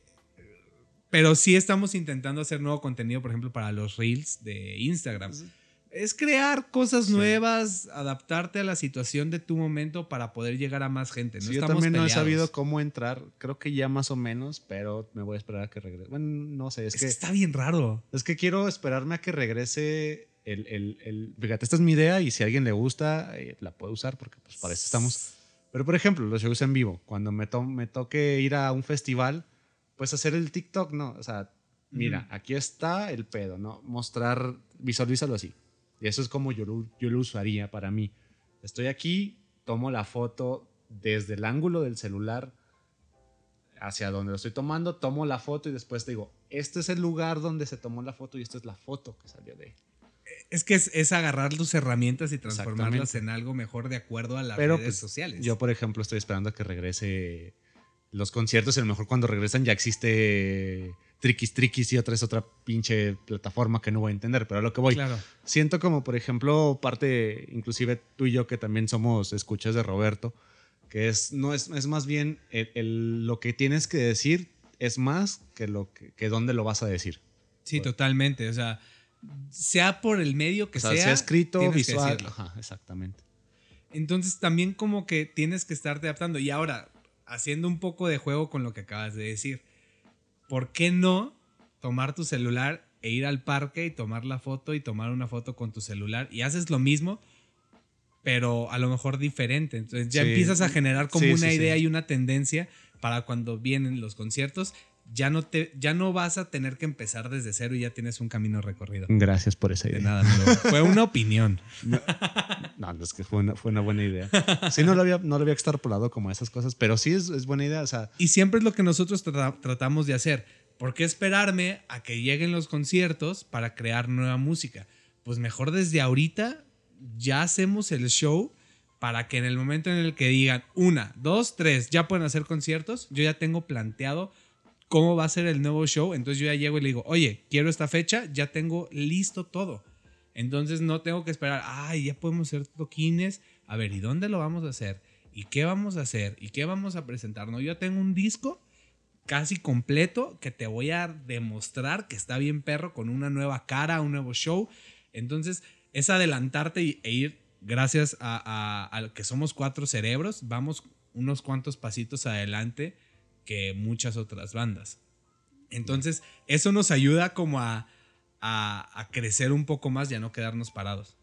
Pero sí estamos intentando hacer nuevo contenido, por ejemplo, para los Reels de Instagram. Es crear cosas Sí. nuevas, adaptarte a la situación de tu momento para poder llegar a más gente. No Sí, yo estamos también no he peleados. sabido cómo entrar. Creo que ya más o menos, pero me voy a esperar a que regrese. Bueno, no sé, es, Es que, que está bien raro. es que quiero esperarme a que regrese el, el, el- Fíjate, esta es mi idea y si a alguien le gusta, eh, la puede usar porque pues para eso estamos. Pero por ejemplo, los shows en vivo, cuando me, to- me toque ir a un festival, pues hacer el TikTok, ¿no? O sea, mira, Ujú. aquí está el pedo, ¿no? Mostrar, visualízalo así. Y eso es como yo lo, yo lo usaría para mí. Estoy aquí, tomo la foto desde el ángulo del celular hacia donde lo estoy tomando, tomo la foto y después te digo, este es el lugar donde se tomó la foto y esta es la foto que salió de ahí. Es que es, es agarrar tus herramientas y transformarlas Exactamente. en algo mejor de acuerdo a las Pero redes pues, sociales. yo, por ejemplo, estoy esperando a que regrese los conciertos y a lo mejor cuando regresan ya existe Triquis Triquis y otra es otra pinche plataforma que no voy a entender, pero a lo que voy. Claro. Siento como, por ejemplo, parte, inclusive tú y yo que también somos escuchas de Roberto, que es, no es, es más bien el, el- lo que tienes que decir es más que, lo que, que dónde lo vas a decir. Sí, totalmente. O sea, sea por el medio que O sea, sea, sea escrito, tienes que visual. decirlo. Ajá, exactamente. Entonces también como que tienes que estarte adaptando. Y ahora, haciendo un poco de juego con lo que acabas de decir, ¿por qué no tomar tu celular e ir al parque y tomar la foto y tomar una foto con tu celular? Y haces lo mismo, pero a lo mejor diferente. Entonces ya Sí. empiezas a generar como Sí, una sí, idea sí. y una tendencia para cuando vienen los conciertos. Ya no, te, ya no vas a tener que empezar desde cero y ya tienes un camino recorrido. Gracias por esa De idea. nada, amigo. Fue una opinión. No, es que fue una, fue una buena idea. Sí, no lo había, no lo había extrapolado como esas cosas, pero sí es, es buena idea. O sea, Y siempre es lo que nosotros tra- tratamos de hacer. ¿Por qué esperarme a que lleguen los conciertos para crear nueva música? Pues mejor desde ahorita ya hacemos el show para que en el momento en el que digan una, dos, tres, ya pueden hacer conciertos, yo ya tengo planteado cómo va a ser el nuevo show. Entonces yo ya llego y le digo, oye, quiero esta fecha, ya tengo listo todo. Entonces no tengo que esperar, ay, ya podemos hacer toquines. A ver, ¿y dónde lo vamos a hacer? ¿Y qué vamos a hacer? ¿Y qué vamos a presentar? No, yo tengo un disco casi completo que te voy a demostrar que está bien perro con una nueva cara, un nuevo show. Entonces es adelantarte y- e ir, gracias a, a, a que somos cuatro cerebros, vamos unos cuantos pasitos adelante que muchas otras bandas. Entonces eso nos ayuda como a, a, a crecer un poco más y a no quedarnos parados.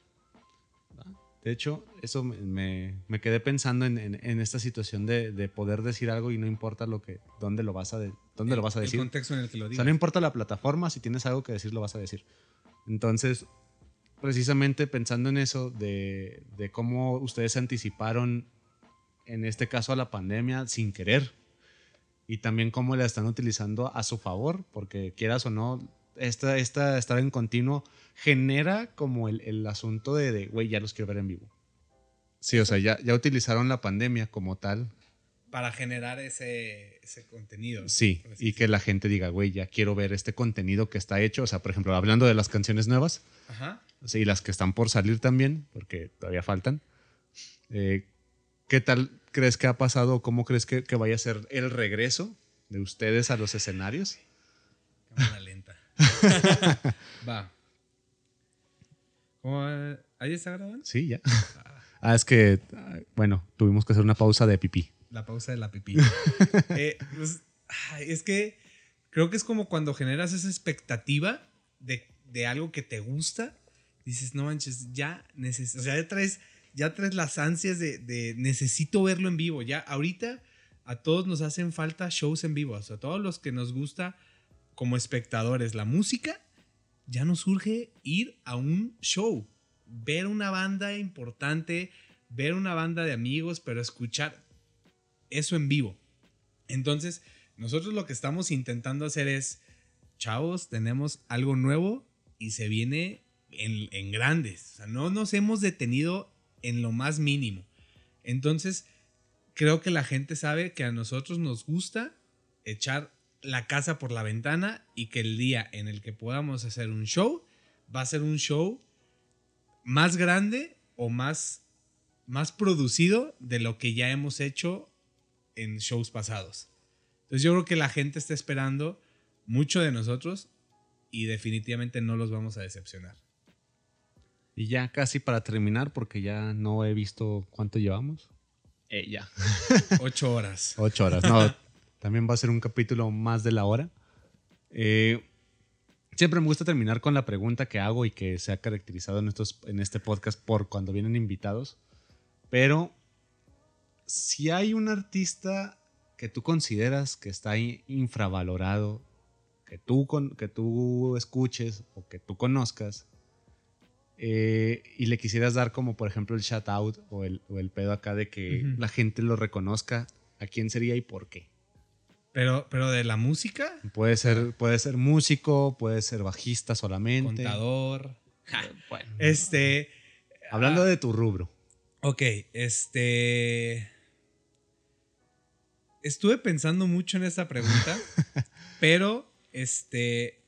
de hecho, eso me, me, me quedé pensando en, en, en esta situación de, de poder decir algo y no importa lo que, dónde lo vas a, de, dónde lo vas a El decir. contexto en el que lo O digas. sea, no importa la plataforma, si tienes algo que decir, lo vas a decir. Entonces, precisamente pensando en eso, de, de cómo ustedes se anticiparon, en este caso, a la pandemia sin querer, y también cómo la están utilizando a su favor, porque quieras o no, esta, esta estar en continuo genera como el, el asunto de, de, güey, ya los quiero ver en vivo. Sí, o sea, ya, ya utilizaron la pandemia como tal. Para generar ese, ese contenido. Sí, por así y que la gente diga, güey, ya quiero ver este contenido que está hecho. O sea, por ejemplo, hablando de las canciones nuevas, Ajá. sí, y las que están por salir también, porque todavía faltan. Eh, ¿Qué tal crees que ha pasado? ¿Cómo crees que, que vaya a ser el regreso de ustedes a los escenarios? Cámara lenta. Va. ¿Cómo va? ¿Ahí está grabando? Sí, ya. Ah, es que, bueno, tuvimos que hacer una pausa de pipí. La pausa de la pipí. eh, pues, es que creo que es como cuando generas esa expectativa de, de algo que te gusta. Dices, no manches, ya necesito. O sea, ya traes, ya traes las ansias de, de necesito verlo en vivo. Ya ahorita a todos nos hacen falta shows en vivo. O sea, a todos los que nos gusta como espectadores la música, ya nos surge ir a un show, ver una banda importante, ver una banda de amigos, pero escuchar eso en vivo. Entonces, nosotros lo que estamos intentando hacer es, chavos, tenemos algo nuevo y se viene en, en grandes. O sea, no nos hemos detenido en lo más mínimo. Entonces, creo que la gente sabe que a nosotros nos gusta echar la casa por la ventana y que el día en el que podamos hacer un show, va a ser un show más grande o más, más producido de lo que ya hemos hecho en shows pasados. Entonces yo creo que la gente está esperando mucho de nosotros y definitivamente no los vamos a decepcionar. Y ya casi para terminar, porque ya no he visto cuánto llevamos. Eh, ya. Ocho horas. Ocho horas. No, también va a ser un capítulo más de la hora. Eh, siempre me gusta terminar con la pregunta que hago y que se ha caracterizado en, estos, en este podcast por cuando vienen invitados. Pero si hay un artista que tú consideras que está infravalorado, que tú, con, que tú escuches o que tú conozcas, eh, y le quisieras dar como por ejemplo el shout out o el, o el pedo acá de que uh-huh. la gente lo reconozca, ¿a quién sería y por qué? Pero, pero de la música. Puede ser, puede ser músico, puede ser bajista solamente. Contador. Ja, bueno. Este. Hablando uh, de tu rubro. Ok, este. Estuve pensando mucho en esta pregunta, pero este.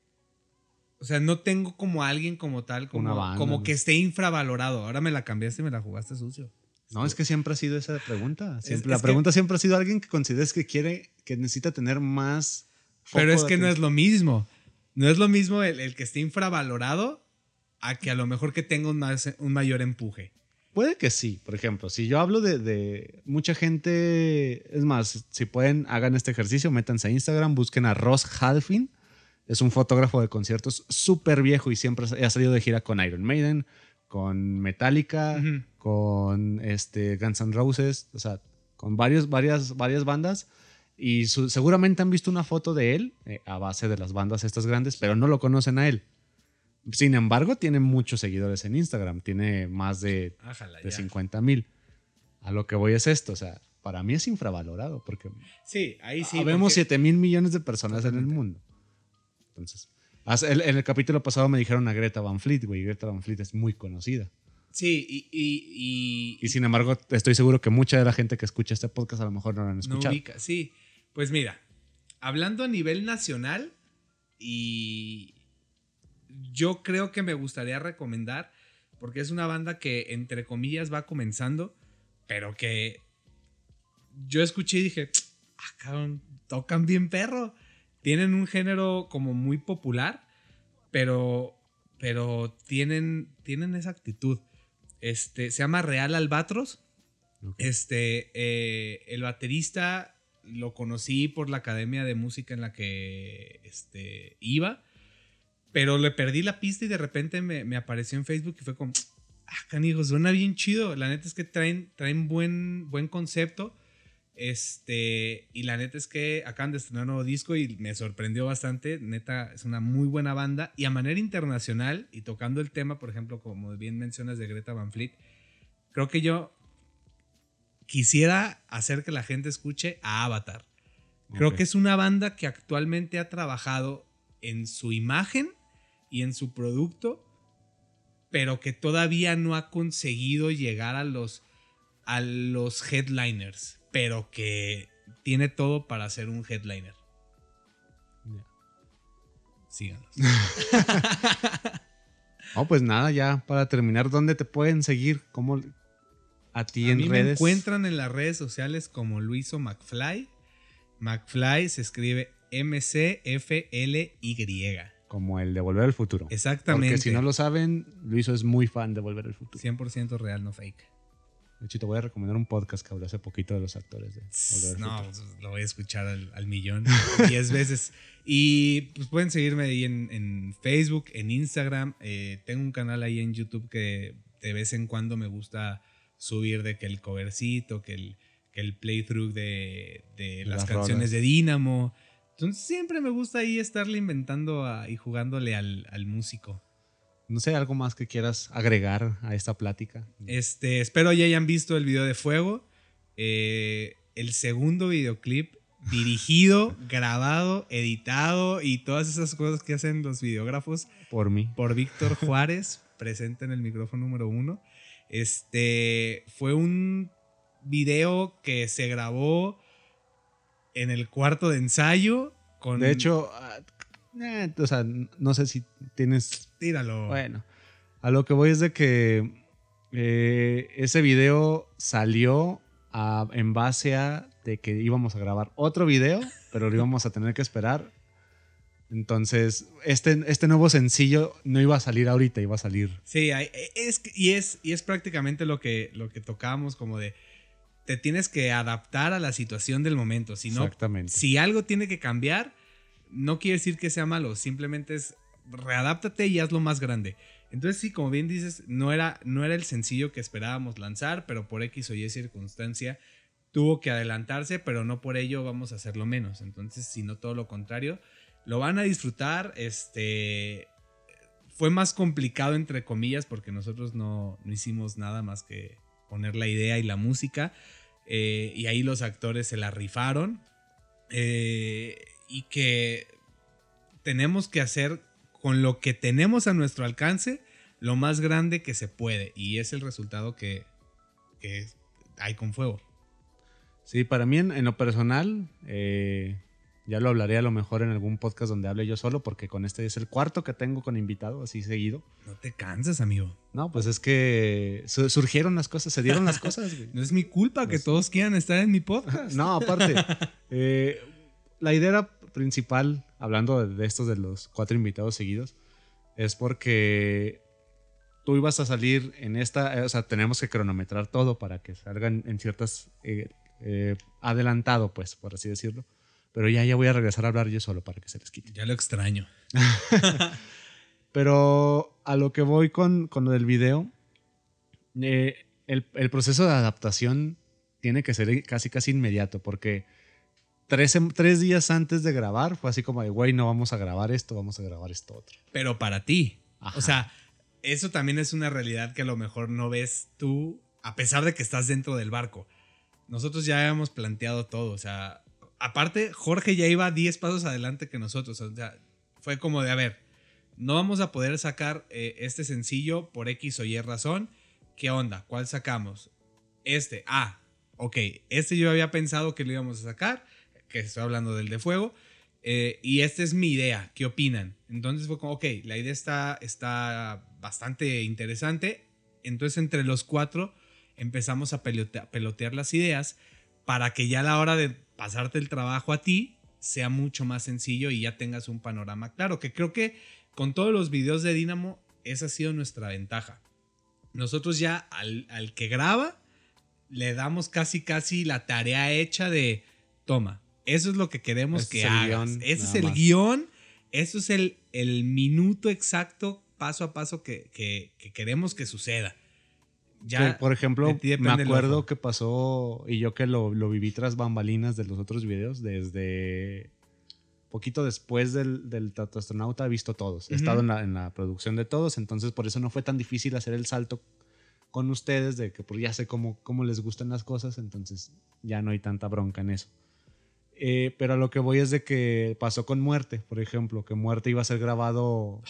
O sea, no tengo como alguien como tal, como, banda, como ¿no? que esté infravalorado. Ahora me la cambiaste y me la jugaste sucio. No, es que siempre ha sido esa pregunta. Siempre, es, la es pregunta que, siempre ha sido alguien que consideres que quiere, que necesita tener más. Pero es que atención. No es lo mismo. No es lo mismo el, el que esté infravalorado a que a lo mejor que tenga un, más, un mayor empuje. Puede que sí. Por ejemplo, si yo hablo de, de mucha gente, es más, si pueden, hagan este ejercicio, métanse a Instagram, busquen a Ross Halfin. Es un fotógrafo de conciertos súper viejo y siempre ha salido de gira con Iron Maiden, con Metallica, uh-huh. con este, Guns N' Roses, o sea, con varios, varias, varias bandas. Y su, seguramente han visto una foto de él eh, a base de las bandas estas grandes, pero no lo conocen a él. Sin embargo, tiene muchos seguidores en Instagram. Tiene más de, de cincuenta mil. A lo que voy es esto, o sea, para mí es infravalorado porque sí, ahí sí, vemos siete mil millones de personas totalmente en el mundo. Entonces, en el capítulo pasado me dijeron a Greta Van Fleet, güey. Greta Van Fleet es muy conocida. Sí, y y, y... y sin embargo, estoy seguro que mucha de la gente que escucha este podcast a lo mejor no lo han escuchado. No ubica, sí. Pues mira, hablando a nivel nacional, y yo creo que me gustaría recomendar, porque es una banda que, entre comillas, va comenzando, pero que yo escuché y dije, ah, cabrón, tocan bien perro. Tienen un género como muy popular, pero, pero tienen, tienen esa actitud. Este, se llama Real Albatros. Okay. Este, eh, el baterista lo conocí por la academia de música en la que este, iba, pero le perdí la pista y de repente me, me apareció en Facebook y fue como, ah, canijo, suena bien chido. La neta es que traen, traen buen, buen concepto. Este, y la neta es que acaban de estrenar un nuevo disco y me sorprendió bastante. Neta, es una muy buena banda. Y a manera internacional, y tocando el tema, por ejemplo, como bien mencionas de Greta Van Fleet, creo que yo quisiera hacer que la gente escuche a Avatar. Creo okay. que es una banda que actualmente ha trabajado en su imagen y en su producto, pero que todavía no ha conseguido llegar a los, a los headliners. Pero que tiene todo para ser un headliner. Yeah. Síganos. No, pues nada, ya para terminar, ¿dónde te pueden seguir? ¿Cómo a ti a en mí redes? Me encuentran en las redes sociales como Luiso McFly. McFly se escribe M C F L Y. Como el de Volver al Futuro. Exactamente. Porque si no lo saben, Luiso es muy fan de Volver al Futuro. cien por ciento real, no fake. De hecho, te voy a recomendar un podcast que hablé hace poquito de los actores de Volver al No, Futuro. pues, lo voy a escuchar al, al millón, diez veces. Y pues pueden seguirme ahí en, en Facebook, en Instagram. Eh, tengo un canal ahí en YouTube que de vez en cuando me gusta subir de que el covercito, que el, que el playthrough de, de las, Las canciones rolas. de Dynamo. Entonces siempre me gusta ahí estarle inventando a- y jugándole al, al músico. No sé, algo más que quieras agregar a esta plática. Este, espero ya hayan visto el video de Fuego. Eh, el segundo videoclip dirigido, grabado, editado y todas esas cosas que hacen los videógrafos Por mí. por Víctor Juárez, presente en el micrófono número uno. Este fue un video que se grabó en el cuarto de ensayo. Con... De hecho, ah, eh, o sea, no sé si tienes... Tíralo. Bueno, a lo que voy es de que eh, ese video salió a- en base a de que íbamos a grabar otro video, pero lo íbamos a tener que esperar. Entonces, este, este nuevo sencillo no iba a salir ahorita, iba a salir. Sí, hay- es, y, es, y es prácticamente lo que, lo que tocábamos, como de te tienes que adaptar a la situación del momento. Si no, Exactamente. si algo tiene que cambiar, no quiere decir que sea malo, simplemente es readáptate y hazlo más grande. Entonces sí, como bien dices, no era, no era el sencillo que esperábamos lanzar, pero por X o Y circunstancia tuvo que adelantarse, pero no por ello vamos a hacerlo menos. Entonces, sino todo lo contrario, lo van a disfrutar. Este fue más complicado entre comillas porque nosotros no, no hicimos nada más que poner la idea y la música, eh, y ahí los actores se la rifaron, eh, y que tenemos que hacer con lo que tenemos a nuestro alcance lo más grande que se puede, y es el resultado que, que hay con Fuego. Sí, para mí en, en lo personal, eh, ya lo hablaré a lo mejor en algún podcast donde hable yo solo, porque con este es el cuarto que tengo con invitado, así seguido. No te cansas, amigo. No, pues es que su- surgieron las cosas, se dieron las cosas, güey. No es mi culpa que Los- todos quieran estar en mi podcast. No, aparte, eh, la idea principal, hablando de, de estos de los cuatro invitados seguidos, es porque tú ibas a salir en esta, eh, o sea, tenemos que cronometrar todo para que salgan en ciertas, eh, eh, adelantado, pues, por así decirlo. Pero ya, ya voy a regresar a hablar yo solo para que se les quite. Ya lo extraño. Pero a lo que voy con, con lo del video, eh, el, el proceso de adaptación tiene que ser casi casi inmediato, porque tres, sem- tres días antes de grabar fue así como de, güey, no vamos a grabar esto, vamos a grabar esto otro. Pero para ti. Ajá. O sea, eso también es una realidad que a lo mejor no ves tú, a pesar de que estás dentro del barco. Nosotros ya habíamos planteado todo. O sea, aparte, Jorge ya iba diez pasos adelante que nosotros. O sea, fue como de, a ver, no vamos a poder sacar eh, este sencillo por X o Y razón. ¿Qué onda? ¿Cuál sacamos? Este. Ah, ok. Este yo había pensado que lo íbamos a sacar, que estoy hablando del de Fuego. Eh, y esta es mi idea. ¿Qué opinan? Entonces fue como, ok, la idea está, está bastante interesante. Entonces entre los cuatro empezamos a pelotear, pelotear las ideas para que ya a la hora de pasarte el trabajo a ti sea mucho más sencillo y ya tengas un panorama claro. Que creo que con todos los videos de Dynamo esa ha sido nuestra ventaja. Nosotros ya al, al que graba le damos casi casi la tarea hecha de toma. Eso es lo que queremos Este que es el hagas. guión, Ese es nada el más. guión. Eso es el, el minuto exacto, paso a paso, que, que, que queremos que suceda. Ya, Que, por ejemplo, de ti me depende el acuerdo ojo. que pasó, y yo que lo, lo viví tras bambalinas de los otros videos, desde poquito después del, del Astronauta he visto todos. He Ujú. estado en la, en la producción de todos, entonces por eso no fue tan difícil hacer el salto con ustedes, de que pues ya sé cómo, cómo les gustan las cosas, entonces ya no hay tanta bronca en eso. Eh, pero a lo que voy es de que pasó con Muerte, por ejemplo, que Muerte iba a ser grabado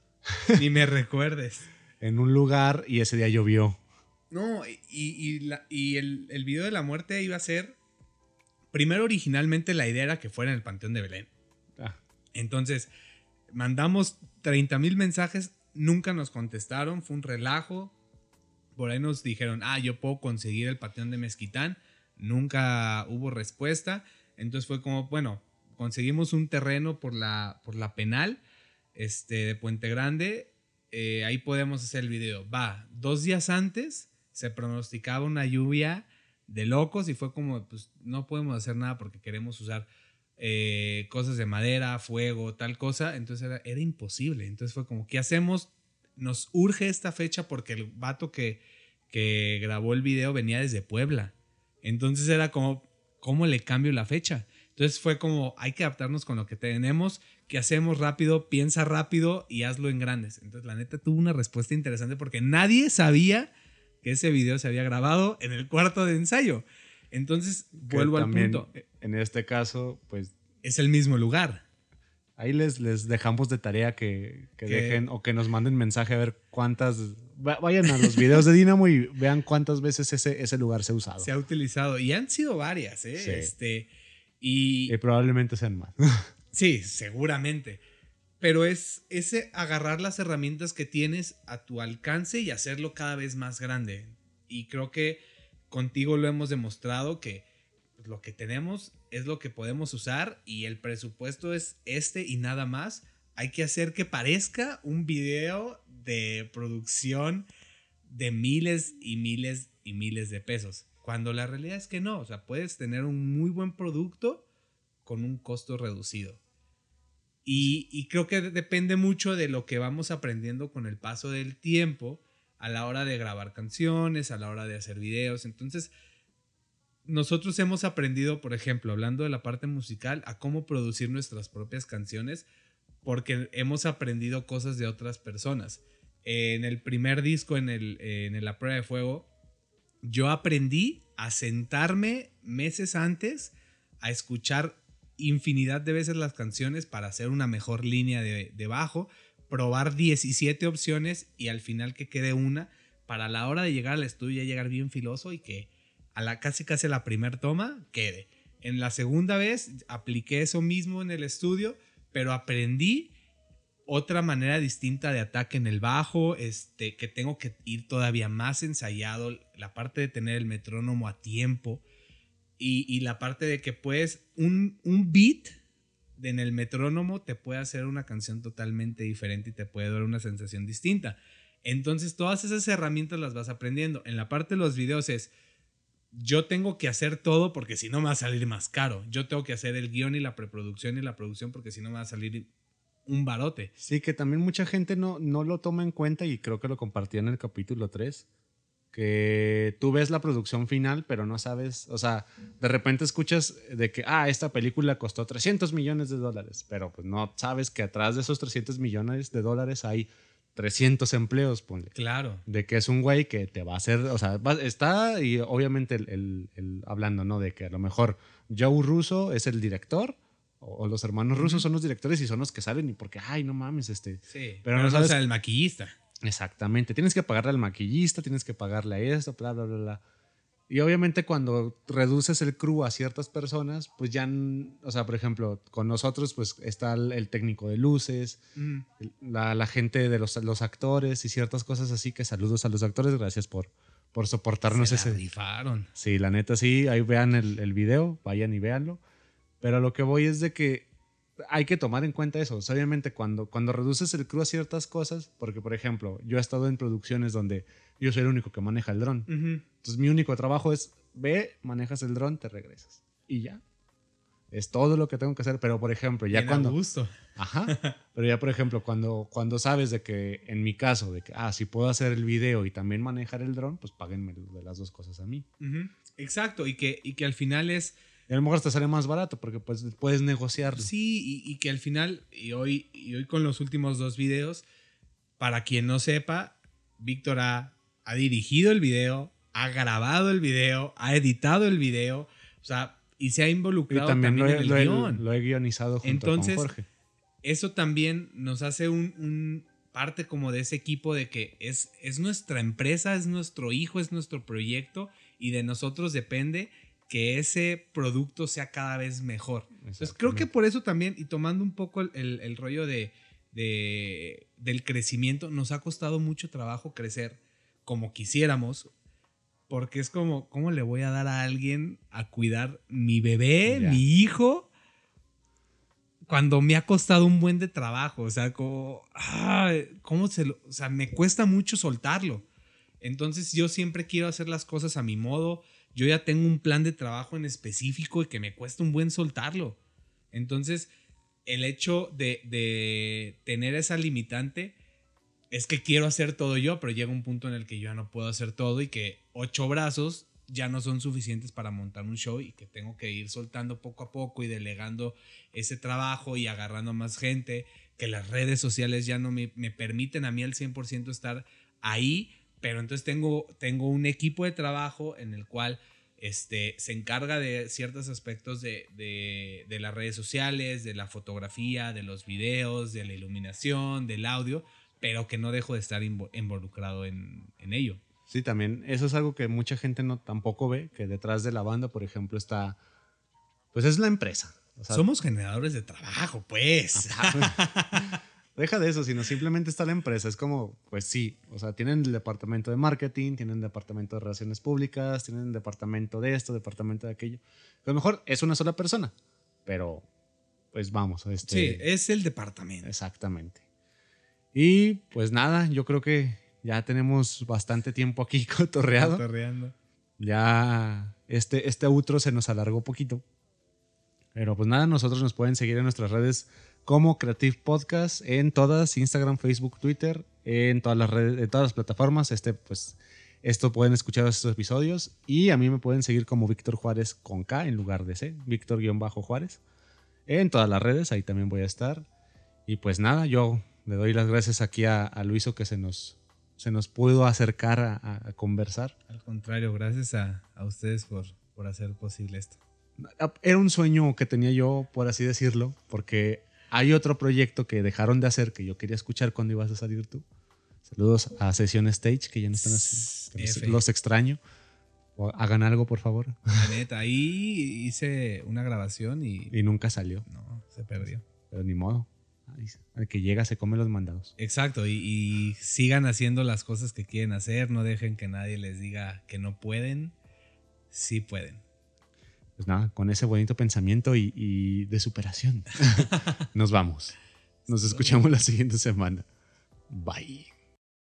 Ni me recuerdes. en un lugar y ese día llovió. No, y, y, la- y el, el video de la muerte iba a ser. Primero, originalmente la idea era que fuera en el Panteón de Belén. Ah, Entonces, mandamos treinta mil mensajes, nunca nos contestaron, fue un relajo. Por ahí nos dijeron, ah, yo puedo conseguir el Panteón de Mezquitán. Nunca hubo respuesta. Entonces fue como, bueno, conseguimos un terreno por la, por la Penal. este, de Puente Grande, eh, ahí podemos hacer el video. Va, dos días antes se pronosticaba una lluvia de locos y fue como, pues no podemos hacer nada porque queremos usar eh, cosas de madera, fuego, tal cosa. Entonces era, era imposible. Entonces fue como, ¿qué hacemos? Nos urge esta fecha porque el vato que, que grabó el video venía desde Puebla. Entonces era como, ¿cómo le cambio la fecha? Entonces fue como, hay que adaptarnos con lo que tenemos, que hacemos rápido, piensa rápido y hazlo en grandes. Entonces la neta tuvo una respuesta interesante porque nadie sabía que ese video se había grabado en el cuarto de ensayo. Entonces vuelvo al punto. En este caso, pues... Es el mismo lugar. Ahí les, les dejamos de tarea que, que dejen o que nos manden mensaje a ver cuántas... Vayan a los videos de Dynamo y vean cuántas veces ese, ese lugar se ha usado. Se ha utilizado y han sido varias, ¿eh? Sí. Este, y, y probablemente sean más. Sí, seguramente. Pero es ese agarrar las herramientas que tienes a tu alcance y hacerlo cada vez más grande. Y creo que contigo lo hemos demostrado que lo que tenemos es lo que podemos usar y el presupuesto es este y nada más. Hay que hacer que parezca un video de producción de miles y miles y miles de pesos. Cuando la realidad es que no. O sea, puedes tener un muy buen producto con un costo reducido. Y, y creo que depende mucho de lo que vamos aprendiendo con el paso del tiempo a la hora de grabar canciones, a la hora de hacer videos. Entonces, nosotros hemos aprendido, por ejemplo, hablando de la parte musical, a cómo producir nuestras propias canciones porque hemos aprendido cosas de otras personas. En el primer disco, en, el, en La Prueba de Fuego, yo aprendí a sentarme meses antes a escuchar infinidad de veces las canciones para hacer una mejor línea de, de bajo, probar diecisiete opciones y al final que quede una para la hora de llegar al estudio ya llegar bien filoso y que a la casi casi la primer toma quede. En la segunda vez apliqué eso mismo en el estudio, pero aprendí otra manera distinta de ataque en el bajo, este, que tengo que ir todavía más ensayado, la parte de tener el metrónomo a tiempo. Y, y la parte de que puedes, un, un beat de en el metrónomo te puede hacer una canción totalmente diferente y te puede dar una sensación distinta. Entonces todas esas herramientas las vas aprendiendo. En la parte de los videos es, yo tengo que hacer todo porque si no me va a salir más caro. Yo tengo que hacer el guión y la preproducción y la producción porque si no me va a salir un barote. Sí, que también mucha gente no, no lo toma en cuenta y creo que lo compartí en el capítulo tres. Que tú ves la producción final, pero no sabes, o sea, de repente escuchas de que, ah, esta película costó trescientos millones de dólares, pero pues no sabes que atrás de esos trescientos millones de dólares hay trescientos empleos, ponle. Claro. De que es un güey que te va a hacer, o sea, va, está y obviamente el, el, el, hablando, ¿no? De que a lo mejor Joe Russo es el director o, o los hermanos uh-huh. Russo son los directores y son los que salen y porque, ay, no mames, este. Sí, pero, pero no no sabes. O sea, el maquillista. Exactamente, tienes que pagarle al maquillista, tienes que pagarle a esto, bla, bla, bla, bla. Y obviamente cuando reduces el crew a ciertas personas, pues ya, o sea, por ejemplo, con nosotros pues está el, el técnico de luces, mm. la, la gente de los, los actores y ciertas cosas así, que saludos a los actores, gracias por, por soportarnos. Se ese. La rifaron. Sí, la neta sí, ahí vean el, el video, vayan y véanlo. Pero a lo que voy es de que hay que tomar en cuenta eso. O sea, obviamente cuando, cuando reduces el crew a ciertas cosas, porque por ejemplo, yo he estado en producciones donde yo soy el único que maneja el dron. Uh-huh. Entonces mi único trabajo es, ve, manejas el dron, te regresas. Y ya. Es todo lo que tengo que hacer. Pero por ejemplo, ya Bien cuando... a gusto. Ajá. Pero ya por ejemplo, cuando, cuando sabes de que, en mi caso, de que, ah, si puedo hacer el video y también manejar el dron, pues páguenme de las dos cosas a mí. Uh-huh. Exacto. Y que, y que al final es... Y a lo mejor te sale más barato porque pues puedes negociarlo. Sí, y, y que al final, y hoy, y hoy con los últimos dos videos, para quien no sepa, Víctor ha, ha dirigido el video, ha grabado el video, ha editado el video, o sea, y se ha involucrado y también, también lo he, en el lo guión. He, lo he guionizado junto Entonces, con Jorge. Eso también nos hace un, un parte como de ese equipo de que es, es nuestra empresa, es nuestro hijo, es nuestro proyecto y de nosotros depende que ese producto sea cada vez mejor. Entonces creo que por eso también, y tomando un poco el, el, el rollo de, de, del crecimiento, nos ha costado mucho trabajo crecer como quisiéramos, porque es como, ¿cómo le voy a dar a alguien a cuidar mi bebé, ya. mi hijo, cuando me ha costado un buen de trabajo, o sea, como, ah, ¿cómo se lo, o sea, me cuesta mucho soltarlo. Entonces yo siempre quiero hacer las cosas a mi modo. Yo ya tengo un plan de trabajo en específico y que me cuesta un buen soltarlo. Entonces, el hecho de, de tener esa limitante es que quiero hacer todo yo, pero llega un punto en el que yo ya no puedo hacer todo y que ocho brazos ya no son suficientes para montar un show y que tengo que ir soltando poco a poco y delegando ese trabajo y agarrando más gente, que las redes sociales ya no me, me permiten a mí al cien por ciento estar ahí, pero entonces tengo, tengo un equipo de trabajo en el cual este, se encarga de ciertos aspectos de, de, de las redes sociales, de la fotografía, de los videos, de la iluminación, del audio, pero que no dejo de estar involucrado en, en ello. Sí, también eso es algo que mucha gente no tampoco ve, que detrás de la banda, por ejemplo, está, pues es la empresa. O sea, somos generadores de trabajo, pues. Deja de eso, sino simplemente está la empresa. Es como, pues sí, o sea, tienen el departamento de marketing, tienen el departamento de relaciones públicas, tienen el departamento de esto, departamento de aquello. A lo mejor es una sola persona, pero pues vamos. Este, sí, es el departamento. Exactamente. Y pues nada, yo creo que ya tenemos bastante tiempo aquí cotorreado. Cotorreando. Ya este, este outro se nos alargó poquito. Pero pues nada, nosotros nos pueden seguir en nuestras redes como Creative Podcast en todas, Instagram, Facebook, Twitter, en todas las redes, en todas las plataformas. Este, pues, esto pueden escuchar estos episodios. Y a mí me pueden seguir como Víctor Juárez con K en lugar de C, Víctor-Juárez. En todas las redes, ahí también voy a estar. Y pues nada, yo le doy las gracias aquí a, a Luiso que se nos, se nos pudo acercar a, a conversar. Al contrario, gracias a, a ustedes por, por hacer posible esto. Era un sueño que tenía yo, por así decirlo, porque hay otro proyecto que dejaron de hacer que yo quería escuchar cuando ibas a salir tú. Saludos a Sesión Stage, que ya no están haciendo. Los, los extraño. Hagan algo, por favor. La neta, ahí hice una grabación y... Y nunca salió. No, se perdió. Pero ni modo. Al que llega se come los mandados. Exacto, y, y sigan haciendo las cosas que quieren hacer. No dejen que nadie les diga que no pueden. Sí pueden. Pues nada, con ese bonito pensamiento y, y de superación, nos vamos. Nos escuchamos la siguiente semana. Bye.